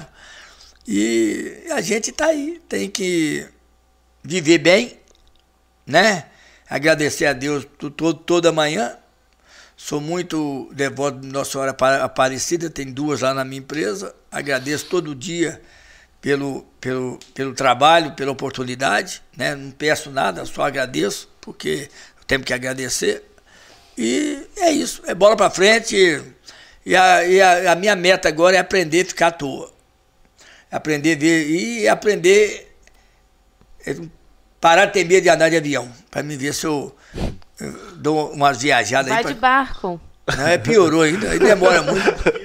E a gente tá aí, tem que viver bem, né? Agradecer a Deus todo, toda manhã. Sou muito devoto de Nossa Senhora Aparecida, tem duas lá na minha empresa. Agradeço todo dia pelo, pelo, pelo trabalho, pela oportunidade. Né? Não peço nada, só agradeço, porque eu tenho que agradecer. E é isso, é bola para frente. E, a, e a, a minha meta agora é aprender a ficar à toa. Aprender a ver e aprender... Parar de ter medo de andar de avião, para me ver se eu, eu dou umas viajadas. Vai aí. Vai de barco. Não, é, piorou ainda, aí demora muito.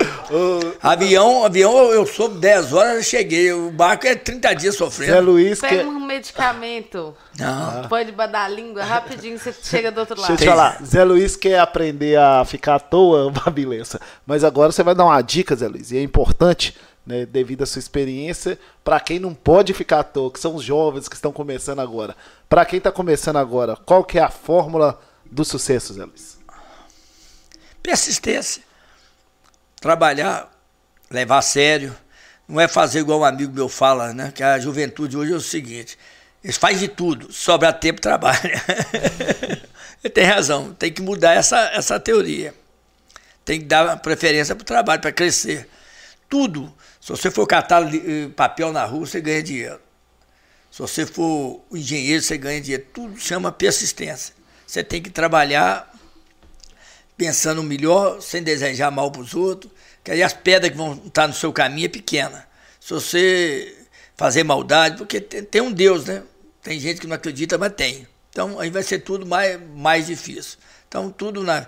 avião, avião eu soube dez horas, eu cheguei. O barco é trinta dias sofrendo. Zé Luiz Pega que... um medicamento. Não. Põe debaixo da língua, rapidinho você chega do outro lado. Deixa eu te falar, Zé Luiz quer aprender a ficar à toa, Babilença. Mas agora você vai dar uma dica, Zé Luiz, e é importante... Né, devido à sua experiência, para quem não pode ficar à toa, que são os jovens que estão começando agora. Para quem está começando agora, qual que é a fórmula do sucesso, Zé Luiz? Persistência. Trabalhar, levar a sério. Não é fazer igual um amigo meu fala, né? Que a juventude hoje é o seguinte, eles fazem de tudo, sobra tempo, trabalha. Ele tem razão, tem que mudar essa, essa teoria. Tem que dar preferência para o trabalho, para crescer. Tudo. Se você for catar papel na rua, você ganha dinheiro. Se você for engenheiro, você ganha dinheiro. Tudo chama persistência. Você tem que trabalhar pensando no melhor, sem desejar mal para os outros, que aí as pedras que vão estar no seu caminho é pequena. Se você fazer maldade, porque tem, tem um Deus, né? Tem gente que não acredita, mas tem. Então, aí vai ser tudo mais, mais difícil. Então, tudo na...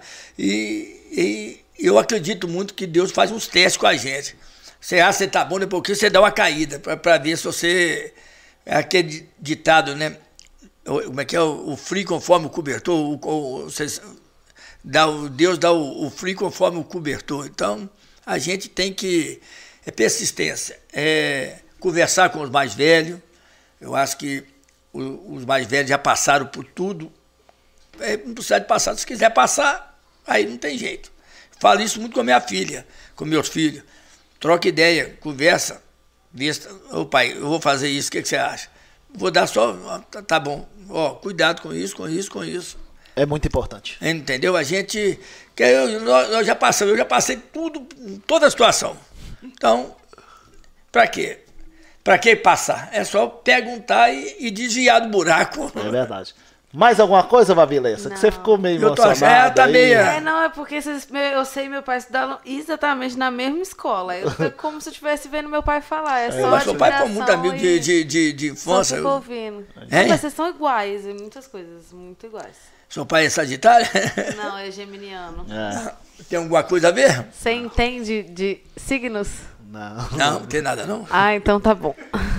E, e eu acredito muito que Deus faz uns testes com a gente. Você acha que você tá bom, depois que você dá uma caída, para ver se você... É aquele ditado, né? Como é que é? O, o frio conforme o cobertor. O, o, você dá, o Deus dá o, o frio conforme o cobertor. Então, a gente tem que... É persistência. É conversar com os mais velhos. Eu acho que o, os mais velhos já passaram por tudo. É, não precisa de passar. Se quiser passar, aí não tem jeito. Falo isso muito com a minha filha, com meus filhos. Troca ideia, conversa. Ô pai, eu vou fazer isso, o que, que você acha? Vou dar só, tá, tá bom, ó, cuidado com isso, com isso, com isso. É muito importante. Entendeu? A gente, que eu, nós, nós já passamos, eu já passei tudo, toda a situação. Então, pra quê? Pra que passar? É só perguntar e, e desviar do buraco. É verdade. Mais alguma coisa, Babilessa? Que você ficou meio Eu tô emocionado achando, é, tá aí. meio- É, não, é porque vocês- meu- eu sei meu pai estudaram exatamente na mesma escola. Eu, é como se eu estivesse vendo meu pai falar. É só Mas seu pai foi muito admiração amigo de, e de, de, de só infância. fico ouvindo. É? Mas vocês são iguais em muitas coisas, muito iguais. Seu pai é sagitário? Não, é geminiano. É. Tem alguma coisa a ver? Você entende de signos? Não. Não, não tem nada não. Ah, então tá bom.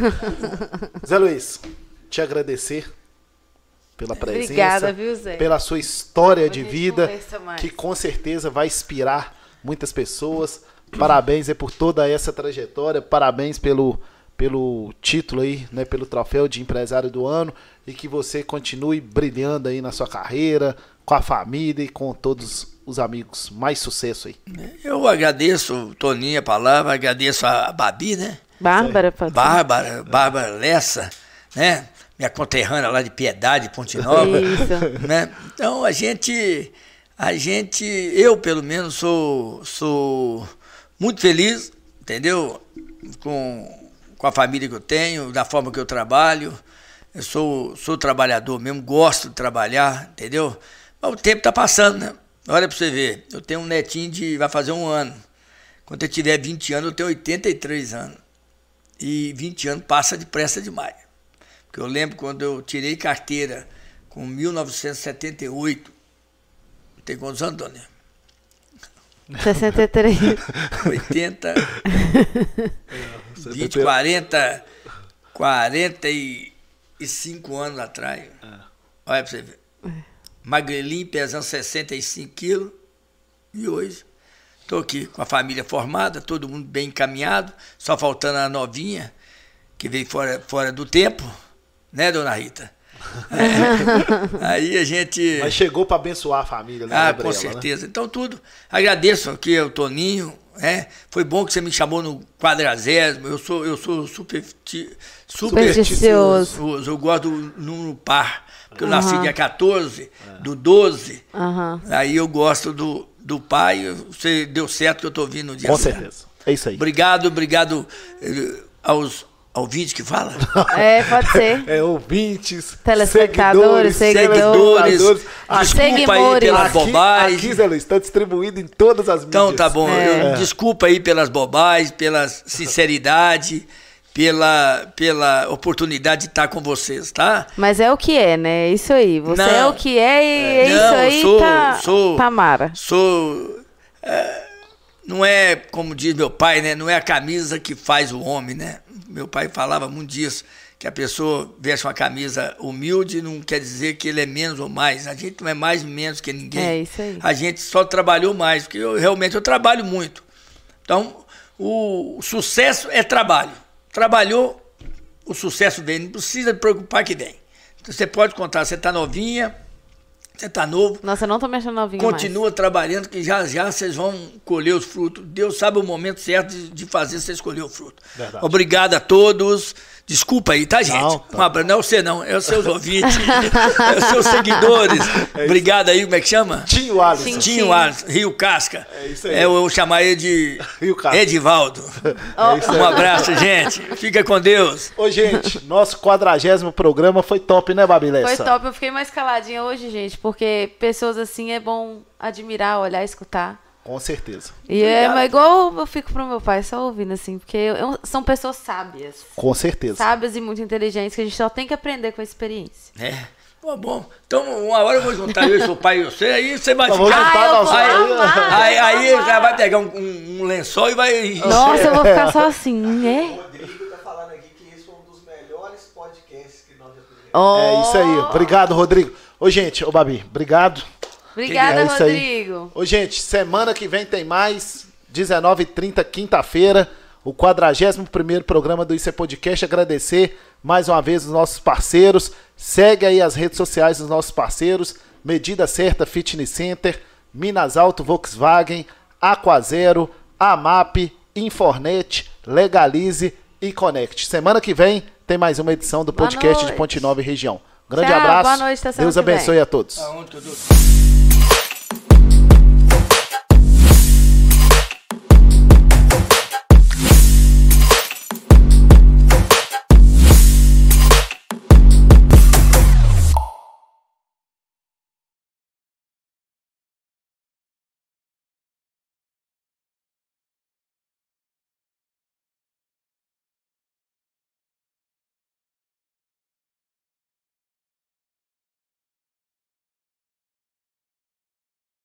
Zé Luiz, te agradecer pela presença, Obrigada, viu, Zé? pela sua história Depois de a gente vida, conversa mais. que com certeza vai inspirar muitas pessoas. Parabéns aí por toda essa trajetória, parabéns pelo, pelo título aí, né, pelo troféu de empresário do ano, e que você continue brilhando aí na sua carreira, com a família e com todos os amigos. Mais sucesso aí. Eu agradeço, Toninho, a palavra, agradeço a Babi, né? Bárbara, pode ser? Bárbara, Bárbara Lessa, né? Minha conterrânea lá de Piedade, Ponte Nova. Isso. Né? Então a gente, a gente, eu pelo menos sou, sou muito feliz, entendeu? Com, com a família que eu tenho, da forma que eu trabalho. Eu sou, sou trabalhador mesmo, gosto de trabalhar, entendeu? Mas o tempo está passando, né? Olha para você ver, eu tenho um netinho de, vai fazer um ano. Quando eu tiver vinte anos, eu tenho oitenta e três anos. E vinte anos passa depressa demais. Porque eu lembro quando eu tirei carteira com mil novecentos e setenta e oito. Tem quantos anos, Dona? sessenta e três. oitenta, vinte, quarenta, quarenta e cinco anos atrás. Olha pra você ver. Magrelinho, pesando sessenta e cinco quilos. E hoje estou aqui com a família formada, todo mundo bem encaminhado, só faltando a novinha, que veio fora, fora do tempo, né, dona Rita? É. Aí a gente... Mas chegou para abençoar a família, né, Ah, Gabriela, com certeza. Né? Então, tudo. Agradeço aqui ao Toninho. É. Foi bom que você me chamou no quadragésimo. Eu sou, eu sou super, supersticioso. supersticioso. Eu gosto do número par. Porque eu nasci Uhum. dia quatorze, do doze. Uhum. Aí eu gosto do, do pai. Você deu certo que eu estou vindo no dia Com certo. certeza. É isso aí. Obrigado, obrigado eh, aos ouvintes que fala. É, pode ser. É, ouvintes, Telespectadores, seguidores, seguidores. Desculpa aí Seguimores. pelas Aqui, bobagens. aqui, Zé Luiz, está distribuído em todas as mídias. Então tá bom, É. eu- desculpa aí pelas bobagens, pela sinceridade, pela, pela oportunidade de estar com vocês, tá? Mas é o que é, né? É isso aí. Você Não. é o que é e é, Não, isso aí, sou- tá, sou- Tamara. Sou. é, não é, como diz meu pai, né? Não é a camisa que faz o homem, né? Meu pai falava muito disso, que a pessoa veste uma camisa humilde não quer dizer que ele é menos ou mais. A gente não é mais ou menos que ninguém. É isso aí. A gente só trabalhou mais, porque eu realmente eu trabalho muito. Então, o, o sucesso é trabalho. Trabalhou, o sucesso vem. Não precisa se preocupar que vem. Então, você pode contar, você está novinha, você está novo, Nossa, eu não tô me achando novinha continua trabalhando que já já vocês vão colher os frutos. Deus sabe o momento certo de, de fazer vocês colher o fruto. Verdade. Obrigado a todos. Desculpa aí, tá, gente? Não, tá. Um abraço. Não é você não, é os seus ouvintes, é os seus seguidores. Obrigado aí, como é que chama? Tinho Alisson. Sim. Tinho Alisson, Rio Casca. É isso aí. É, eu vou chamar ele de Rio Casca. Edivaldo. É isso aí. Um abraço, gente. Fica com Deus. Ô, gente, nosso quadragésimo programa foi top, né, Babilessa? Foi top, eu fiquei mais caladinha hoje, gente, porque pessoas assim é bom admirar, olhar, escutar. Com certeza. E é mas igual eu fico pro meu pai só ouvindo, assim, porque eu, são pessoas sábias. Com certeza. Sábias e muito inteligentes, que a gente só tem que aprender com a experiência. É. Pô, bom. Então, uma hora eu vou juntar eu, seu pai e você, aí você vai Eu vou ficar... juntar Ah, eu nós vou Aí, amar, aí, eu vou aí amar. já vai pegar um, um, um lençol e vai... Nossa, eu vou ficar só assim, O né? Rodrigo tá falando aqui que esse foi um dos melhores podcasts que nós já fizemos. Oh. É isso aí. Obrigado, Rodrigo. Ô, gente, ô, Babi, obrigado. Obrigada, É isso aí. Rodrigo. Ô, gente, semana que vem tem mais, dezenove e trinta, quinta-feira, o quadragésimo primeiro programa do Isso é Podcast. Agradecer mais uma vez os nossos parceiros. Segue aí as redes sociais dos nossos parceiros. Medida Certa Fitness Center, Minas Alto Volkswagen, Aquazero, Amap, Infornet, Legalize e Connect. Semana que vem tem mais uma edição do Boa podcast de noite. Ponte Nova e região. Grande Tchau, abraço. boa noite, até semana Deus que vem. abençoe a todos. Aonde, Dudu?